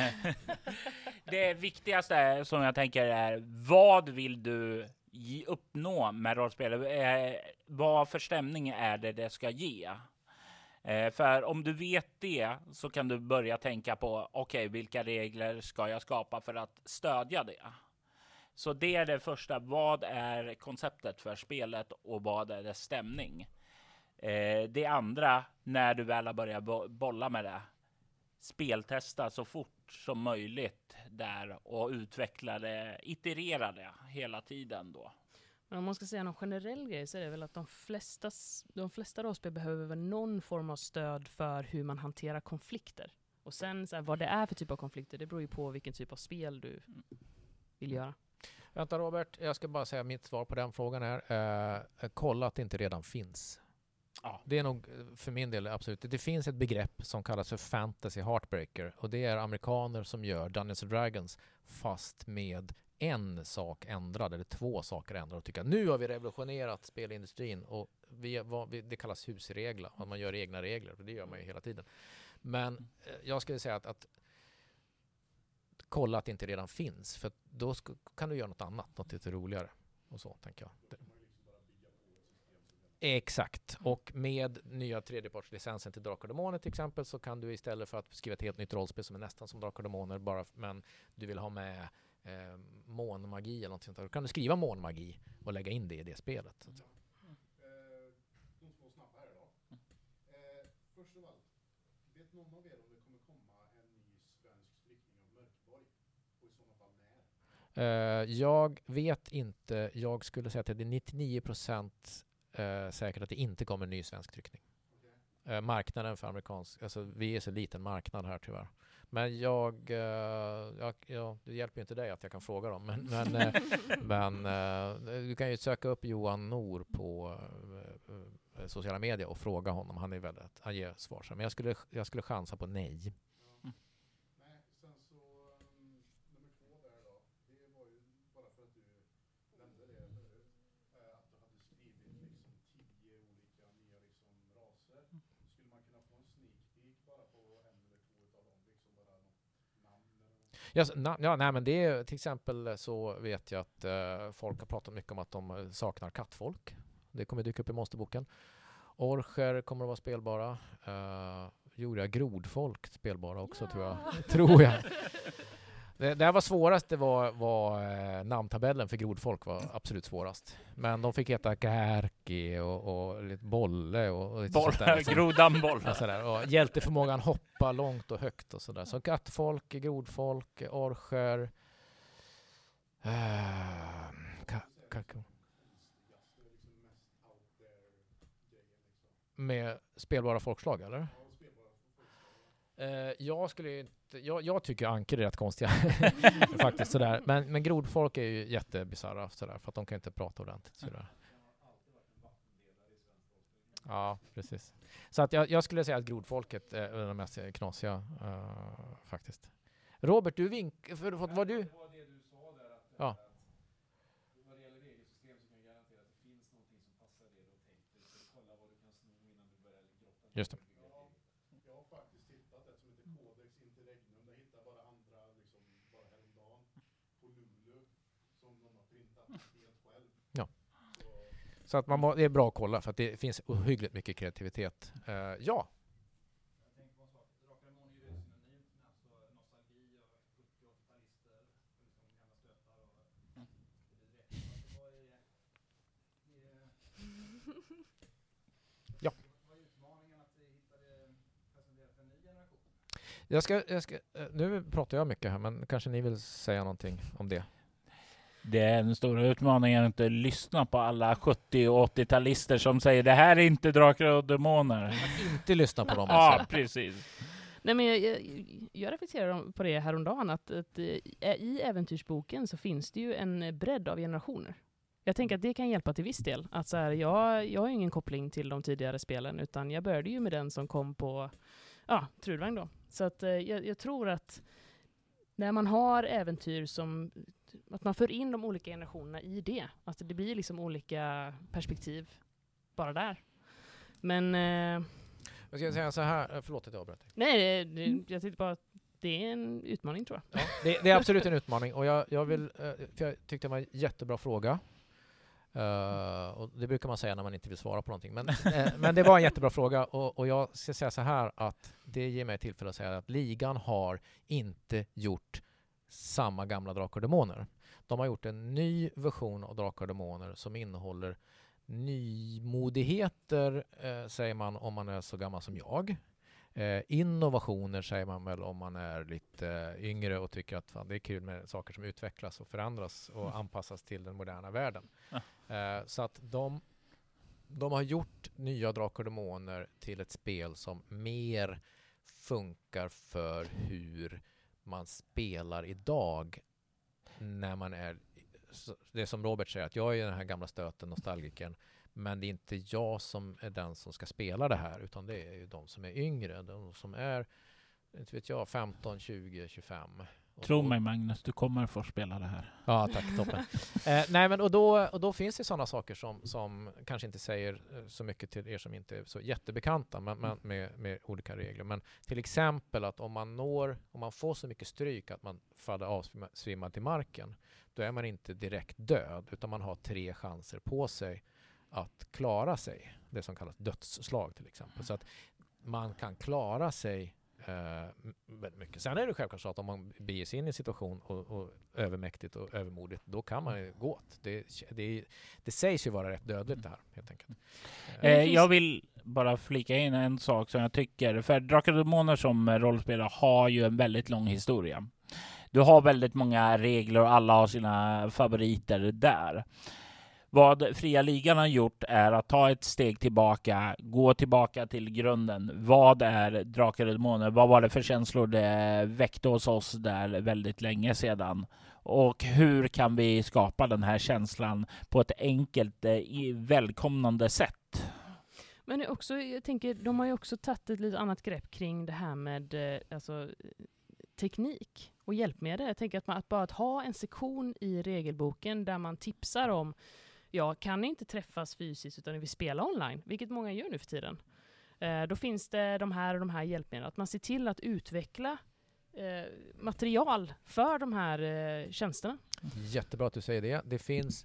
Speaker 1: Det viktigaste som jag tänker är, vad vill du ge- uppnå med rollspel? Eh, vad för stämning är det det ska ge? Eh, för om du vet det så kan du börja tänka på, okej, okay, vilka regler ska jag skapa för att stödja det? Så det är det första. Vad är konceptet för spelet och vad är dess stämning? Eh, det andra, när du väl har börjat bo- bolla med det, speltesta så fort som möjligt där och utveckla det, iterera det hela tiden då.
Speaker 3: Men om man ska säga någon generell grej så är det väl att de flesta, s- de flesta rollspel behöver väl någon form av stöd för hur man hanterar konflikter. Och sen så här, vad det är för typ av konflikter, det beror ju på vilken typ av spel du vill göra.
Speaker 2: Vänta Robert, jag ska bara säga mitt svar på den frågan är eh, kolla att det inte redan finns.
Speaker 1: Ja.
Speaker 2: Det är nog eh, för min del absolut. Det finns ett begrepp som kallas för fantasy heartbreaker och det är amerikaner som gör Dungeons and Dragons fast med en sak ändrad eller två saker ändrade och tycker att nu har vi revolutionerat spelindustrin och vi, vad, vi, det kallas husregler, att man gör egna regler och det gör man ju hela tiden. Men eh, jag skulle säga att, att kolla att det inte redan finns för då sk- kan du göra något annat, något lite roligare och så tänker jag. Det. Exakt, och med nya tredjepartslicensen till Drakar och Demoner till exempel så kan du istället för att skriva ett helt nytt rollspel som är nästan som Drakar och Demoner bara, men du vill ha med eh, månmagi eller något sånt där, då kan du skriva månmagi och lägga in det i det spelet. Så att säga.
Speaker 6: Eh, de små snabba här då. Eh, först av allt, vet någon av er om det kommer komma en ny svensk strickning av Mörkborg? Och i sådana fall när?
Speaker 2: Eh, jag vet inte, jag skulle säga att det är nittionio procent eh, säkert att det inte kommer en ny svensk tryckning.
Speaker 6: Okej.
Speaker 2: Eh, marknaden för amerikansk, alltså vi är så liten marknad här tyvärr. Men jag, eh, jag, jag det hjälper ju inte dig att jag kan fråga dem, men, men, eh, men eh, du kan ju söka upp Johan Nor på eh, sociala medier och fråga honom, han är väldigt, han ger svar. Men jag skulle, jag skulle chansa på nej.
Speaker 6: Nej, sen så um, nummer två där då. Det var ju bara för att du nämnde det förut. Eh, att du hade skrivit liksom tio olika nya liksom raser. Skulle man kunna få en sneak peek bara på en eller två utav dem? Liksom bara något namn eller något?
Speaker 2: Ja, så- na, ja, nej, men det är, till exempel så vet jag att eh, folk har pratat mycket om att de eh, saknar kattfolk. Det kommer dyka upp i monsterboken. Orcher kommer att vara spelbara. Uh, gjorde jag grodfolk spelbara också tror jag. tror jag. Det, det här var svårast, det var, var eh, namntabellen för grodfolk var absolut svårast. Men de fick heta Gärki och, och lite Bolle och, och lite sånt där.
Speaker 1: Boll,
Speaker 2: liksom.
Speaker 1: grodan boll.
Speaker 2: Ja, sådär. Och hjälteförmågan hoppa långt och högt och sådär. Så kattfolk, grodfolk, orcher. Uh, ka, ka, ka.
Speaker 6: Konstigaste, liksom mest out there grejen liksom.
Speaker 2: Med spelbara folkslag, eller?
Speaker 6: Ja, spelbara folkslag.
Speaker 2: Uh, jag skulle ju inte, jag, jag tycker anker är rätt konstiga. Faktiskt sådär. Men, men grodfolk är ju jättebisarra sådär. För att de kan inte prata ordentligt sådär. Ja, precis. Så att jag, jag skulle säga att grodfolket är de mest knasiga uh, faktiskt. Robert, du vink... För, för, vad du...
Speaker 5: Det var det du sa där att,
Speaker 2: Ja.
Speaker 5: att vad det gäller regelsystem så kan jag garantera att det finns någonting som passar det du har tänkt dig. Så kolla vad du kan sno innan du börjar grotta ner
Speaker 2: Just det.
Speaker 5: dig och bygga ett eget.
Speaker 6: Jag har faktiskt hittat ett som heter Codex Interregnum. Jag hittade bara andra liksom bara häromdagen på Lulu som de har printat helt själv.
Speaker 2: Ja.
Speaker 6: Så,
Speaker 2: Så att man må, det är bra att kolla för att det finns ohyggligt mycket kreativitet. Uh, ja.
Speaker 5: Jag tänker på en sak. Drakar och Demoner är ju synonymt med alltså nostalgi och sjuttio och åttio-talister och liksom gamla stötar och det blir rätt. Alltså, vad är det?
Speaker 2: Ja.
Speaker 5: Vad är utmaningen att hitta det presenterat för en ny generation?
Speaker 2: Jag ska, jag ska, eh, nu pratar jag mycket här, men kanske ni vill säga någonting om det?
Speaker 1: Det är den stora utmaningen att inte lyssna på alla sjuttio och åttio-talister som säger det här är inte Drakar och Demoner.
Speaker 2: Inte lyssna på dem.
Speaker 1: Ja,
Speaker 2: Alltså.
Speaker 1: precis.
Speaker 3: Nej, men jag, jag, jag reflekterar på det häromdagen, att, att eh, i äventyrsboken så finns det ju en bredd av generationer. Jag tänker att det kan hjälpa till viss del. Att så här, jag, jag har ju ingen koppling till de tidigare spelen, utan jag började ju med den som kom på ja, Trudvang då. Så att, eh, jag, jag tror att när man har äventyr som att man för in de olika generationerna i det. Alltså det blir liksom olika perspektiv bara där. Men eh,
Speaker 2: Jag ska säga så här, förlåt att jag avbröt dig.
Speaker 3: nej, det, det, jag tyckte bara att det är en utmaning tror jag.
Speaker 2: Ja, det, det är absolut en utmaning och jag, jag vill, eh, för jag tyckte det var en jättebra fråga. Uh, och det brukar man säga när man inte vill svara på någonting. Men, eh, men det var en jättebra fråga och, och jag ska säga så här att det ger mig tillfälle att säga att ligan har inte gjort samma gamla Drakar och Demoner. De har gjort en ny version av Drakar och Demoner som innehåller nymodigheter, eh, säger man om man är så gammal som jag. Eh, innovationer säger man väl om man är lite eh, yngre och tycker att fan, det är kul med saker som utvecklas och förändras och mm. anpassas till den moderna världen. Ja. Eh, så att de, de har gjort nya Drakar och Demoner till ett spel som mer funkar för hur man spelar idag när man är, det är som Robert säger, att jag är den här gamla stöten, nostalgikern, men det är inte jag som är den som ska spela det här, utan det är ju de som är yngre, de som är, inte vet jag, femton, tjugo, tjugofem.
Speaker 1: Tro mig Magnus, du kommer få spela det här.
Speaker 2: Ja, tack, toppen. eh, nej, men och då, och då finns det sådana saker som, som kanske inte säger så mycket till er som inte är så jättebekanta men, men med, med olika regler. Men till exempel att om man når, om man får så mycket stryk att man faller avsvimmad till marken, då är man inte direkt död, utan man har tre chanser på sig att klara sig. Det som kallas dödsslag till exempel. Så att man kan klara sig Uh, väldigt mycket. Sen är det självklart så att om man beger sig in i en situation och, och övermäktigt och övermodigt, då kan man ju gå åt. Det, det, det sägs ju vara rätt dödligt det här, helt enkelt.
Speaker 1: Uh, uh, jag vill bara flika in en sak som jag tycker, för Drakar och Demoner som rollspelare har ju en väldigt lång historia. Du har väldigt många regler och alla har sina favoriter där. Vad Fria Ligan har gjort är att ta ett steg tillbaka, gå tillbaka till grunden. Vad är Drakar och Demoner? Vad var det för känslor det väckte hos oss där väldigt länge sedan? Och hur kan vi skapa den här känslan på ett enkelt, välkomnande sätt?
Speaker 3: Men också, jag tänker, de har ju också tagit ett lite annat grepp kring det här med alltså, teknik och hjälpmedel. Jag tänker att, man, att bara att ha en sektion i regelboken där man tipsar om ja, kan ni inte träffas fysiskt utan ni vill spela online, vilket många gör nu för tiden. Eh, då finns det de här och de här hjälpmedlen. Att man ser till att utveckla eh, material för de här eh, tjänsterna.
Speaker 2: Jättebra att du säger det. Det finns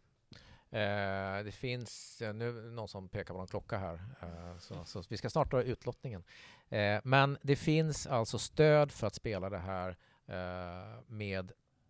Speaker 2: eh, det finns eh, nu någon som pekar på någon klocka här. Eh, så, så vi ska snart dra utlottningen. Eh, men det finns alltså stöd för att spela det här eh, med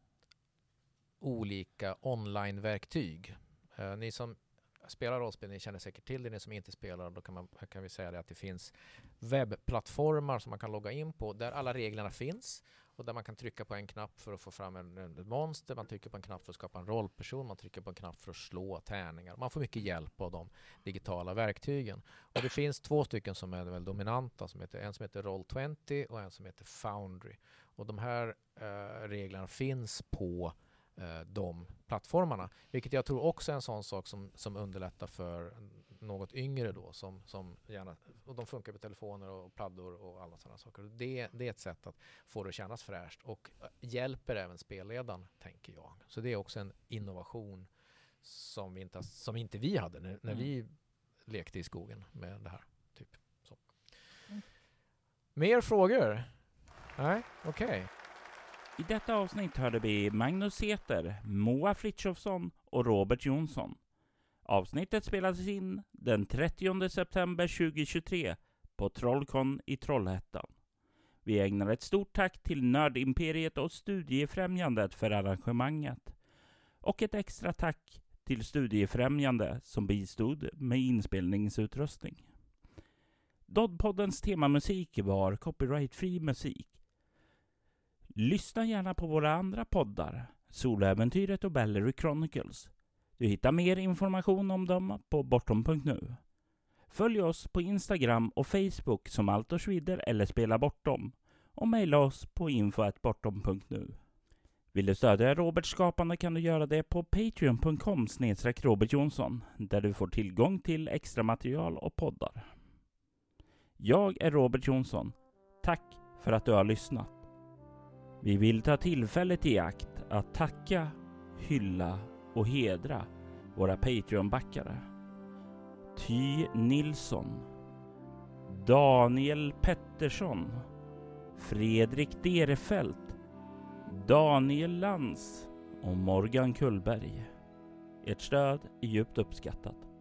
Speaker 2: olika online-verktyg. Uh, ni som spelar rollspel, ni känner säkert till det. Ni som inte spelar, då kan, man, kan vi säga det att det finns webbplattformar som man kan logga in på där alla reglerna finns och där man kan trycka på en knapp för att få fram en, en monster, man trycker på en knapp för att skapa en rollperson, man trycker på en knapp för att slå tärningar. Man får mycket hjälp av de digitala verktygen. Och det finns två stycken som är väl dominanta, som heter, en som heter Roll tjugo och en som heter Foundry. Och de här uh, reglerna finns på de plattformarna, vilket jag tror också är en sån sak som, som underlättar för något yngre då, som, som gärna, och de funkar på telefoner och pladdor och alla sådana saker. Det, det är ett sätt att få det att kännas fräscht och hjälper även spelledaren, tänker jag. Så det är också en innovation som, vi inte, som inte vi hade när, när mm. vi lekte i skogen med det här. Typ. Så. Mm. Mer frågor? Nej, okej. Okay.
Speaker 1: I detta avsnitt hörde vi Magnus Säter, Moa Frithiofsson och Robert Jonsson. Avsnittet spelades in den trettionde september tjugohundratjugotre på Trollcon i Trollhättan. Vi ägnar ett stort tack till Nördimperiet och Studiefrämjandet för arrangemanget. Och ett extra tack till Studiefrämjande som bistod med inspelningsutrustning. Doddpoddens temamusik var copyright-fri musik. Lyssna gärna på våra andra poddar, Soläventyret och Ballery Chronicles. Du hittar mer information om dem på bortom punkt nu. Följ oss på Instagram och Facebook som Altorsvidder eller Spela Bortom och mejla oss på info at bortom punkt nu. Vill du stödja Roberts skapande kan du göra det på patreon punkt com snedstreck Robert Jonsson där du får tillgång till extra material och poddar. Jag är Robert Jonsson. Tack för att du har lyssnat. Vi vill ta tillfället i akt att tacka, hylla och hedra våra Patreon-backare. Ty Nilsson, Daniel Pettersson, Fredrik Derefelt, Daniel Lantz och Morgan Kullberg. Ert stöd är djupt uppskattat.